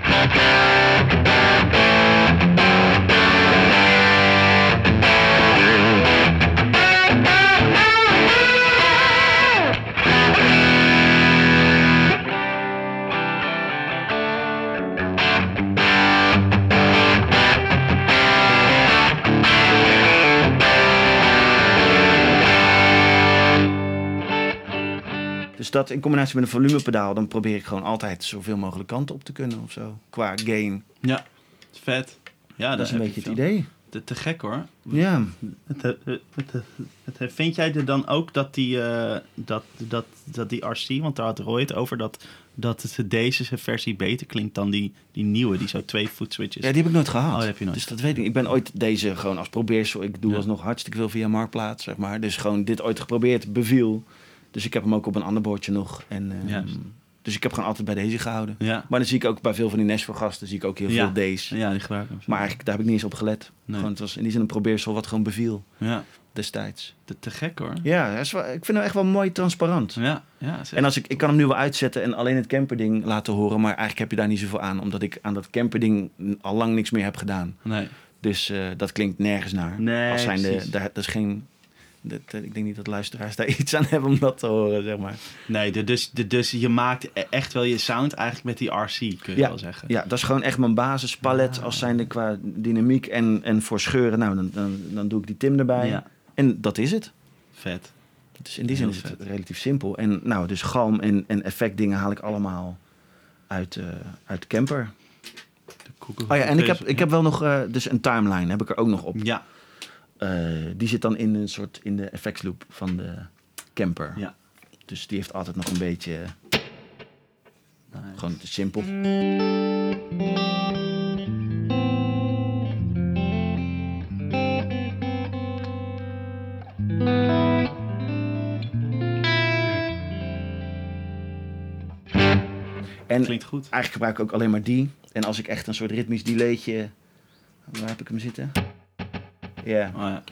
Dus dat in combinatie met een volumepedaal, dan probeer ik gewoon altijd zoveel mogelijk kanten op te kunnen of zo. Qua gain. Ja, vet. Ja, dat, dat is een beetje het idee. Te, te gek hoor. Ja. Het, het, het, het, het, vind jij er dan ook dat die, uh, dat, dat, dat die R C, want daar had Roy het over, dat, dat het deze versie beter klinkt dan die, die nieuwe, die zo twee foot switches? Ja, die heb ik nooit gehad. Oh, dat heb je nooit. Dus dat weet ik. Ik ben ooit deze gewoon als probeersel. Ik doe ja. alsnog hartstikke veel via Marktplaats, zeg maar. Dus gewoon dit ooit geprobeerd, beviel. Dus ik heb hem ook op een ander bordje nog. En, um, dus ik heb gewoon altijd bij deze gehouden. Ja. Maar dan zie ik ook bij veel van die Nashville gasten zie ik ook heel ja. veel deze. Ja, die gebruiken hem. Maar eigenlijk daar heb ik niet eens op gelet. Nee. Gewoon, het was in die zin een probeersel wat gewoon beviel. Ja. Destijds. Te, te gek hoor. Ja, is wel, ik vind hem echt wel mooi transparant. Ja. Ja, en als ik, ik kan hem nu wel uitzetten en alleen het camperding laten horen. Maar eigenlijk heb je daar niet zoveel aan. Omdat ik aan dat camperding al lang niks meer heb gedaan. Nee. Dus uh, dat klinkt nergens naar. Nee, als zijn de, daar, dat is geen... Dat, ik denk niet dat luisteraars daar iets aan hebben om dat te horen, zeg maar. Nee, de, dus, de, dus je maakt echt wel je sound eigenlijk met die R C, kun je ja, wel zeggen. Ja, dat is gewoon echt mijn basispalet ja. als zijnde qua dynamiek en, en voor scheuren. Nou, dan, dan, dan doe ik die tim erbij. Ja. En dat is het. Vet. Dus in die zin is het vet. Relatief simpel. En nou, dus galm en, en effectdingen haal ik allemaal uit, uh, uit de camper. De oh ja, en ik heb, ik heb wel nog uh, dus een timeline, heb ik er ook nog op. Ja. Uh, die zit dan in een soort in de effectsloop van de camper. Ja. Dus die heeft altijd nog een beetje nice. Gewoon te simpel. En klinkt goed. Eigenlijk gebruik ik ook alleen maar die. En als ik echt een soort ritmisch delaytje... Waar heb ik hem zitten? Ja. Oh, ja.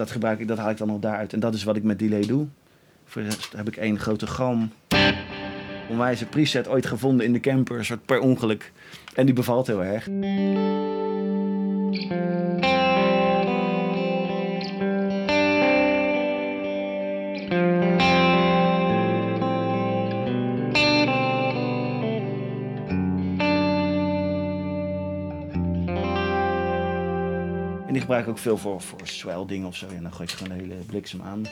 dat gebruik ik, dat haal ik dan nog daaruit. En dat is wat ik met delay doe. Voor de rest heb ik één grote galm. Onwijze preset ooit gevonden in de camper, een soort per ongeluk. En die bevalt heel erg. En die gebruik ik ook veel voor, voor swell dingen of zo. En dan gooi ik gewoon een hele bliksem aan.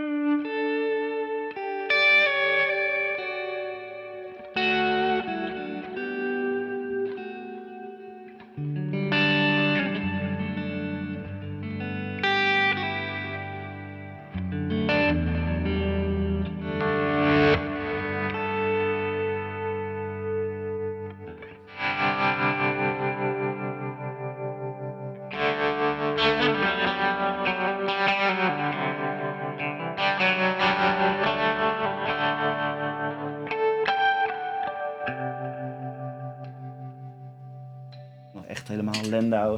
Echt helemaal Landau.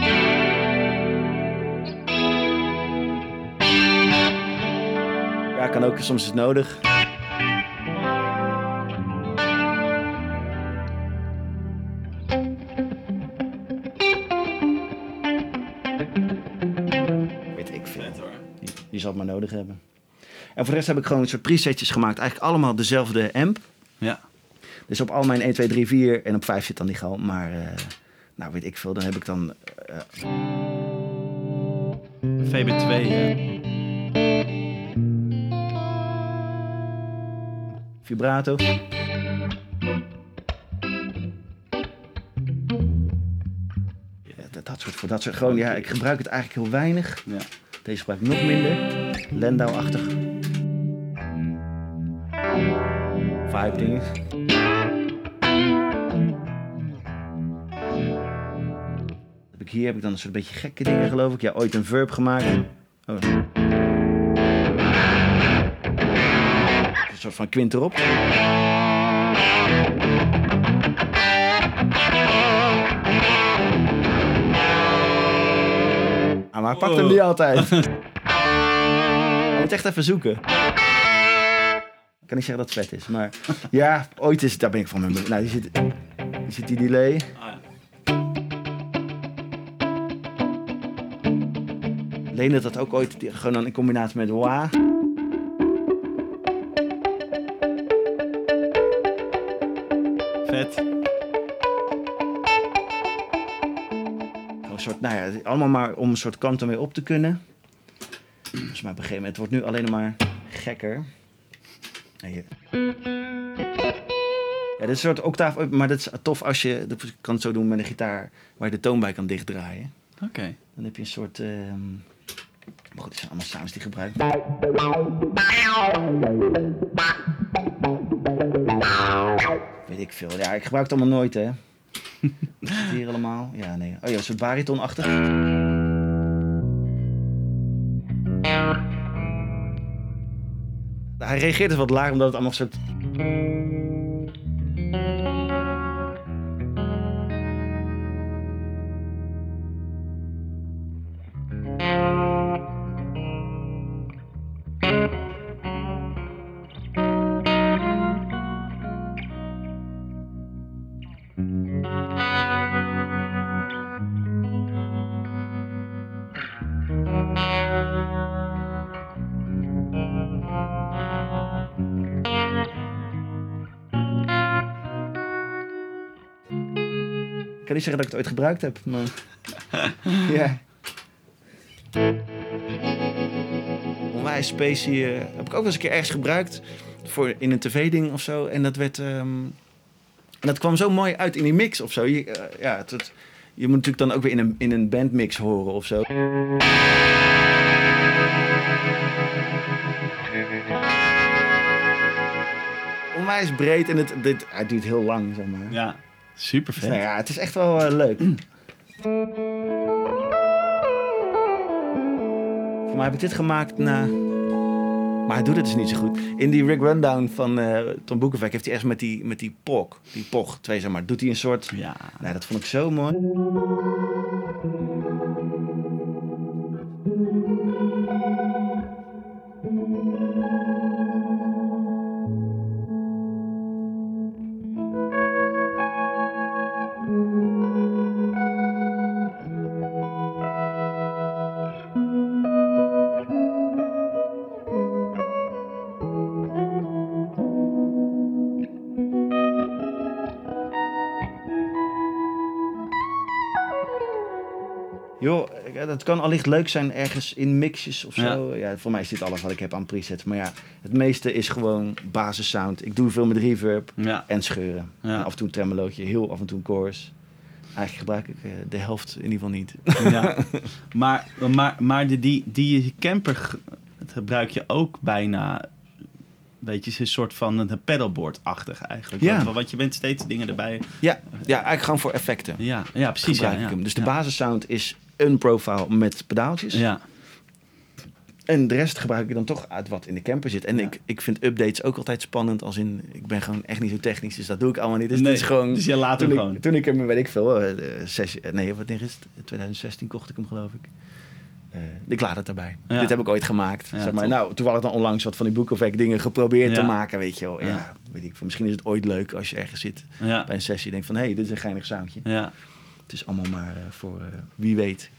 Ja, kan ook, soms is het nodig. Weet ik veel. Je, je zal het maar nodig hebben. En voor de rest heb ik gewoon een soort presetjes gemaakt. Eigenlijk allemaal dezelfde amp. Ja. Dus op al mijn één, twee, drie, vier en op vijf zit dan die galm. Maar... Uh, Nou, weet ik veel. Dan heb ik dan... Uh, V B twee, hè? Vibrato. Ja, dat, dat soort, voor dat soort... Gewoon, ja, ik gebruik het eigenlijk heel weinig. Ja. Deze gebruik ik nog minder. Landau-achtig. Vibe dingen. Hier heb ik dan een soort beetje gekke dingen, geloof ik. Ja, ooit een verb gemaakt. Oh. Een soort van kwint erop. Ah, maar ik pak hem niet altijd. Je moet echt even zoeken. Ik kan niet zeggen dat het vet is, maar... Ja, ooit is het... Daar ben ik van mijn... Nou, hier zit, hier zit die delay. Ah, ja. Leende dat ook ooit gewoon dan in combinatie met wah. Vet. Een soort, nou ja, allemaal maar om een soort kant ermee op te kunnen. Dus maar op een gegeven moment wordt nu alleen maar gekker. Ja, dit is een soort octaaf, maar dat is tof als je, dat kan het zo doen met een gitaar waar je de toon bij kan dichtdraaien. Oké. Okay. Dan heb je een soort... Um, maar goed, die zijn allemaal sounds die gebruikt. Weet ik veel. Ja, ik gebruik het allemaal nooit, hè. Wat is het hier allemaal? Ja, nee. Oh ja, een soort baritonachtig. Hij reageert dus wat laag, omdat het allemaal een soort... Ik kan niet zeggen dat ik het ooit gebruikt heb, maar... ja. Onwijs space hier. Heb ik ook wel eens een keer ergens gebruikt. Voor, in een tv-ding of zo. En dat werd... Um... En dat kwam zo mooi uit in die mix of zo. Je, uh, ja, het, het, je moet natuurlijk dan ook weer in een, in een bandmix horen of zo. Onwijs breed en het, dit, het duurt heel lang, zeg maar. Ja. Super vet. Dus, nou ja, het is echt wel uh, leuk. Mm. Voor mij heb ik dit gemaakt na... Maar hij doet het dus niet zo goed. In die Rick Rundown van uh, Tom Boekenweg heeft hij echt met die, met die pog, die pog twee zeg maar, doet hij een soort... Ja. Nou, dat vond ik zo mooi. Joh, dat kan allicht leuk zijn ergens in mixjes of zo. Ja. Ja, voor mij is dit alles wat ik heb aan presets. Maar ja, het meeste is gewoon basissound. Ik doe veel met reverb Ja. en scheuren. Ja. En af en toe een tremolootje, heel af en toe een chorus. Eigenlijk gebruik ik uh, de helft in ieder geval niet. Ja. Maar, maar, maar de, die, die camper ge- gebruik je ook bijna... Weet je, is een soort van een pedalboard-achtig eigenlijk. Ja. Want, want je bent steeds dingen erbij. Ja, ja, eigenlijk gewoon voor effecten. Ja, ja precies. gebruik Ja, ik ja. hem. Dus de ja. basissound is een profile met pedaaltjes. Ja, En de rest gebruik ik dan toch uit wat in de camper zit. En Ja. ik, ik vind updates ook altijd spannend. Als in, ik ben gewoon echt niet zo technisch, dus dat doe ik allemaal niet. Dus nee, het is gewoon... dus je laat hem Toen gewoon. ik, toen ik hem, weet ik veel, uh, zes, nee, wat is het? twintig zestien kocht ik hem, geloof ik. Uh, ik laat het daarbij. Ja. Dit heb ik ooit gemaakt. Ja, zeg maar. top. Nou, toevallig dan onlangs wat van die Book of Egg dingen geprobeerd Ja. te maken, weet je wel. Ja, Ja. weet ik veel. Misschien is het ooit leuk als je ergens zit Ja, bij een sessie en denkt van, hé, hey, dit is een geinig soundje. ja. Het is allemaal maar uh, voor uh, wie weet.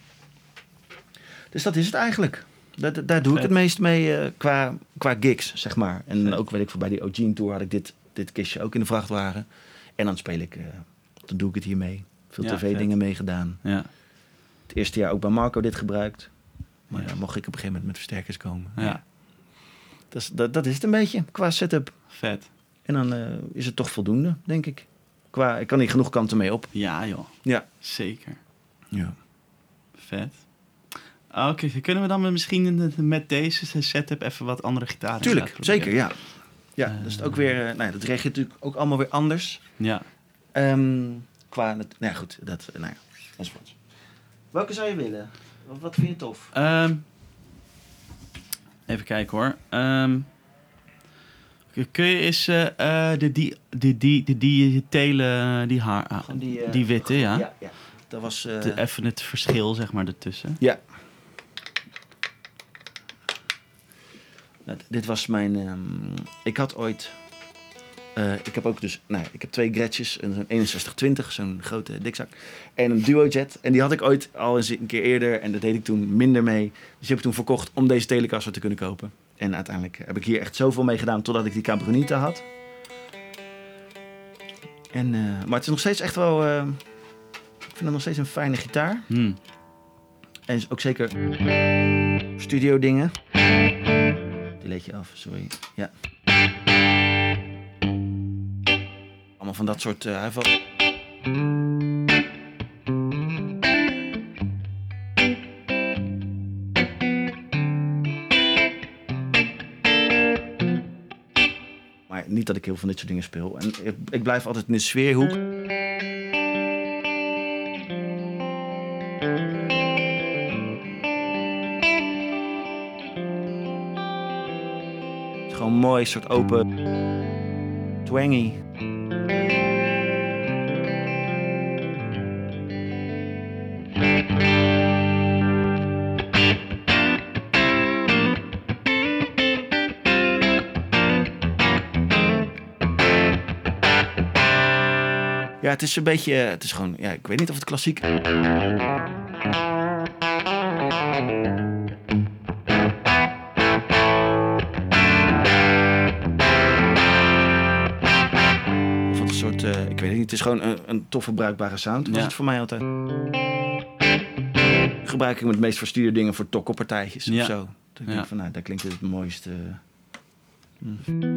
Dus dat is het eigenlijk. Dat, daar doe Vet. ik het meest mee uh, qua, qua gigs, zeg maar. En Vet. ook weet ik voor bij die Eugene Tour had ik dit, dit kistje ook in de vrachtwagen. En dan speel ik, uh, dan doe ik het hiermee. Veel Ja, tv-dingen meegedaan. Ja, Het eerste jaar ook bij Marco dit gebruikt. Maar Ja. ja, mocht ik op een gegeven moment met versterkers komen. ja. Dat, is, dat, dat is het een beetje qua setup. Vet. En dan uh, is het toch voldoende, denk ik. Qua, ik kan niet genoeg kanten mee op. Ja, joh. Ja. Zeker. Ja. Vet. Oké, kunnen we dan misschien met deze setup even wat andere gitaren Tuurlijk, uitproberen? zeker, ja. Ja, Uh, dat is het ook weer... Uh, nou ja, dat reageert natuurlijk ook allemaal weer anders. Ja. Um, qua... Nou ja, goed. Dat, nou ja, enzovoort. Welke zou je willen? Wat, wat vind je tof? Um, even kijken hoor. Um, kun je eens uh, uh, de, die, die, die, die, die telen, die haar, uh, Die, uh, die witte, ja. Ja, ja. Dat was... Uh, De, even het verschil, zeg maar, ertussen. Ja. Nou, dit was mijn... Um, ik had ooit... Uh, ik heb ook dus... Nou, ik heb twee Gretches. Een eenenzestig twintig, zo'n grote dikzak. En een Duojet. En die had ik ooit al eens een keer eerder. En dat deed ik toen minder mee. Dus die heb ik toen verkocht om deze Telecaster te kunnen kopen. En uiteindelijk heb ik hier echt zoveel mee gedaan totdat ik die Cabronita had. En, uh, maar het is nog steeds echt wel... Uh, ik vind het nog steeds een fijne gitaar. Hmm. En ook zeker studio dingen. Die leed je af, sorry. Ja. Allemaal van dat soort... Uh, van... Maar niet dat ik heel veel van dit soort dingen speel. En ik, ik blijf altijd in de sfeerhoek. Gewoon mooi, soort open, twangy. Ja, het is een beetje, het is gewoon, ja, ik weet niet of het klassiek... Soort, uh, ik weet het niet, het is gewoon een, een toffe bruikbare sound. Dat was Ja. het voor mij altijd. Gebruik ik hem het meest voor studio dingen voor tokkelpartijtjes Ja. of zo. Dat ik Ja. denk van, nou, daar klinkt het het mooiste. Hm.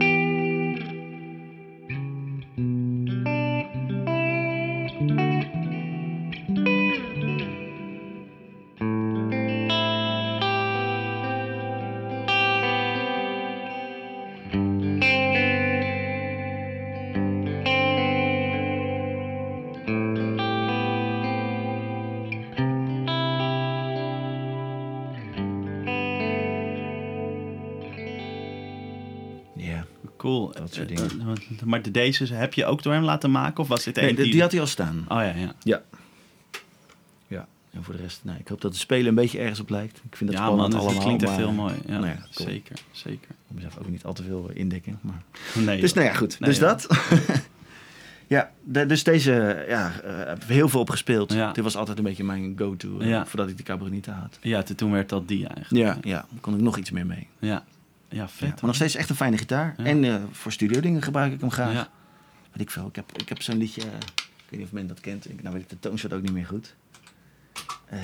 Ja. Cool. Dat soort Uh, dingen. uh, maar de, deze heb je ook door hem laten maken? Of was dit Nee, een die, die... die had hij al staan. Oh ja, ja. Ja. Ja. En voor de rest, nou, ik hoop dat het spelen een beetje ergens op lijkt. Ik vind dat Ja, spannend man, het allemaal. klinkt echt maar, heel mooi. Ja, nou ja, cool. zeker, zeker. Ik moet mezelf ook niet al te veel indekken. Maar... Nee, Dus joh. nou ja, goed. Nee, dus joh. dat. ja, de, dus deze ja, uh, heb ik heel veel op gespeeld. Ja. Dit was altijd een beetje mijn go-to uh, Ja. voordat ik de Cabronita had. Ja, toen werd dat die eigenlijk. Ja, ja, daar kon ik nog iets meer mee. Ja, ja vet. Ja, maar nog steeds echt een fijne gitaar. Ja. En uh, voor studio dingen gebruik ik hem graag. Ja. Weet ik veel. Ik heb, ik heb zo'n liedje, uh, ik weet niet of men dat kent. Ik, nou weet ik de toonsoort ook niet meer goed. Uh,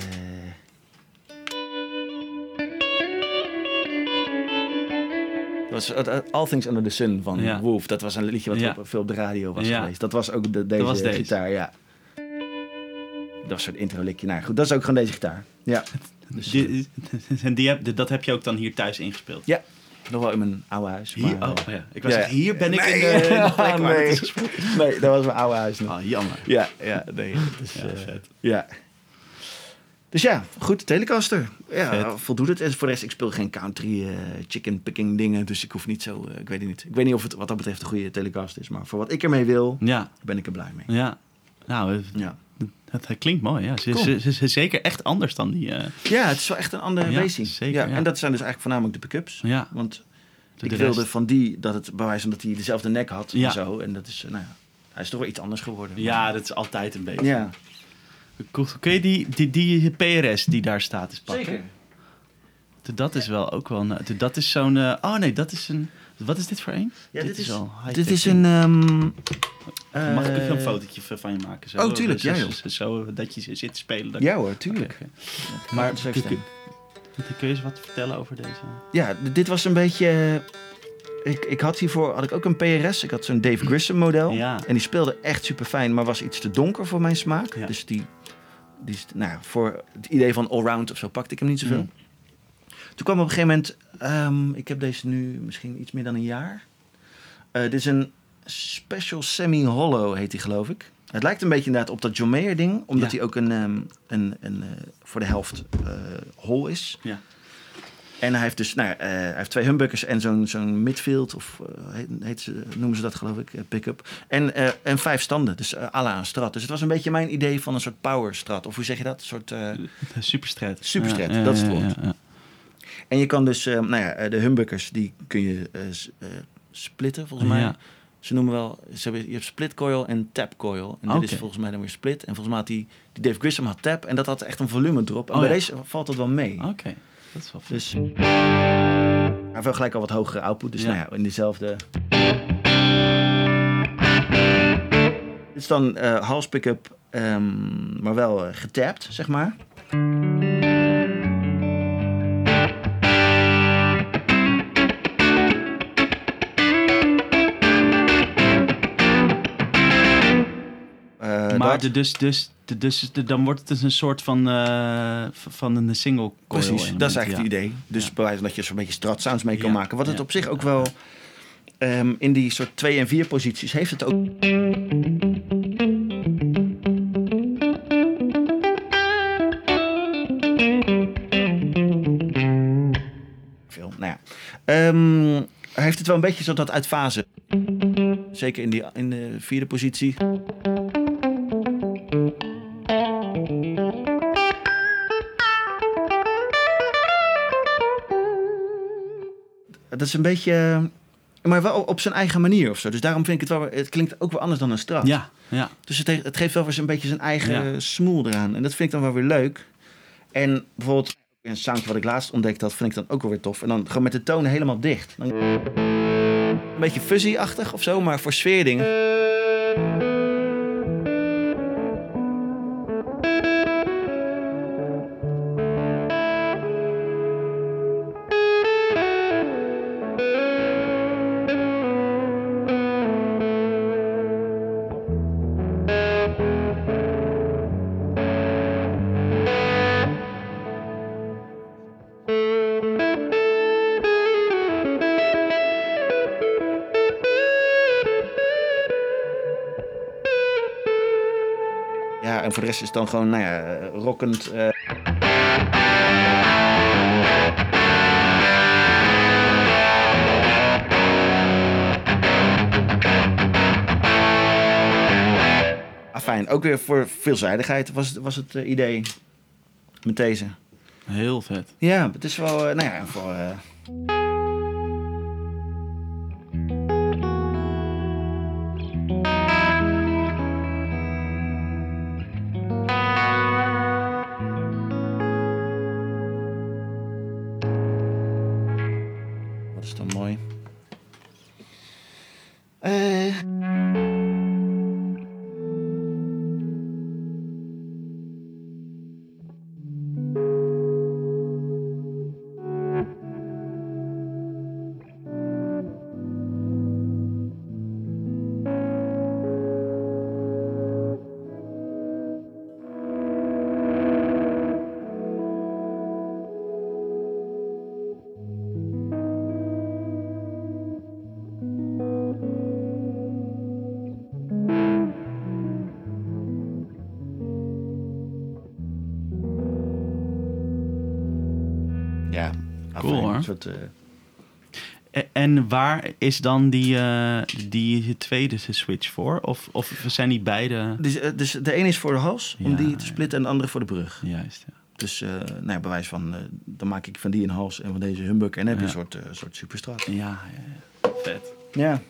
Dat was uh, All Things Under the Sun van Ja. Wolf. Dat was een liedje wat Ja. op, veel op de radio was Ja. geweest. Dat was ook de, deze, was deze. gitaar, ja. Dat was een soort intro-likje. Nou goed, dat is ook gewoon deze gitaar. Ja, dus, Die, en die heb, dat heb je ook dan hier thuis ingespeeld? ja. Nog wel in mijn oude huis. Hier? Maar, Oh uh, ja. Ik was ja. zeggen, hier ben ik Nee. in de, in de plek waar nee. het is gespeeld. Nee, dat was mijn oude huis nog. Oh, jammer. Ja, ja, nee. Dus, Ja, uh, vet. ja. Dus ja, goed, Telecaster. Ja, Vet. voldoet het. En voor de rest, ik speel geen country, uh, chicken picking dingen. Dus ik hoef niet zo, uh, ik weet het niet. Ik weet niet of het wat dat betreft een goede Telecaster is. Maar voor wat ik ermee wil, Ja, ben ik er blij mee. ja. Nou, het, Ja, het, het klinkt mooi. Ja. Ze, Cool. ze, ze, ze is zeker echt anders dan die... uh, ja het is wel echt een andere Ja, racing. zeker, Ja, ja. en dat zijn dus eigenlijk voornamelijk de pick-ups. ja, Want de ik rest. wilde van die, dat het bij wijze van dat hij dezelfde nek had Ja. en zo. En dat is, uh, nou ja, hij is toch wel iets anders geworden. Ja, dat is altijd een beetje. Ja, Cool. Kun je die, die, die P R S die daar staat eens pakken? zeker. Dat is wel ook wel... Een, dat is zo'n... uh, oh nee, dat is een... Wat is dit voor een? Ja, dit, is, wel high-tech dit is ding. een... Um, Mag ik uh, een fotootje van van je maken? Zo, Oh, tuurlijk, zo, ja, zo, joh. zo, zo, dat je zit te spelen. Dat Ja hoor, tuurlijk. Oké, oké. Maar Maar het is even kun, staan. kun, kun je eens wat vertellen over deze? Ja, d- dit was een beetje... uh, Ik, ik had hiervoor had ik ook een P R S. Ik had zo'n Dave Grissom model. Ja. En die speelde echt super fijn, maar was iets te donker voor mijn smaak. Ja. Dus die, die, is- nou, ja, voor het idee van allround of zo pakte ik hem niet zoveel. Mm. Toen kwam op een gegeven moment... Um, ik heb deze nu misschien iets meer dan een jaar. Uh, dit is een Special Semi-Hollow, heet die geloof ik. Het lijkt een beetje inderdaad op dat John Mayer ding. Omdat Ja. hij ook een, um, een, een uh, voor de helft uh, hol is. Ja. En hij heeft dus, nou, uh, hij heeft twee humbuckers en zo'n zo'n midfield, of uh, heet, heet ze, noemen ze dat geloof ik, uh, pick-up. En, uh, en vijf standen, dus uh, à la een Strat. Dus het was een beetje mijn idee van een soort power Strat. Of hoe zeg je dat? Een soort... Uh, Superstrat. Superstrat, Ja, dat is het ja, woord. ja, ja. En je kan dus, uh, nou ja, de humbuckers, die kun je uh, s- uh, splitten volgens mij. Ja. Ze noemen wel, ze hebben, je hebt split coil en tap coil. En dit Oké. is volgens mij dan weer split. En volgens mij had die, die Dave Grissom had tap. En dat had echt een volume drop. En Oh, bij ja. deze valt dat wel mee. Oké, dat is wel vet. Dus hij heeft wel gelijk al wat hogere output. Dus Ja. nou ja, in dezelfde... Dit is dan uh, hals pick-up, um, maar wel uh, getapt, zeg maar. Uh, Maar dat- de, dus, dus, de, dus de, dan wordt het dus een soort van, uh, van een single coil Precies, element, dat is eigenlijk ja. het idee. Dus Ja. bij wijze van dat je zo'n beetje strat sounds mee kan Ja, maken. Wat het ja. op zich ook wel... Um, in die soort twee en vier posities heeft het ook... Veel, nou ja. Um, hij heeft het wel een beetje zo dat uit fase. Zeker in, die, in de vierde positie. Dat is een beetje... Maar wel op zijn eigen manier of zo. Dus daarom vind ik het wel... Het klinkt ook wel anders dan een Strat. Ja, ja. Dus het, heeft, het geeft wel weer een beetje zijn eigen Ja. smoel eraan. En dat vind ik dan wel weer leuk. En bijvoorbeeld een soundje wat ik laatst ontdekt had... vind ik dan ook wel weer tof. En dan gewoon met de tonen helemaal dicht. Dan... Een beetje fuzzy-achtig of zo, maar voor sfeerdingen... Ja, en voor de rest is het dan gewoon, nou ja, rockend. Uh... Afijn, ook weer voor veelzijdigheid was, was het uh, idee. Met deze. Heel vet. Ja, het is wel... Uh, nou ja, voor... Uh... Wat is dan mooi? Uh... Ja, cool hoor. Een soort, uh... en, en waar is dan die, uh, die tweede switch voor? Of, of zijn die beide... Dus, uh, dus de ene is voor de hals, om ja, die te splitten, en de andere voor de brug. Juist, ja. Dus uh, nou ja, bewijs van, uh, dan maak ik van die een hals en van deze humbucker. En dan heb je ja. een soort, uh, soort superstrat. Ja, ja, ja, vet. Ja.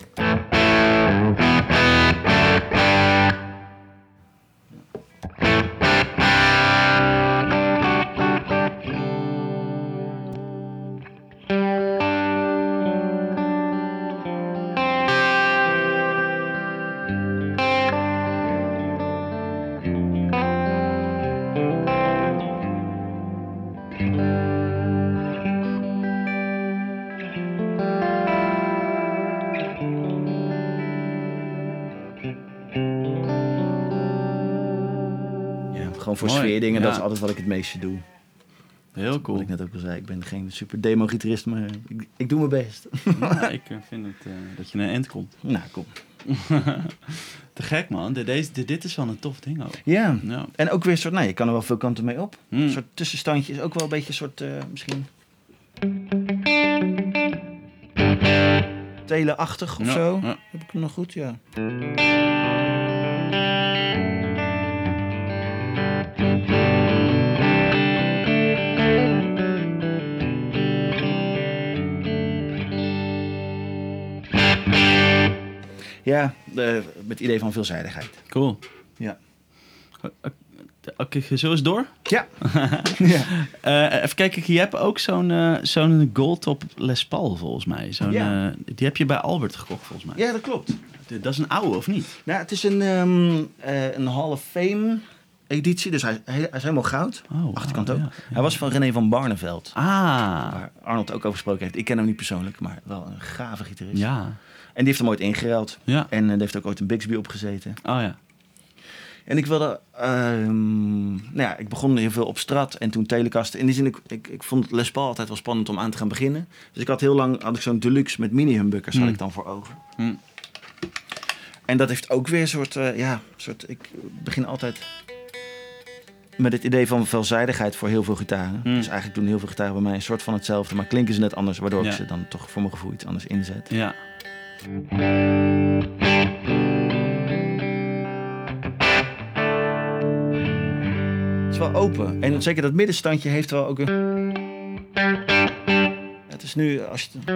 Gewoon voor mooi, sfeerdingen, ja. dat is altijd wat ik het meeste doe. Heel cool. Wat ik net ook al zei, ik ben geen super demo-gitarist, maar ik, ik doe mijn best. Ja, ik vind het, uh, dat je naar een eind komt. Nou, kom. Te gek, man. Deze, dit, dit is wel een tof ding ook. Ja. ja. En ook weer een soort, nou, je kan er wel veel kanten mee op. Hmm. Een soort tussenstandje is ook wel een beetje een soort, uh, misschien... Teleachtig of ja, zo. Ja. Heb ik hem nog goed? Ja. Ja, de, met het idee van veelzijdigheid. Cool. Ja. Oké, okay, zo is door? Ja. ja. Uh, even kijken, je hebt ook zo'n, uh, zo'n Goldtop Les Paul volgens mij. Zo'n, ja. uh, die heb je bij Albert gekocht volgens mij. Ja, dat klopt. Dat is een oude, of niet? Nou, het is een, um, uh, een Hall of Fame editie, dus hij, hij is helemaal goud. Oh, achterkant wow, ook. Ja, ja. Hij was van René van Barneveld. Ah. Waar Arnold ook over gesproken heeft. Ik ken hem niet persoonlijk, maar wel een gave gitarist. Ja. En die heeft hem ooit ingeruild. Ja. En uh, die heeft ook ooit een Bixby opgezeten. Oh ja. En ik wilde... Um, nou ja, ik begon heel veel op Strat en toen Telecaster. In die zin, ik, ik, ik vond Les Paul altijd wel spannend om aan te gaan beginnen. Dus ik had heel lang had ik zo'n Deluxe met mini-humbuckers Hmm. had ik dan voor ogen. Hmm. En dat heeft ook weer een soort... Uh, ja, soort... Ik begin altijd met het idee van veelzijdigheid voor heel veel gitaren. Hmm. Dus eigenlijk doen heel veel gitaren bij mij een soort van hetzelfde, maar klinken ze net anders, waardoor Ja. ik ze dan toch voor mijn gevoel iets anders inzet. Ja. Het is wel open. En zeker dat middenstandje heeft wel ook een... Het is nu... Als je...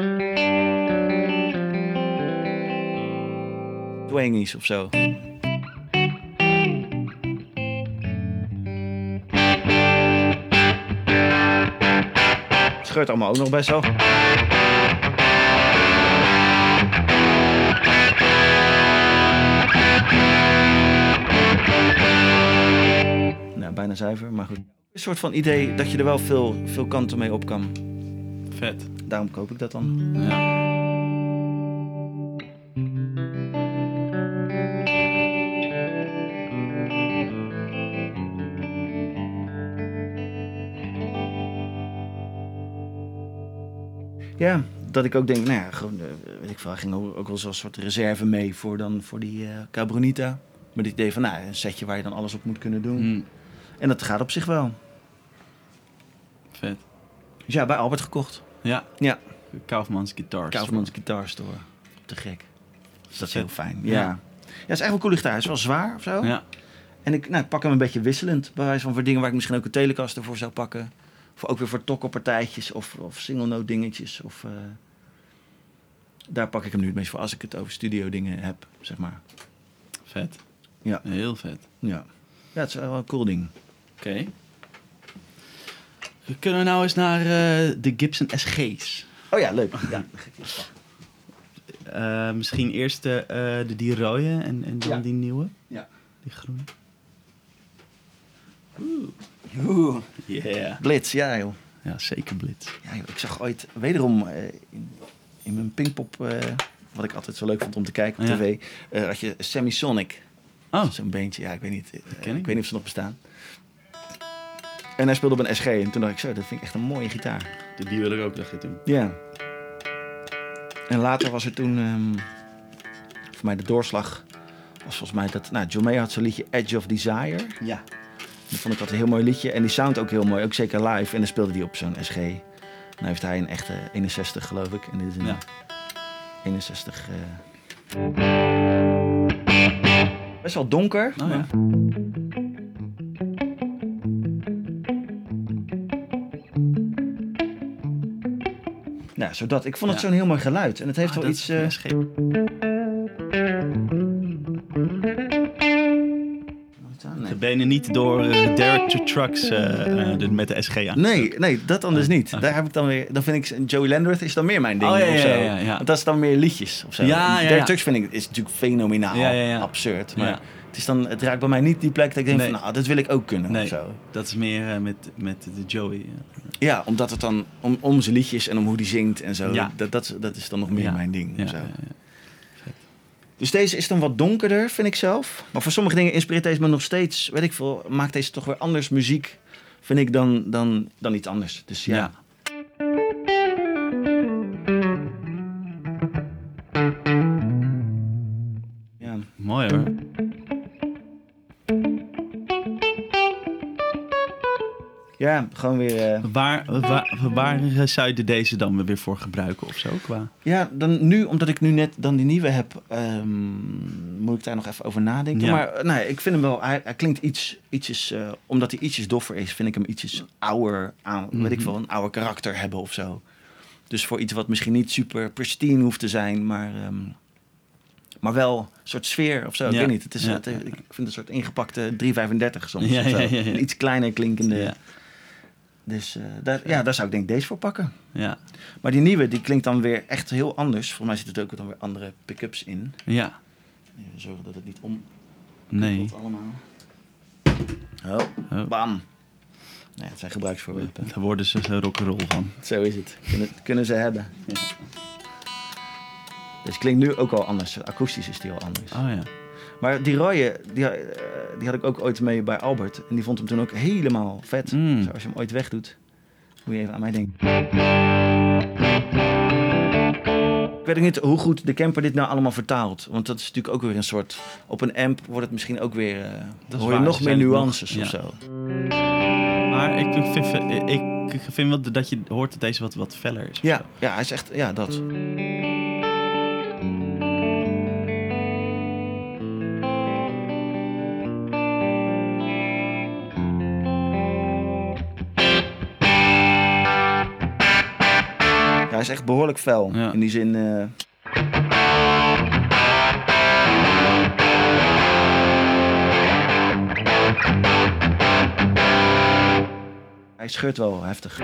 Twangies of zo. Het scheurt allemaal ook nog best wel. Nou, bijna zuiver, maar goed. Een soort van idee dat je er wel veel, veel kanten mee op kan. Vet. Daarom koop ik dat dan. Ja. Ja, dat ik ook denk, nou ja, gewoon, uh, weet ik veel, hij ging ook wel zo'n soort reserve mee voor, dan, voor die uh, Cabronita. Met het idee van, nou, een setje waar je dan alles op moet kunnen doen. Mm. En dat gaat op zich wel. Vet. Dus ja, bij Albert gekocht. Ja. Ja. Kaufman's Guitar Store. Kaufman's Guitar Store. Te gek. Dus dat is Vet. heel fijn. Ja. Ja. Ja, het is echt wel een coole gitaar. Het is wel zwaar of zo. Ja. En ik, nou, ik pak hem een beetje wisselend. Bij wijze van voor dingen waar ik misschien ook een Telecaster voor zou pakken. Of ook weer voor tokkelpartijtjes of, of single note dingetjes. Of, uh, daar pak ik hem nu het meest voor als ik het over studio dingen heb, zeg maar. Vet. Ja. Heel vet. Ja, ja het is wel een cool ding. Oké. Okay. Kunnen we nou eens naar uh, de Gibson S G's? Oh ja, leuk. Ja. Uh, misschien eerst de, uh, de die rode en, en dan ja. die nieuwe. Ja. Die groene. Oeh. Oeh. Yeah. Blitz, ja joh. Ja, zeker Blitz. Ja, joh. Ik zag ooit wederom uh, in, in mijn Pinkpop, uh, wat ik altijd zo leuk vond om te kijken op ja. tv, uh, had je Semisonic. Oh. Zo'n beentje, ja, ik weet niet. Uh, ik. ik weet niet of ze nog bestaan. En hij speelde op een S G en toen dacht ik zo, dat vind ik echt een mooie gitaar. Die wil ik ook, dacht je toen. Ja. En later was er toen, um, voor mij de doorslag, was volgens mij dat, nou, John Mayer had zo'n liedje Edge of Desire. Ja. Dat vond ik altijd een heel mooi liedje en die sound ook heel mooi, ook zeker live. En dan speelde die op zo'n S G. Nou heeft hij een echte eenenzestig geloof ik en dit is een ja. eenenzestig. Uh... Best wel donker. Oh, ja. Nou, zodat. Ik vond het ja. zo'n heel mooi geluid. En het heeft ah, wel iets... Uh... Nee. De benen niet door uh, Derek to Trucks uh, uh, met de S G aan. Nee, nee, dat dan dus niet. Daar heb ik dan weer... Dan vind ik... Joey Landreth is dan meer mijn ding. Oh, ja, ja, of zo. Ja, ja, ja. Want dat is dan meer liedjes of zo. Ja, ja, Derek ja. Trucks vind ik... is natuurlijk fenomenaal. Ja, ja, ja. Absurd. Maar ja. het, is dan, het raakt bij mij niet die plek dat ik denk nee. van... Nou, dat wil ik ook kunnen nee, of zo. Dat is meer uh, met, met de Joey. Ja. Ja, omdat het dan om, om zijn liedjes en om hoe die zingt en zo. Ja. Dat, dat, dat is dan nog meer ja. mijn ding. Ja, of zo. ja, ja. Dus deze is dan wat donkerder, vind ik zelf. Maar voor sommige dingen inspireert deze me nog steeds... Weet ik veel, maakt deze toch weer anders muziek... vind ik dan, dan, dan iets anders. Dus ja. ja. ja. Mooi hoor. Ja, gewoon weer... Uh... Waar, waar, waar zou je deze dan weer voor gebruiken of zo? Qua? Ja, dan nu, omdat ik nu net dan die nieuwe heb... Um, moet ik daar nog even over nadenken. Ja. Maar nee, ik vind hem wel... Hij, hij klinkt iets, ietsjes... Uh, omdat hij ietsjes doffer is, vind ik hem ietsjes ouder aan... Mm-hmm. Weet ik veel, een ouder karakter hebben of zo. Dus voor iets wat misschien niet super pristine hoeft te zijn, maar... Um, maar wel een soort sfeer of zo. Ja. Ik weet niet. Het is, Ja. het, ik vind het een soort ingepakte drie vijfendertig soms. Ja, of zo. ja, ja, ja. Een iets kleiner klinkende... Ja. Dus uh, daar, ja, daar zou ik denk ik deze voor pakken. Ja. Maar die nieuwe, die klinkt dan weer echt heel anders. Volgens mij zitten er ook dan weer andere pick-ups in. Ja. Even zorgen dat het niet om... Nee. allemaal. Oh, oh. Bam. Nee, het zijn gebruiksvoorwerpen. Daar worden ze zo rock'n'roll van. Zo is het. Kunnen, kunnen ze hebben. Ja. Dus het klinkt nu ook al anders. Akoestisch is die al anders. Oh ja. Maar die rode, die, uh, die had ik ook ooit mee bij Albert. En die vond hem toen ook helemaal vet. Mm. Zo, als je hem ooit wegdoet, moet je even aan mij denken. Ik weet ook niet hoe goed de camper dit nou allemaal vertaalt. Want dat is natuurlijk ook weer een soort... Op een amp wordt het misschien ook weer... Uh, dat hoor je waar, nog meer nuances nog, of ja. zo. Maar ik vind, ik vind wel dat je hoort dat deze wat, wat feller is. Ja, ja, hij is echt... Ja, dat... Ja, hij is echt behoorlijk fel. Ja. In die zin... Uh... Hij scheurt wel heftig.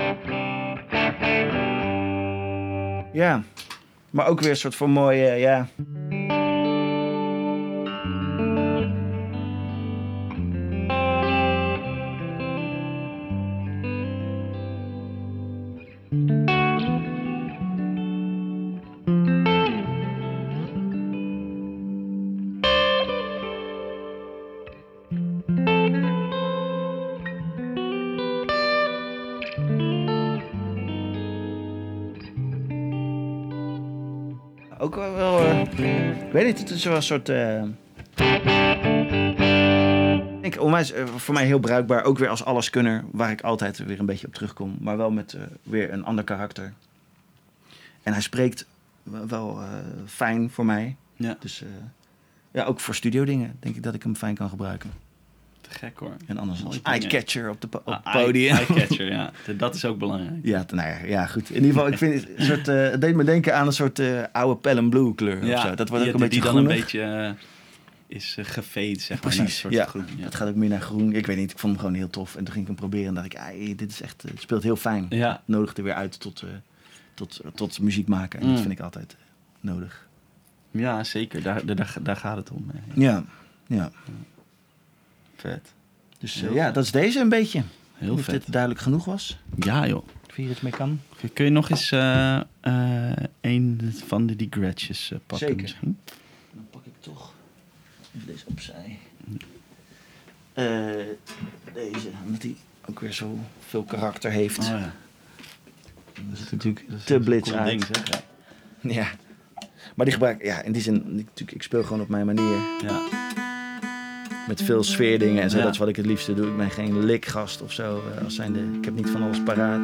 Ja. Maar ook weer een soort van mooie... Uh, ja... Ook wel, uh, ik weet niet, het is wel een soort... Uh, ik denk, onwijs, uh, voor mij heel bruikbaar, ook weer als alleskunner, waar ik altijd weer een beetje op terugkom. Maar wel met uh, weer een ander karakter. En hij spreekt wel uh, fijn voor mij. Ja. Dus uh, ja, ook voor studio dingen denk ik dat ik hem fijn kan gebruiken. te gek hoor. En anders als Mooie dingen. eyecatcher op, de po- op het Ah, podium. eye- Eyecatcher, ja. Dat is ook belangrijk. Ja, t- nou ja, ja, goed. In ieder geval, ik vind het, een soort, uh, het deed me denken aan een soort uh, oude Pelham Blue kleur Ja, of zo. Dat wordt die, ook een die beetje dan groenig. een beetje uh, is uh, gefade, zeg maar. Precies, naar een soort ja. groen. Ja. Dat gaat ook meer naar groen. Ik weet niet, ik vond hem gewoon heel tof. En toen ging ik hem proberen en dacht ik, ah, dit is echt, het speelt heel fijn. Ja. Het nodigde weer uit tot, uh, tot, uh, tot muziek maken. En Mm. dat vind ik altijd uh, nodig. Ja, zeker. Daar, daar, daar gaat het om. Hè. Ja, ja. Vet. Dus uh, Heel ja, vet. dat is deze een beetje. Heel Of vet. dit duidelijk genoeg was. Ja, joh. Of hier iets mee kan. Kun je nog eens uh, uh, een van de die Gretches uh, pakken Zeker. misschien? Dan pak ik toch even deze opzij. Uh, deze, omdat die ook weer zo veel karakter heeft. Oh, ja. Dat is natuurlijk Dat is te een blitz cool uit. ding, zeg. Ja. Ja. Maar die gebruik ja, in die zin, ik, natuurlijk, ik speel gewoon op mijn manier. Ja. Met veel sfeerdingen en zo. Ja. Dat is wat ik het liefste doe. Ik ben geen likgast of zo. Uh, als zijnde, ik heb niet van alles paraat.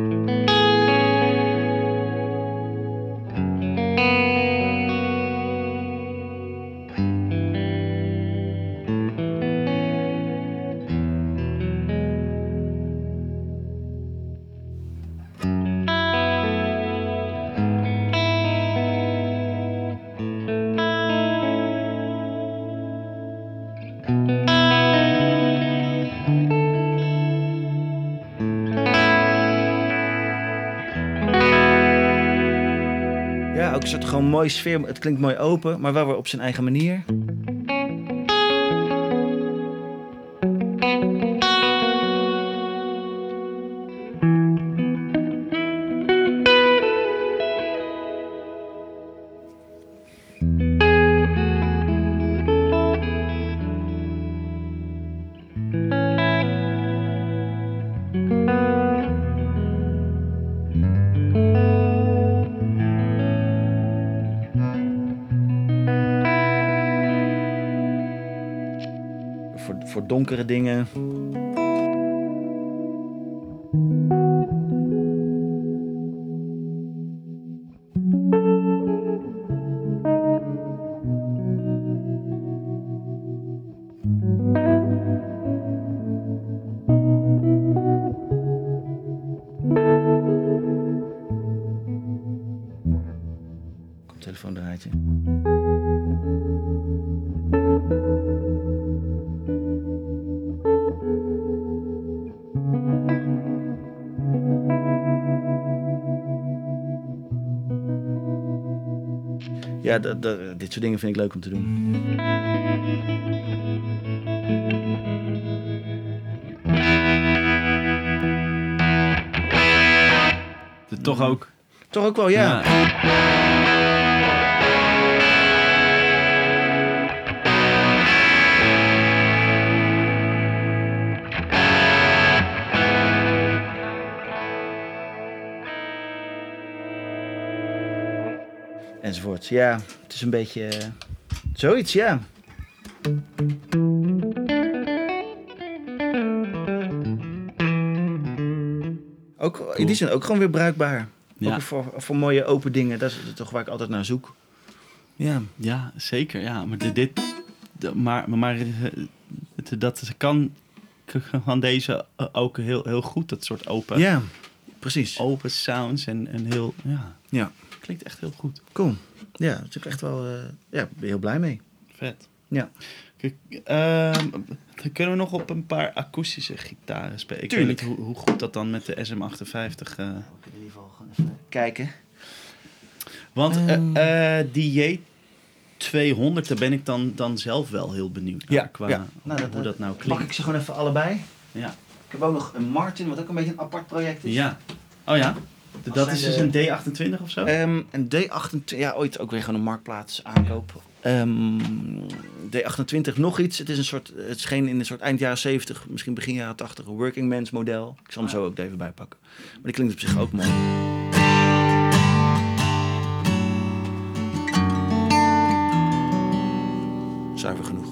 Ja, ook een soort gewoon mooi sfeer. Het klinkt mooi open, maar wel weer op zijn eigen manier. Voor, voor donkere dingen. Telefoon draait je. Ja, d- d- dit soort dingen vind ik leuk om te doen. Het toch ook. Toch ook wel, ja. Ja. Enzovoort. Ja, het is een beetje uh, zoiets, ja. Ook cool. In die zin ook gewoon weer bruikbaar. Ja. Ook voor, voor mooie open dingen. Dat is toch waar ik altijd naar zoek. Ja. Ja, zeker. Ja, maar dit, dit de- maar, maar, maar het, dat kan van deze ook heel, heel goed. Dat soort open, Ja, precies. open sounds en, en heel, ja, Ja, klinkt echt heel goed. cool. Ja, daar ben ik echt wel uh, ja, ben je heel blij mee. Vet. Ja. Kijk, ehm, kunnen we nog op een paar akoestische gitaren spelen? Ik Tuurlijk. weet niet hoe, hoe goed dat dan met de S M achtenvijftig... Uh... Ik in ieder geval gewoon even kijken. Want Ehm. uh, uh, die J tweehonderd, daar ben ik dan, dan zelf wel heel benieuwd naar. Ja, qua ja. Nou, hoe dat, dat nou Pak klinkt. ik ze gewoon even allebei. Ja. Ik heb ook nog een Martin, wat ook een beetje een apart project is. Ja. Oh ja? Dat Dat zijn is dus de- een D achtentwintig of zo? Um, een D achtentwintig, ja, ooit ook weer gewoon een marktplaats aankoop. Um, D achtentwintig nog iets. Het is een soort, het scheen in een soort eind jaren zeventig, misschien begin jaren tachtig, een working man's model. Ik zal hem zo ook even bijpakken. Maar die klinkt op zich ook mooi. Zuiver genoeg.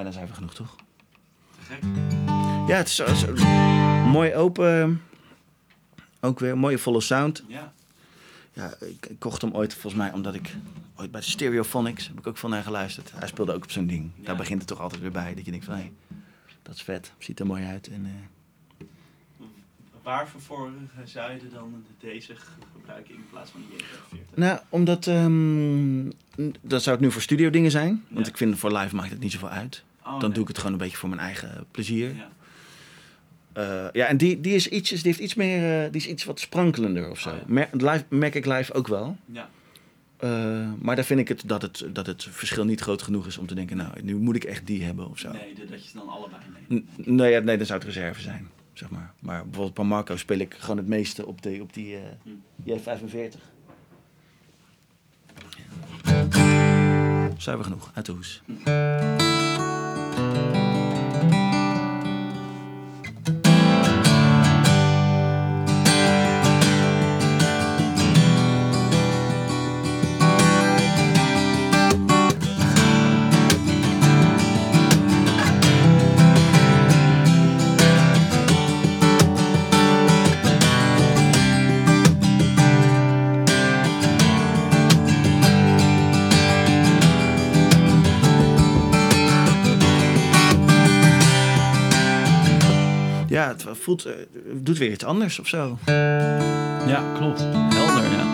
dan zijn we genoeg, toch? Te gek. Ja, het is zo, zo mooi open. Ook weer een mooie volle sound. Ja. Ja, ik, ik kocht hem ooit volgens mij omdat ik ooit bij de Stereophonics heb ik ook van naar geluisterd. Hij speelde ook op zo'n ding. Ja. Daar begint het toch altijd weer bij dat je denkt van hé, hey, dat is vet, ziet er mooi uit. En, uh... Waarvoor voor zou je dan deze gebruiken in plaats van die J vijfenveertig? Nou, omdat um, dat zou het nu voor studio dingen zijn, want Ja. ik vind voor live maakt het niet zoveel uit. Oh, Dan nee. doe ik het gewoon een beetje voor mijn eigen plezier. Ja. Uh, ja, en die, die is ietsjes, die heeft iets meer, uh, die is iets wat sprankelender of zo. Oh, ja. Mer- live, merk ik live ook wel. Ja. Uh, maar daar vind ik het dat, het dat het verschil niet groot genoeg is om te denken, nou, nu moet ik echt die hebben of zo. Nee, de- dat je dan allebei neemt. N- nee, ja, nee, dan zou het reserve zijn, zeg maar. Maar bijvoorbeeld bij Marco speel ik gewoon het meeste op die, op die uh, Hm. J vijfenveertig. Zijn we genoeg, uit de hoes. Ja, het voelt, uh, het doet weer iets anders of zo. Ja, klopt. Helder, ja.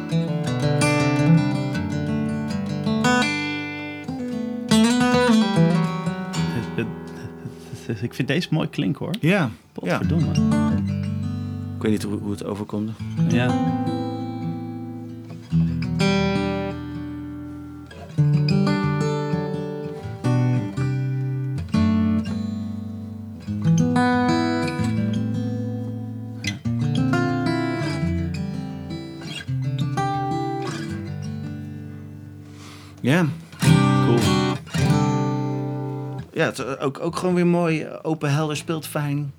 Ik vind deze mooi klinken, hoor. Ja, ja. Potverdomme. Ik weet niet hoe, hoe het overkomt. Ja. Ja. Cool. Ja, het, uh, ook, ook gewoon weer mooi. uh, Open, helder, speelt fijn.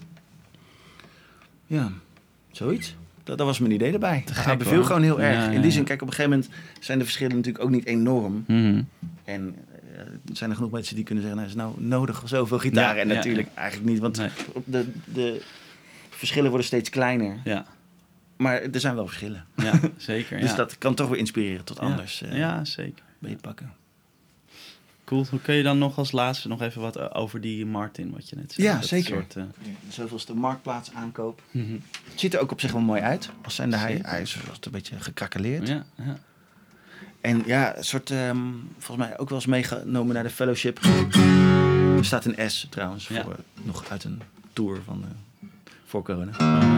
Ja, zoiets. Dat, dat was mijn idee erbij. Te Hij gek, beviel hoor. gewoon heel erg. Ja, ja, In die zin, ja. kijk, op een gegeven moment zijn de verschillen natuurlijk ook niet enorm. Mhm. En uh, er zijn er genoeg mensen die kunnen zeggen, nou, is nou nodig zoveel gitaren? Ja, en ja, natuurlijk eigenlijk niet, want Nee. de, de verschillen worden steeds kleiner. Ja, Maar er zijn wel verschillen. ja, zeker. Dus ja. dat kan toch weer inspireren tot anders uh, Ja, zeker. beetpakken. Cool. Hoe kun je dan nog als laatste nog even wat over die Martin, wat je net zei? Ja, Dat zeker. Soort, uh... Zoveelste marktplaats aankoop. mhm. Het ziet er ook op zich wel mooi uit. Als zijnde hij, Zeker. hij is een beetje gekrakeleerd. Ja, ja. En ja, een soort, um, volgens mij ook wel eens meegenomen naar de fellowship. Er staat een S trouwens, Ja. voor, nog uit een tour van uh, voor corona.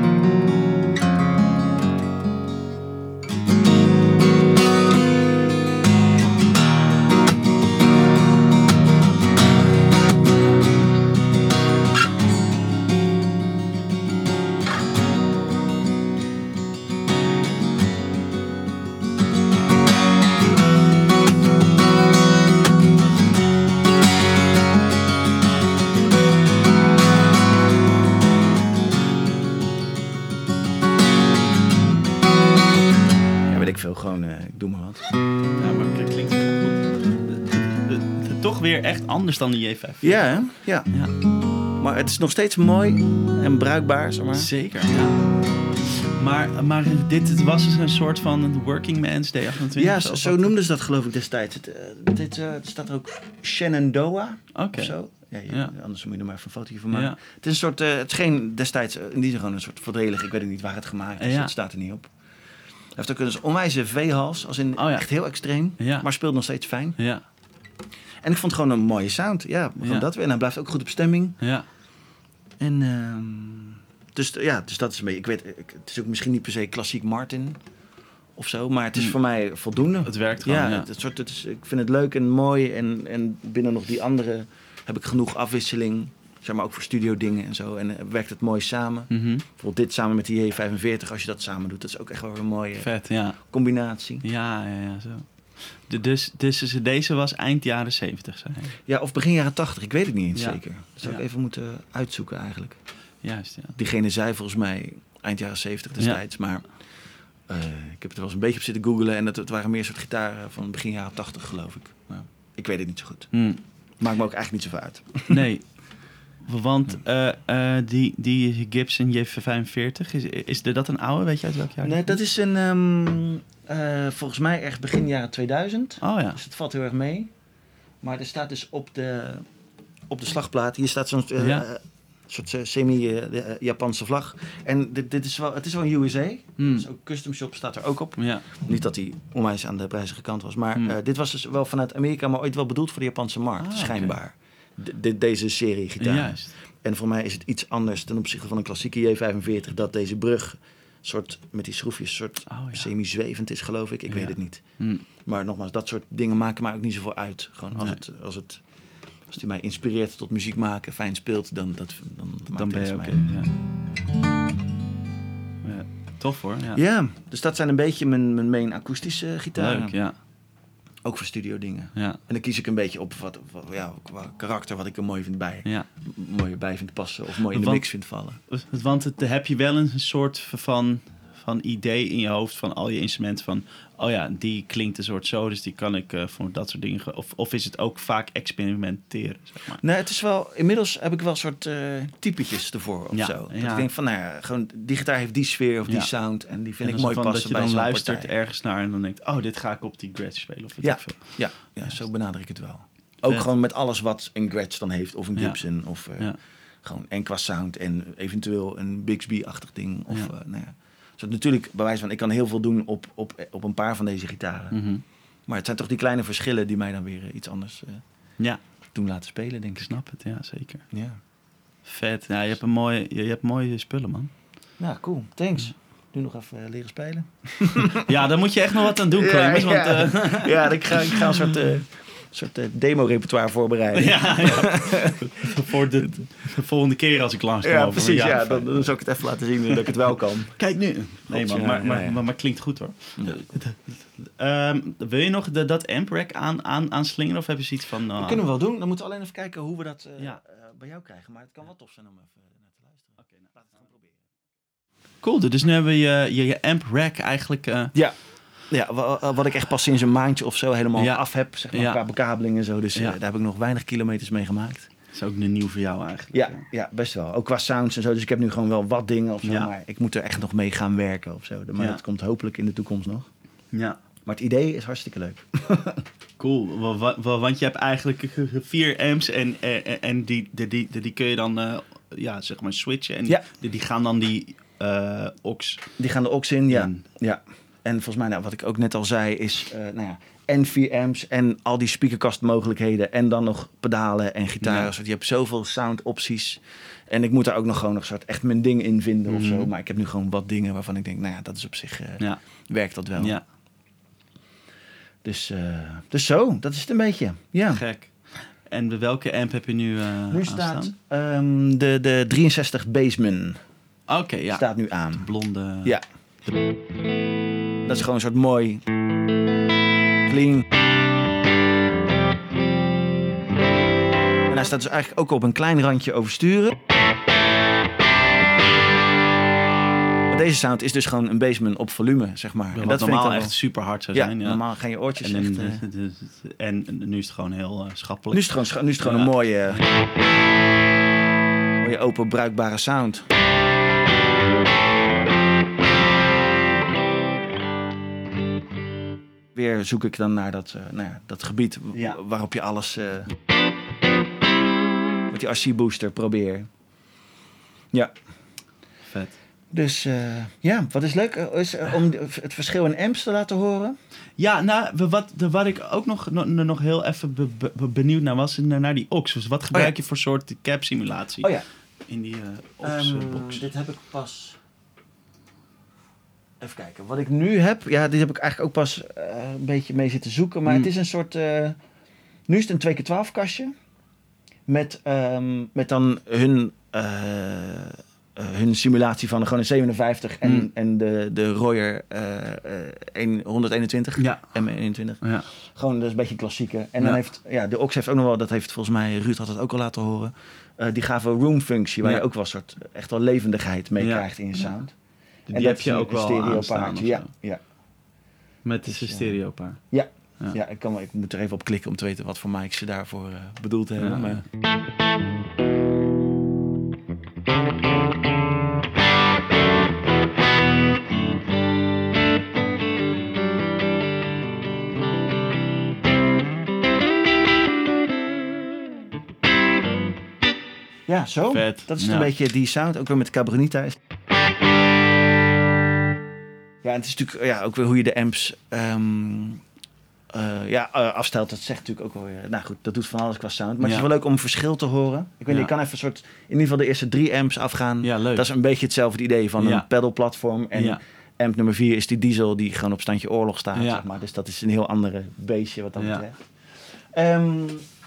Veel gewoon, uh, ik doe maar wat. Ja, maar het klinkt heel goed. Toch weer echt anders dan de J vijf. Ja, hè? Ja. Ja. Maar het is nog steeds mooi en bruikbaar, zeg maar. Zeker, ja. Maar, maar dit het was dus een soort van working man's D achtentwintig? Ja, of zo, zo, zo noemden ze dat geloof ik destijds. Het, uh, dit, uh, het staat er ook Shenandoah Oké. of zo. Ja, je, Ja. Anders moet je er maar even een fotootje van maken. Ja. Het is een soort, uh, het is geen destijds, uh, in die zin gewoon een soort voordelig. Ik weet ook niet waar het gemaakt is, Ja. het staat er niet op. Hij heeft ook een onwijze V-hals, als in Oh ja. echt heel extreem, Ja. maar speelt nog steeds fijn. Ja, En ik vond het gewoon een mooie sound. Ja, gewoon Ja. dat weer. En hij blijft ook goed op stemming. ja. En uh, dus ja, dus dat is een beetje. Ik weet, ik, het is ook misschien niet per se klassiek Martin of zo, maar het is Hmm. voor mij voldoende. Het werkt gewoon, ja, ja. Het, het soort, het is, ik vind het leuk en mooi en, en binnen nog die andere heb ik genoeg afwisseling, zeg maar ook voor studio dingen en zo. En uh, werkt het mooi samen. Mhm. Bijvoorbeeld dit samen met die J vijfenveertig, als je dat samen doet, dat is ook echt wel een mooie Vet, ja. combinatie. Ja, ja, ja, zo. De, dus, dus deze was eind jaren zeventig, zei hij. Ja, of begin jaren tachtig, ik weet het niet eens Ja. zeker. Dat zou Ja. ik even moeten uitzoeken eigenlijk. Juist, ja. Diegene zei volgens mij eind jaren zeventig destijds, maar uh, ik heb het er wel eens een beetje op zitten googlen en het, het waren meer soort gitaren van begin jaren tachtig geloof ik. Maar ik weet het niet zo goed. Hmm. Maakt me ook eigenlijk niet zoveel uit. Nee. Want uh, uh, die, die Gibson J vijfenveertig, is, is dat een oude? Weet je uit welk jaar? Nee, dat is een, um, uh, volgens mij ergens begin jaren tweeduizend. Oh ja. Dus het valt heel erg mee. Maar er staat dus op de, op de slagplaat, hier staat zo'n uh, ja. uh, soort uh, semi-Japanse uh, vlag. En dit, dit is wel, het is wel een U S A. Hmm. Dus ook Custom Shop staat er ook op. Ja. Niet dat hij onwijs aan de prijzige kant was. Maar hmm. uh, dit was dus wel vanuit Amerika, maar ooit wel bedoeld voor de Japanse markt, ah, schijnbaar. Okay. De, deze serie gitaar. Juist. En voor mij is het iets anders ten opzichte van een klassieke J vijfenveertig... dat deze brug soort, met die schroefjes soort oh, ja. semi-zwevend is, geloof ik. Ik ja. weet het niet. Hmm. Maar nogmaals, dat soort dingen maken mij ook niet zoveel uit. Gewoon als, nee. het, als, het, als die mij inspireert tot muziek maken, fijn speelt... dan, dat, dan, dan ben je oké. Okay. Ja. Ja, tof hoor. Ja. ja, dus dat zijn een beetje mijn, mijn main akoestische gitaren. Leuk, ja. Ook voor studio dingen. Ja. En dan kies ik een beetje op wat, wat ja, qua karakter wat ik er mooi vind bij. Ja. Mooi bij vind passen of mooi in de want, mix vind vallen. Want het, heb je wel een soort van, van idee in je hoofd van al je instrumenten van... oh ja, die klinkt een soort zo, dus die kan ik uh, voor dat soort dingen... Of, of is het ook vaak experimenteren, zeg maar? Nee, het is wel... Inmiddels heb ik wel een soort uh, typetjes ervoor of ja, zo. Dat ja. ik denk van, nou ja, gewoon die gitaar heeft die sfeer of die ja. sound... en die vind en ik mooi passen bij zo'n dat je dan luistert partij. ergens naar en dan denkt... oh, dit ga ik op die Gretsch spelen of weet ja. ik veel. Ja, ja, zo benader ik het wel. Ook Vet. Gewoon met alles wat een Gretsch dan heeft of een Gibson ja. of... Uh, ja. Gewoon en qua sound en eventueel een Bixby-achtig ding of... Ja. Uh, nou ja. Dus natuurlijk, bij wijze van, ik kan heel veel doen op, op, op een paar van deze gitaren. Mm-hmm. Maar het zijn toch die kleine verschillen die mij dan weer uh, iets anders uh, ja. doen laten spelen, denk ik. Ik snap het, ja, zeker. Ja. Vet. Ja, je hebt, een mooie, je, je hebt mooie spullen, man. Ja, cool. Thanks. Ja. Nu nog even uh, leren spelen. Ja, daar moet je echt nog wat aan doen, Clemens. Ja, ja. Want, uh... ja ik, ga, ik ga een soort... Uh, Een soort uh, demo-repertoire voorbereiden. Ja, ja. Voor de, de volgende keer als ik langs kom. Ja, precies. Ja, ja, dan, dan zal ik het even laten zien dat ik het wel kan. Kijk nu. Nee, man, maar, maar, maar, maar, maar klinkt goed hoor. Ja. Um, wil je nog de, dat amp-rack aan, aan, aanslingeren of hebben ze iets van... Uh... Dat kunnen we wel doen. Dan moeten we alleen even kijken hoe we dat uh, ja. uh, bij jou krijgen. Maar het kan wel tof zijn om even naar te luisteren. Oké, nou, laten we het gaan proberen. Cool, dus nu hebben we je, je, je amp-rack eigenlijk... Uh... Ja. Ja, wat ik echt pas sinds een maandje of zo helemaal ja. af heb, zeg maar, ja. qua bekabeling en zo. Dus ja. uh, daar heb ik nog weinig kilometers mee gemaakt. Dat is ook nieuw voor jou eigenlijk. Ja, ja, best wel. Ook qua sounds en zo. Dus ik heb nu gewoon wel wat dingen of zo. Ja. Maar ik moet er echt nog mee gaan werken of zo. Maar ja. dat komt hopelijk in de toekomst nog. Ja. Maar het idee is hartstikke leuk. Cool. Want je hebt eigenlijk vier amps en, en, en die, die, die, die kun je dan uh, ja, zeg maar switchen. En ja. die, die gaan dan die uh, aux... Die gaan de aux in, ja. In. Ja. En volgens mij, nou, wat ik ook net al zei, is uh, nou ja, en vier amps en al die speakerkastmogelijkheden en dan nog pedalen en gitaren. Ja. Je hebt zoveel sound opties. En ik moet daar ook nog gewoon nog soort echt mijn ding in vinden mm-hmm. of zo. Maar ik heb nu gewoon wat dingen waarvan ik denk, nou ja, dat is op zich, uh, ja. werkt dat wel. Ja. Dus, uh, dus zo, dat is het een beetje. Ja. Gek. En welke amp heb je nu uh, Nu staat um, de, de drieënzestig Bassman. Oké, okay, ja. Staat nu aan. De blonde... Ja. Dat is gewoon een soort mooi... clean. En hij staat dus eigenlijk ook op een klein randje oversturen. Maar deze sound is dus gewoon een Bassman op volume, zeg maar. Ja, en dat normaal vind ik echt super hard zou ja, zijn. Ja, normaal gaan je oortjes en, echt... En, de, de, de, en nu is het gewoon heel uh, schappelijk. Nu is het gewoon, nu is het gewoon ja. een mooie... mooie open, bruikbare sound. Weer zoek ik dan naar dat, uh, nou ja, dat gebied ja. waarop je alles uh, met die R C booster probeert. Ja. Vet. Dus uh, ja, wat is leuk is uh, om het verschil in amps te laten horen. Ja, nou, wat, wat ik ook nog, nog, nog heel even be, be, benieuwd naar was, naar die aux. Dus wat gebruik oh, ja. je voor soort cap simulatie? Oh ja. In die uh, aux um, box? Dit heb ik pas... Even kijken, wat ik nu heb, ja, dit heb ik eigenlijk ook pas uh, een beetje mee zitten zoeken. Maar mm. het is een soort, uh, nu is het een twee keer twaalf kastje. Met, um, met dan hun, uh, uh, hun simulatie van gewoon een zevenenvijftig en, mm. en de, de Royer uh, honderdeenentwintig, ja. M eenentwintig. Ja. Gewoon, dat is een beetje klassieke. En ja. dan heeft, ja, de aux heeft ook nog wel, dat heeft volgens mij, Ruud had het ook al laten horen. Uh, die gaven room functie, waar ja. je ook wel een soort, echt wel levendigheid mee ja. krijgt in je sound. Die en heb je ook wel aanstaan. Ja, ja. Met dus een stereopaar. Ja. Ja. Ja, ik, kan, ik moet er even op klikken om te weten wat voor mics ze daarvoor uh, bedoeld hebben. Ja. Maar... Ja, zo. Vet. Dat is Ja. een beetje die sound. Ook weer met Cabronita. Ja, en het is natuurlijk ja, ook weer hoe je de amps um, uh, ja, uh, afstelt. Dat zegt natuurlijk ook wel weer... Nou goed, dat doet van alles qua sound. Maar Ja. het is wel leuk om verschil te horen. Ik weet niet, Ja. je kan even een soort... In ieder geval de eerste drie amps afgaan. Ja, leuk. Dat is een beetje hetzelfde idee van Ja. een pedalplatform. En Ja. amp nummer vier is die diesel die gewoon op standje oorlog staat. Ja. Zeg maar. Dus dat is een heel andere beestje wat dat Ja. betreft. Um,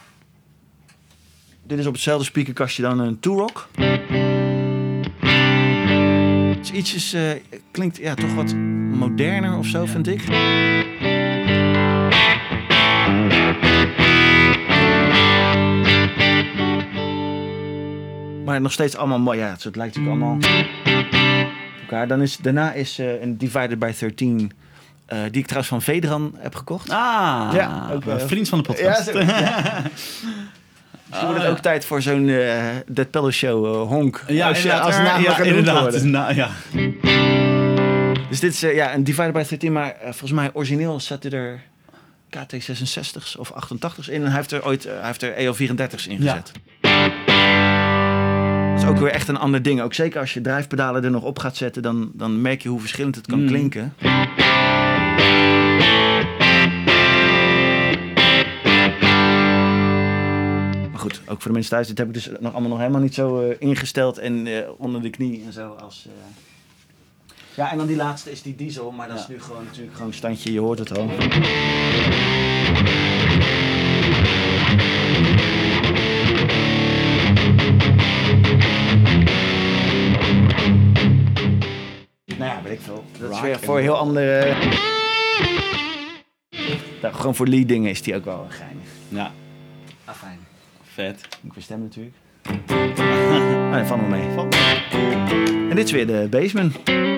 dit is op hetzelfde speakerkastje dan een Turok. Het is ietsjes, uh, klinkt ja, toch wat moderner of zo, ja. vind ik. Maar nog steeds allemaal mooi. Ja, het lijkt natuurlijk allemaal op elkaar. Dan is, daarna is uh, een Divided by dertien, uh, die ik trouwens van Vedran heb gekocht. Ah, ja, ook, uh, vriend van de podcast. Ja, zo, ja. Misschien wordt het ook tijd voor zo'n uh, Dead Pedal Show uh, honk. Ja, als je als ja, naam ja, genoemd inderdaad. worden. Nou, ja. Dus dit is uh, ja, een Divided by dertien, maar uh, volgens mij origineel zat er K T zesenzestig's of achtentachtig's in. En hij heeft er ooit uh, hij heeft er E L vierendertig's in gezet. Ja. Dat is ook weer echt een ander ding. Ook zeker als je drijfpedalen er nog op gaat zetten, dan, dan merk je hoe verschillend het kan mm. klinken. Goed, ook voor de mensen thuis. Dit heb ik dus nog allemaal nog helemaal niet zo uh, ingesteld en uh, onder de knie en zo. Als, uh... Ja, en dan die laatste is die diesel, maar dat ja. is nu gewoon natuurlijk gewoon standje. Je hoort het al. Nou ja, weet ik veel. Dat is weer voor heel andere... Nou, gewoon voor lead dingen is die ook wel geinig. Ja. Ah, fijn. Vet. Ik weer stem natuurlijk. Ah, dat valt me mee. Valt me. En dit is weer de Bassman.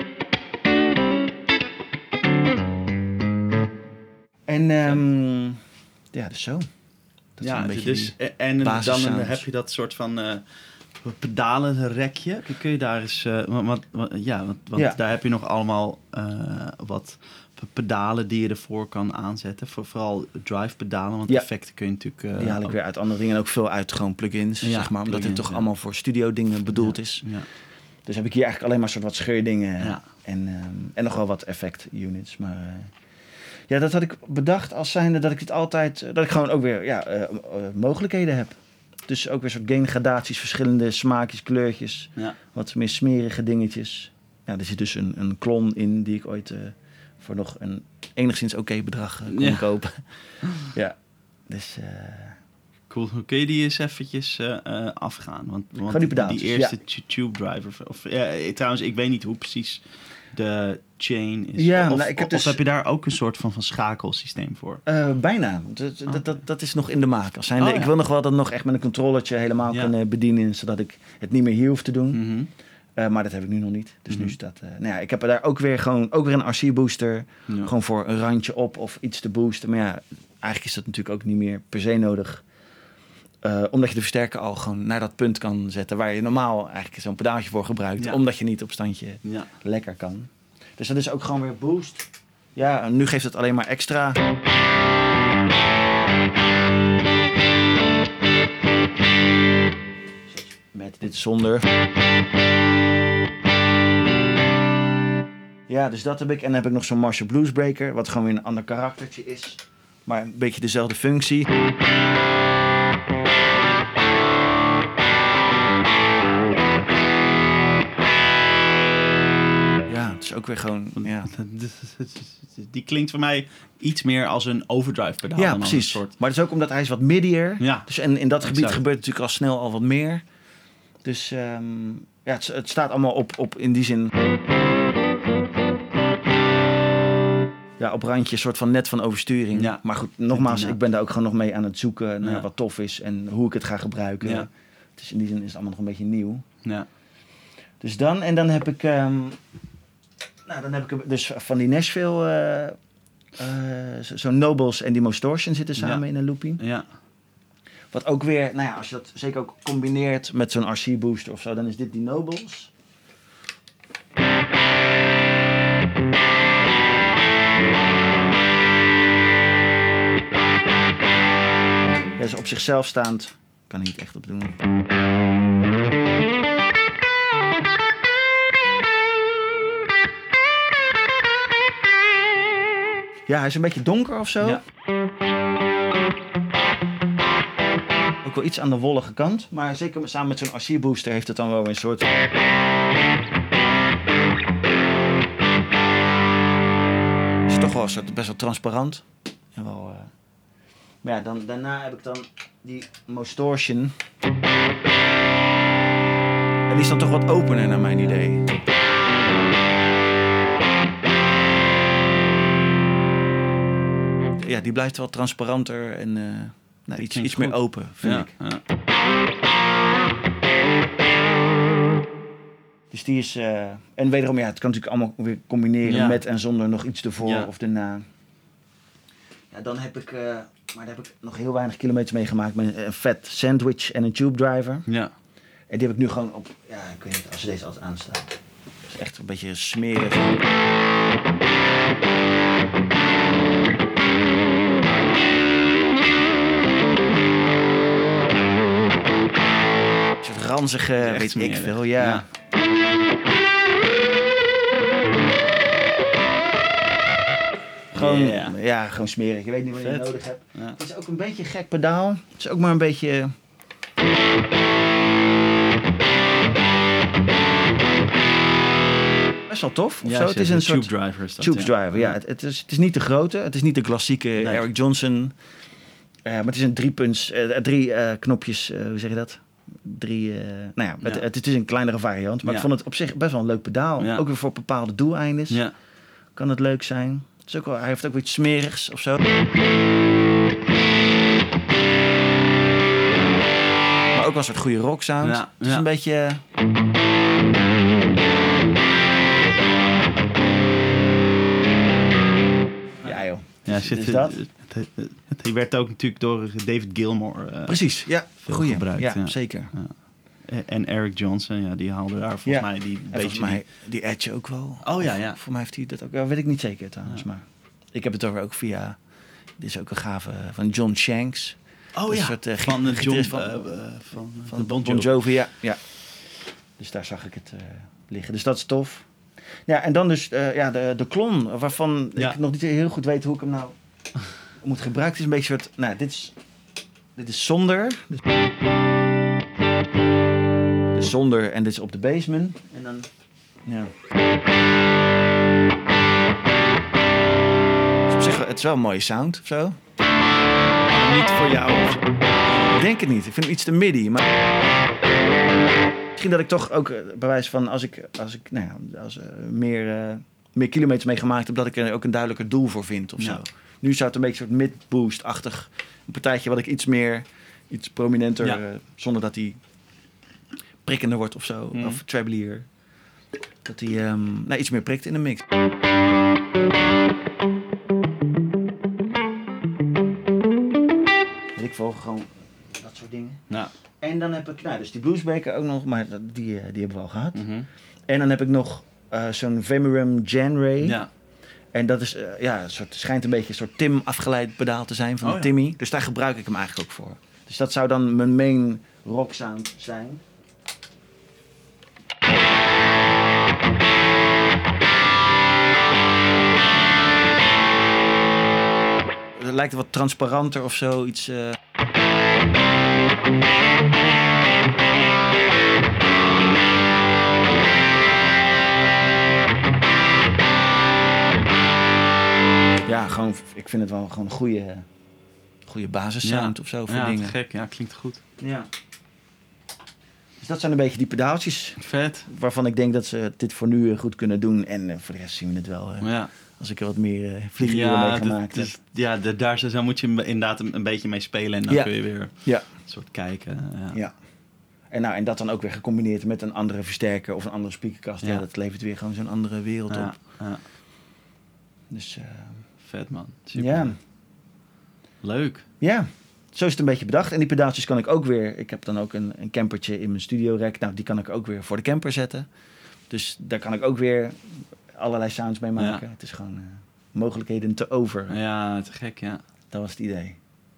En um, ja, dus zo. Dat ja, een dus, en dan heb je dat soort van uh, pedalenrekje. Kun je daar eens... Uh, wat, wat, ja, want, want ja. daar heb je nog allemaal uh, wat... pedalen die je ervoor kan aanzetten. Voor, vooral drive pedalen, want ja. effecten kun je natuurlijk... Uh, die haal ik ook... weer uit andere dingen en ook veel uit gewoon plugins, ja, zeg maar. Omdat het toch ja. allemaal voor studio dingen bedoeld ja. is. Ja. Dus heb ik hier eigenlijk alleen maar soort wat scheurdingen ja. en, um, en nog wel wat effect units. Maar uh, ja, dat had ik bedacht als zijnde dat ik het altijd... Uh, dat ik gewoon ook weer ja, uh, uh, mogelijkheden heb. Dus ook weer soort gain gradaties, verschillende smaakjes, kleurtjes. Ja. Wat meer smerige dingetjes. Ja, er zit dus een, een klon in die ik ooit... Uh, voor nog een enigszins oké okay bedrag kon ja. kopen. ja, dus... Uh... Cool. Hoe kun je die eens eventjes uh, uh, afgaan? Want, want die, die eerste ja. tube driver... Of, ja, trouwens, ik weet niet hoe precies de chain is. Ja, of, nou, ik heb of dus... heb je daar ook een soort van, van schakelsysteem voor? Uh, bijna. Dat, oh. dat, dat, dat is nog in de maak. Als zijn oh, de, ja. Ik wil nog wel dat nog echt met een controllertje helemaal ja. kunnen bedienen... zodat ik het niet meer hier hoef te doen. Mm-hmm. Uh, maar dat heb ik nu nog niet. Dus mm-hmm. nu is dat... Uh, nou ja, ik heb er daar ook weer gewoon ook weer een R C-booster. Ja. Gewoon voor een randje op of iets te boosten. Maar ja, eigenlijk is dat natuurlijk ook niet meer per se nodig. Uh, omdat je de versterker al gewoon naar dat punt kan zetten... waar je normaal eigenlijk zo'n pedaaltje voor gebruikt. Ja. Omdat je niet op standje ja. lekker kan. Dus dat is ook gewoon weer boost. Ja, en nu geeft het alleen maar extra... Met dit zonder... Ja, dus dat heb ik. En dan heb ik nog zo'n Marshall Bluesbreaker... wat gewoon weer een ander karaktertje is. Maar een beetje dezelfde functie. Ja, het is ook weer gewoon... Ja. Die klinkt voor mij iets meer als een overdrive pedaal. Ja, precies. Soort... Maar het is ook omdat hij is wat middier. Ja. Dus en in dat gebied exact. gebeurt natuurlijk al snel al wat meer. Dus um, ja, het, het staat allemaal op, op in die zin... Ja, op randje soort van net van oversturing. Ja. Maar goed, nogmaals, ik ben daar ook gewoon nog mee aan het zoeken naar ja. wat tof is en hoe ik het ga gebruiken. Ja. Dus in die zin is het allemaal nog een beetje nieuw. Ja. Dus dan, en dan heb ik, um, nou dan heb ik dus van die Nashville Uh, Zo'n zo Nobles en die Distortion zitten samen ja. in een looping. Ja. Wat ook weer, nou ja, als je dat zeker ook combineert met zo'n R C booster of zo, dan is dit die Nobles. Ja, dus op zichzelf staand kan ik niet echt op doen. Ja, hij is een beetje donker of zo. Ja. Ook wel iets aan de wollige kant. Maar zeker samen met zo'n R C booster heeft het dan wel een soort... Het is toch wel een soort best wel transparant. En wel... Uh... Maar ja, dan, daarna heb ik dan die Distortion. En die is dan toch wat opener naar mijn idee. Ja, die blijft wel transparanter en uh, nou, iets, iets meer open, vind ja, ik. Ja. Dus die is... Uh, en wederom, ja, het kan natuurlijk allemaal weer combineren ja. met en zonder nog iets ervoor ja. of erna. Ja, dan heb ik... Uh, maar daar heb ik nog heel weinig kilometers mee gemaakt met een vet sandwich en een tube driver. Ja. En die heb ik nu gewoon op... Ja, ik weet niet, als deze altijd aanstaat. Dat is echt een beetje smerig. Een soort ranzige, weet ik veel, ja. ja. Gewoon, yeah. ja, gewoon smerig. Je weet niet wat je nodig hebt. Ja. Het is ook een beetje een gek pedaal. Het is ook maar een beetje... Best wel tof. Of ja, zo. Het is een tube soort driver. Is dat, tube ja. driver, ja. Het, het, is, het is niet de grote. Het is niet de klassieke nee. Eric Johnson. Uh, maar het is een drie punts, uh, drie uh, knopjes, uh, hoe zeg je dat? Drie, uh, nou ja, het, ja. Het, het is een kleinere variant. Maar ja. ik vond het op zich best wel een leuk pedaal. Ja. Ook weer voor bepaalde doeleindes. Ja. Kan het leuk zijn. Het is ook wel, hij heeft ook weer iets smerigs of zo. Maar ook wel een soort goede rock sound. Ja. Het is ja. een beetje... Ja joh. Ja, zit, is dat? Het, het, het, het werd ook natuurlijk door David Gilmour uh, Precies, ja. veel Goeie. gebruikt. Ja, ja. zeker. Ja. En Eric Johnson, ja, die haalde daar volgens ja. mij die en beetje... volgens mij die Edge ook wel. Oh ja, ja. Voor mij heeft hij dat ook wel. Weet ik niet zeker trouwens, ja. maar... Ik heb het over ook via... Dit is ook een gave van John Shanks. Oh ja, soort, uh, van, de John, van, uh, uh, van, van Bon Jovi. Bon Jovi, ja. ja. Dus daar zag ik het uh, liggen. Dus dat is tof. Ja, en dan dus uh, ja, de, de klon, waarvan ja. ik nog niet heel goed weet hoe ik hem nou moet gebruiken. Het is een beetje een soort... Nou, dit is, dit is zonder... Dus, dus zonder en dit is op de baseman. En dan... Ja. Dus op zich, het is wel een mooie sound of zo. Niet voor jou. Ik denk het niet. Ik vind hem iets te midi. Maar... Misschien dat ik toch ook bij wijze van... Als ik, als ik nou ja, als, uh, meer, uh, meer kilometers mee gemaakt heb... dat ik er ook een duidelijker doel voor vind of ja. zo. Nu zou het een beetje een soort mid-boost-achtig... een partijtje wat ik iets meer... iets prominenter... Ja. Uh, zonder dat hij prikkender wordt of zo. Mm. Of treblier. Dat hij um, nou, iets meer prikt in de mix. Ik volg gewoon dat soort dingen. Ja. En dan heb ik, nou, dus die bluesbreaker ook nog, maar die, die hebben we al gehad. Mm-hmm. En dan heb ik nog uh, zo'n Vemirum Genray. Ja. En dat is, uh, ja, een soort, schijnt een beetje een soort Tim afgeleid pedaal te zijn van oh, de ja. Timmy. Dus daar gebruik ik hem eigenlijk ook voor. Dus dat zou dan mijn main rock sound zijn. Het lijkt wat transparanter of zo, iets... Uh... Ja, gewoon, ik vind het wel gewoon een goede, goede basissound ja. of zo voor ja, dingen. Ja, gek. Ja, klinkt goed. Ja. Dus dat zijn een beetje die pedaaltjes. Vet. Waarvan ik denk dat ze dit voor nu goed kunnen doen. En uh, voor de rest zien we het wel. Uh, ja. Als ik er wat meer uh, vlieguren ja, mee gemaakt heb. Dus, ja, de, daar zo moet je inderdaad een, een beetje mee spelen. En dan ja. kun je weer ja. een soort kijken. Ja. ja. En, nou, en dat dan ook weer gecombineerd met een andere versterker of een andere speakerkast. Ja. Ja, dat levert weer gewoon zo'n andere wereld ja. op. Ja. Dus... Uh, Vet, man. Super. Ja. Leuk. Ja, zo is het een beetje bedacht. En die pedaaltjes kan ik ook weer... Ik heb dan ook een, een campertje in mijn studio-rack. Nou, die kan ik ook weer voor de camper zetten. Dus daar kan ik ook weer allerlei sounds mee maken. Ja. Het is gewoon uh, mogelijkheden te over. Ja, te gek, ja. Dat was het idee.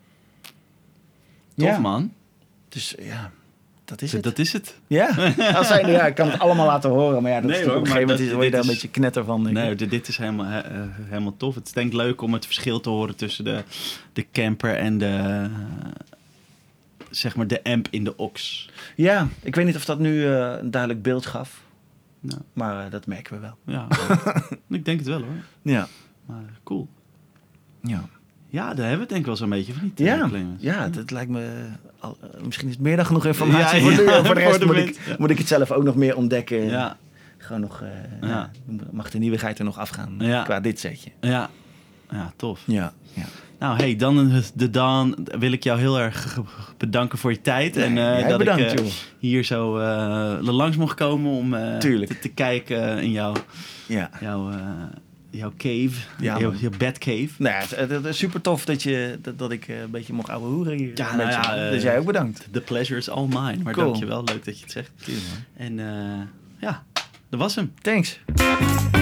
Tof, Ja. man. Dus ja, dat is het. Dat is het. Ja, als zijnde, ja, ik kan het allemaal laten horen. Maar ja, dat Nee, is hoor, op een maar gegeven moment dat- is- word je dit daar een is- beetje knetter van. denk Nee, ik. dit, dit is helemaal, he- eh, helemaal tof. Het is denk ik leuk om het verschil te horen tussen de, de camper en de, uh, zeg maar, de amp in de aux. Ja, ik weet niet of dat nu uh, een duidelijk beeld gaf. Nou, Maar uh, dat merken we wel. ja, ik denk het wel, hoor. Ja. Maar cool. Ja. Ja, daar hebben we het denk ik wel zo'n beetje, of niet? Ja, eh, Clemens? ja, dat lijkt me... Al, uh, misschien is het meer dan genoeg informatie Ja, voor nu. ja, En voor de voor rest de moet, mens, ik, ja. moet ik het zelf ook nog meer ontdekken. Ja, Gewoon nog... Uh, Ja. ja, mag de nieuwigheid er nog afgaan Ja. qua dit setje. ja. Ja, tof. Ja. ja. Nou, hey, dan de Dan wil ik jou heel erg bedanken voor je tijd. Nee, en uh, jij dat bedankt, ik uh, joh. hier zo uh, langs mocht komen om uh, Tuurlijk. te, te kijken in jouw, Ja. jouw, uh, jouw cave, Ja, jouw, man. jouw bedcave. Nou ja, het, het is super tof dat, je, dat, dat ik uh, een beetje mocht ouwe hoeren hier. Ja, Een nou beetje. ja, uh, dus jij ook bedankt. The pleasure is all mine. Maar Cool. dankjewel, leuk dat je het zegt. En uh, ja, dat was hem. Thanks.